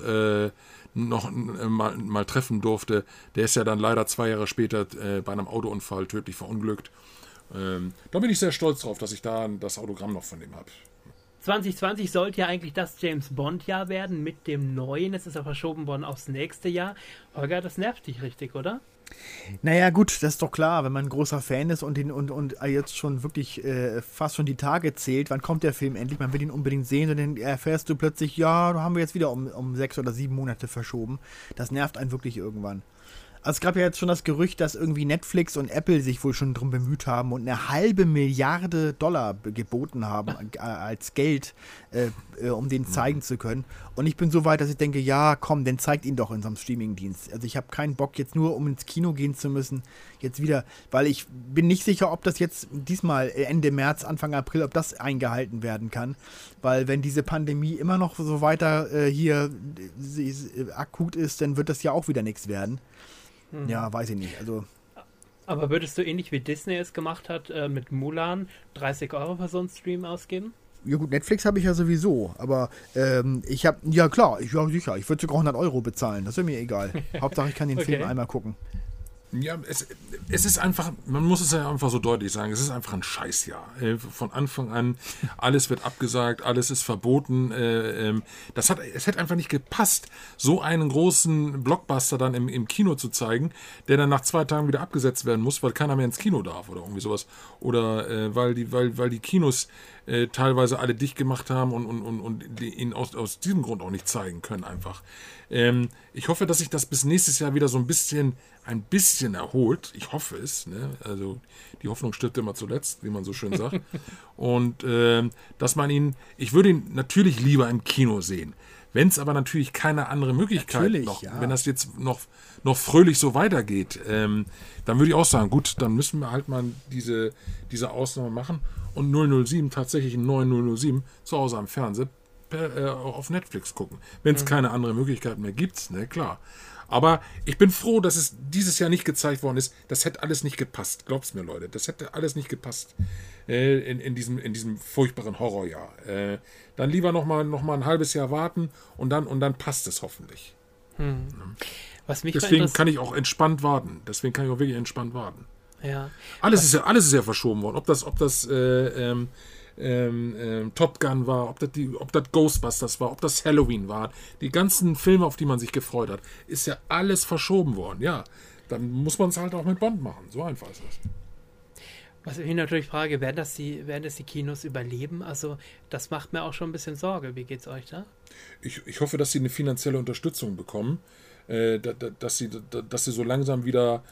H: mal treffen durfte. Der ist ja dann leider 2 Jahre später bei einem Autounfall tödlich verunglückt. Da bin ich sehr stolz drauf, dass ich da das Autogramm noch von dem habe.
F: 2020 sollte ja eigentlich das James-Bond-Jahr werden mit dem neuen. Es ist ja verschoben worden aufs nächste Jahr. Holger, das nervt dich richtig, oder?
G: Naja, gut, das ist doch klar, wenn man ein großer Fan ist und jetzt schon wirklich fast schon die Tage zählt, wann kommt der Film endlich? Man will ihn unbedingt sehen und dann erfährst du plötzlich, ja, da haben wir jetzt wieder um 6 oder 7 Monate verschoben. Das nervt einen wirklich irgendwann. Also es gab ja jetzt schon das Gerücht, dass irgendwie Netflix und Apple sich wohl schon drum bemüht haben und $500 Milliarden geboten haben als Geld, um den zeigen zu können. Und ich bin so weit, dass ich denke, ja, komm, dann zeigt ihn doch in so einem Streamingdienst. Also ich habe keinen Bock jetzt nur, um ins Kino gehen zu müssen, jetzt wieder, weil ich bin nicht sicher, ob das jetzt diesmal Ende März, Anfang April, ob das eingehalten werden kann. Weil wenn diese Pandemie immer noch so weiter hier akut ist, dann wird das ja auch wieder nichts werden. Ja, weiß ich nicht. Also.
F: Aber würdest du ähnlich wie Disney es gemacht hat, mit Mulan 30 € für so einen Stream ausgeben?
G: Ja gut, Netflix habe ich ja sowieso, aber ich habe, ja klar, sicher, ich würde sogar 100 € bezahlen, das wäre mir egal. Hauptsache ich kann den Film einmal gucken.
H: Ja, es ist einfach, man muss es ja einfach so deutlich sagen, es ist einfach ein Scheißjahr. Von Anfang an, alles wird abgesagt, alles ist verboten. Es hätte einfach nicht gepasst, so einen großen Blockbuster dann im Kino zu zeigen, der dann nach 2 Tagen wieder abgesetzt werden muss, weil keiner mehr ins Kino darf oder irgendwie sowas. Oder weil die Kinos teilweise alle dicht gemacht haben und ihn aus diesem Grund auch nicht zeigen können einfach. Ich hoffe, dass sich das bis nächstes Jahr wieder so ein bisschen erholt. Ich hoffe es. Ne? Also die Hoffnung stirbt immer zuletzt, wie man so schön sagt. Und dass man ich würde ihn natürlich lieber im Kino sehen. Wenn es aber natürlich keine andere Möglichkeit wenn das jetzt noch fröhlich so weitergeht, dann würde ich auch sagen, gut, dann müssen wir halt mal diese Ausnahme machen und 007 tatsächlich einen neuen 007 zu Hause am Fernsehen auf Netflix gucken. Wenn es keine andere Möglichkeit mehr gibt, ne, klar. Aber ich bin froh, dass es dieses Jahr nicht gezeigt worden ist. Das hätte alles nicht gepasst. Glaubt's mir, Leute. Das hätte alles nicht gepasst in diesem furchtbaren Horrorjahr. Dann lieber noch mal ein halbes Jahr warten und dann passt es hoffentlich. Deswegen kann ich auch entspannt warten. Deswegen kann ich auch wirklich entspannt warten.
F: Ja.
H: Alles ist ja verschoben worden. Ob das Top Gun war, ob das Ghostbusters war, ob das Halloween war, die ganzen Filme, auf die man sich gefreut hat, ist ja alles verschoben worden. Ja, dann muss man es halt auch mit Bond machen. So einfach ist das.
F: Was ich mich natürlich frage, werden das die Kinos überleben? Also das macht mir auch schon ein bisschen Sorge. Wie geht's euch da?
H: Ich hoffe, dass sie eine finanzielle Unterstützung bekommen, dass sie so langsam wieder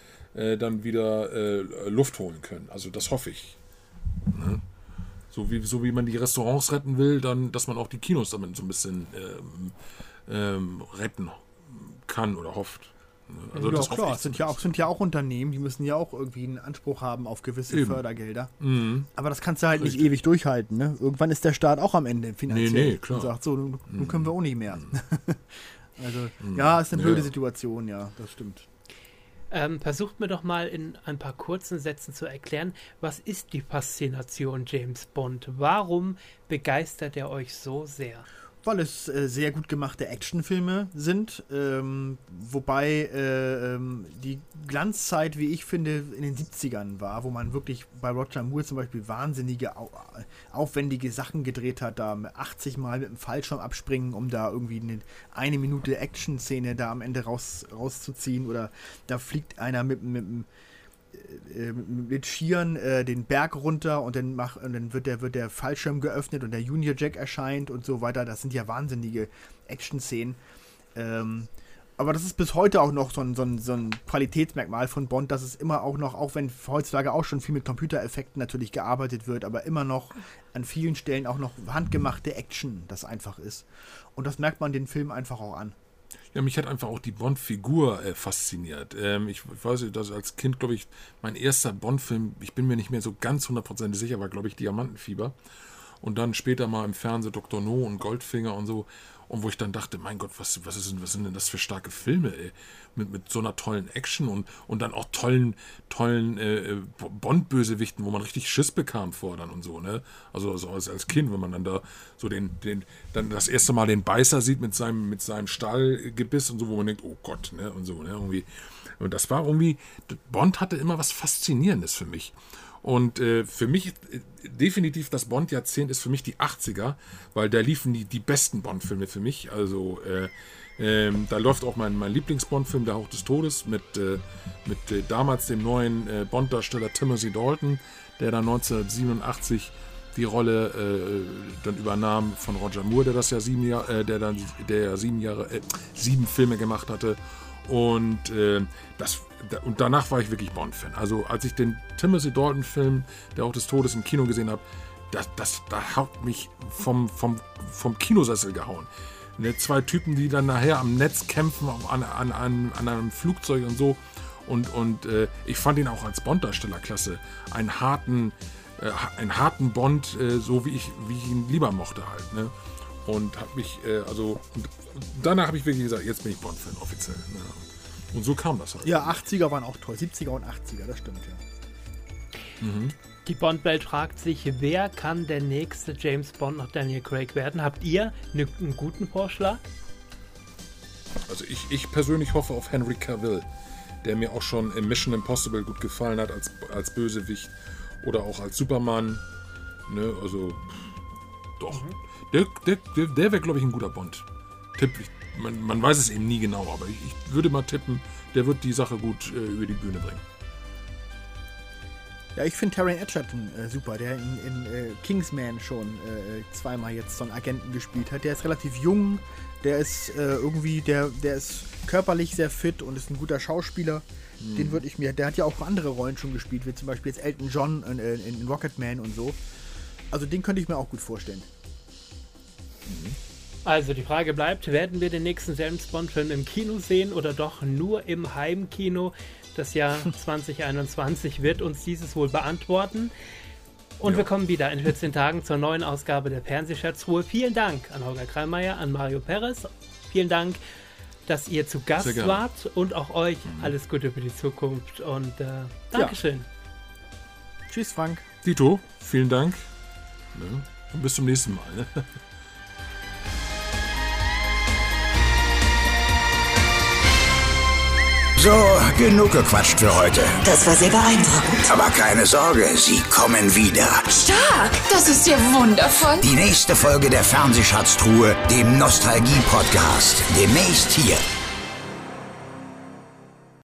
H: Luft holen können. Also das hoffe ich. Ne? So wie man die Restaurants retten will, dann, dass man auch die Kinos damit so ein bisschen retten kann oder hofft.
G: Also ja, das klar, es sind ja auch Unternehmen, die müssen ja auch irgendwie einen Anspruch haben auf gewisse Fördergelder. Mhm. Aber das kannst du halt nicht ewig durchhalten. Ne? Irgendwann ist der Staat auch am Ende finanziell.
H: Nee, klar.
G: Und sagt, so, nun können wir auch nicht mehr. Also, ja, ist eine blöde Situation, ja, das stimmt.
F: Versucht mir doch mal in ein paar kurzen Sätzen zu erklären, was ist die Faszination James Bond? Warum begeistert er euch so sehr?
G: Weil es sehr gut gemachte Actionfilme sind, wobei die Glanzzeit, wie ich finde, in den 70ern war, wo man wirklich bei Roger Moore zum Beispiel wahnsinnige, aufwendige Sachen gedreht hat, da 80 Mal mit dem Fallschirm abspringen, um da irgendwie eine Minute Action-Szene da am Ende rauszuziehen, oder da fliegt einer mit Skiern den Berg runter und dann wird der Fallschirm geöffnet und der Junior Jack erscheint und so weiter. Das sind ja wahnsinnige Action-Szenen. Aber das ist bis heute auch noch so ein Qualitätsmerkmal von Bond, dass es immer auch noch, auch wenn heutzutage auch schon viel mit Computereffekten natürlich gearbeitet wird, aber immer noch an vielen Stellen auch noch handgemachte Action das einfach ist. Und das merkt man den Film einfach auch an.
H: Ja, mich hat einfach auch die Bond-Figur fasziniert. Ich weiß nicht, dass als Kind, glaube ich, mein erster Bond-Film, ich bin mir nicht mehr so ganz 100% sicher, war, glaube ich, Diamantenfieber. Und dann später mal im Fernsehen Dr. No und Goldfinger und so. Und wo ich dann dachte, mein Gott, was sind denn das für starke Filme, ey? Mit so einer tollen Action und dann auch tollen Bond-Bösewichten, wo man richtig Schiss bekam vor dann und so, ne? Also als Kind, wenn man dann da so dann das erste Mal den Beißer sieht mit seinem Stahlgebiss und so, wo man denkt, oh Gott, ne? Und so, ne? Irgendwie. Und das war irgendwie, Bond hatte immer was Faszinierendes für mich. Und für mich definitiv das Bond-Jahrzehnt ist für mich die 80er, weil da liefen die besten Bond-Filme für mich. Also da läuft auch mein Lieblings-Bond-Film, Der Hauch des Todes, mit damals dem neuen Bond-Darsteller Timothy Dalton, der dann 1987 die Rolle dann übernahm von Roger Moore, der das ja 7 Filme gemacht hatte. Und danach war ich wirklich Bond-Fan. Also als ich den Timothy Dalton-Film, Der Hauch des Todes, im Kino gesehen habe, da hat mich vom Kinosessel gehauen. Ne, 2 Typen, die dann nachher am Netz kämpfen, an einem Flugzeug und so. Und ich fand ihn auch als Bond-Darsteller klasse. Einen harten Bond, so wie ich ihn lieber mochte halt. Ne? Und habe mich, danach habe ich wirklich gesagt, jetzt bin ich Bond-Fan offiziell. Ne? Und so kam das halt.
G: Ja, 80er waren auch toll, 70er und 80er, das stimmt, ja.
F: Mhm. Die Bond-Welt fragt sich, wer kann der nächste James Bond nach Daniel Craig werden? Habt ihr einen guten Vorschlag?
H: Also ich persönlich hoffe auf Henry Cavill, der mir auch schon in Mission Impossible gut gefallen hat als Bösewicht oder auch als Superman. Ne, also doch. Mhm. Der wäre, glaube ich, ein guter Bond-Tipp. Man weiß es eben nie genau, aber ich würde mal tippen, der wird die Sache gut über die Bühne bringen.
G: Ja, ich finde Taron Egerton super, der in Kingsman schon 2-mal jetzt so einen Agenten gespielt hat. Der ist relativ jung, der ist der ist körperlich sehr fit und ist ein guter Schauspieler. Den würde ich mir, der hat ja auch andere Rollen schon gespielt, wie zum Beispiel jetzt Elton John in Rocketman und so. Also den könnte ich mir auch gut vorstellen.
F: Also die Frage bleibt, werden wir den nächsten James Bond-Film im Kino sehen oder doch nur im Heimkino? Das Jahr 2021 wird uns dieses wohl beantworten. Und wir kommen wieder in 14 Tagen zur neuen Ausgabe der Fernsehschatzruhe. Vielen Dank an Holger Kreimeier, an Mario Perez. Vielen Dank, dass ihr zu Gast wart und auch euch alles Gute für die Zukunft. Und Dankeschön.
G: Ja. Tschüss, Frank.
H: Dito, vielen Dank. Ja, und bis zum nächsten Mal. Ne?
A: So, genug gequatscht für heute.
B: Das war sehr beeindruckend.
A: Aber keine Sorge, sie kommen wieder.
C: Stark, das ist ja wundervoll.
A: Die nächste Folge der Fernsehschatztruhe, dem Nostalgie-Podcast. Demnächst hier.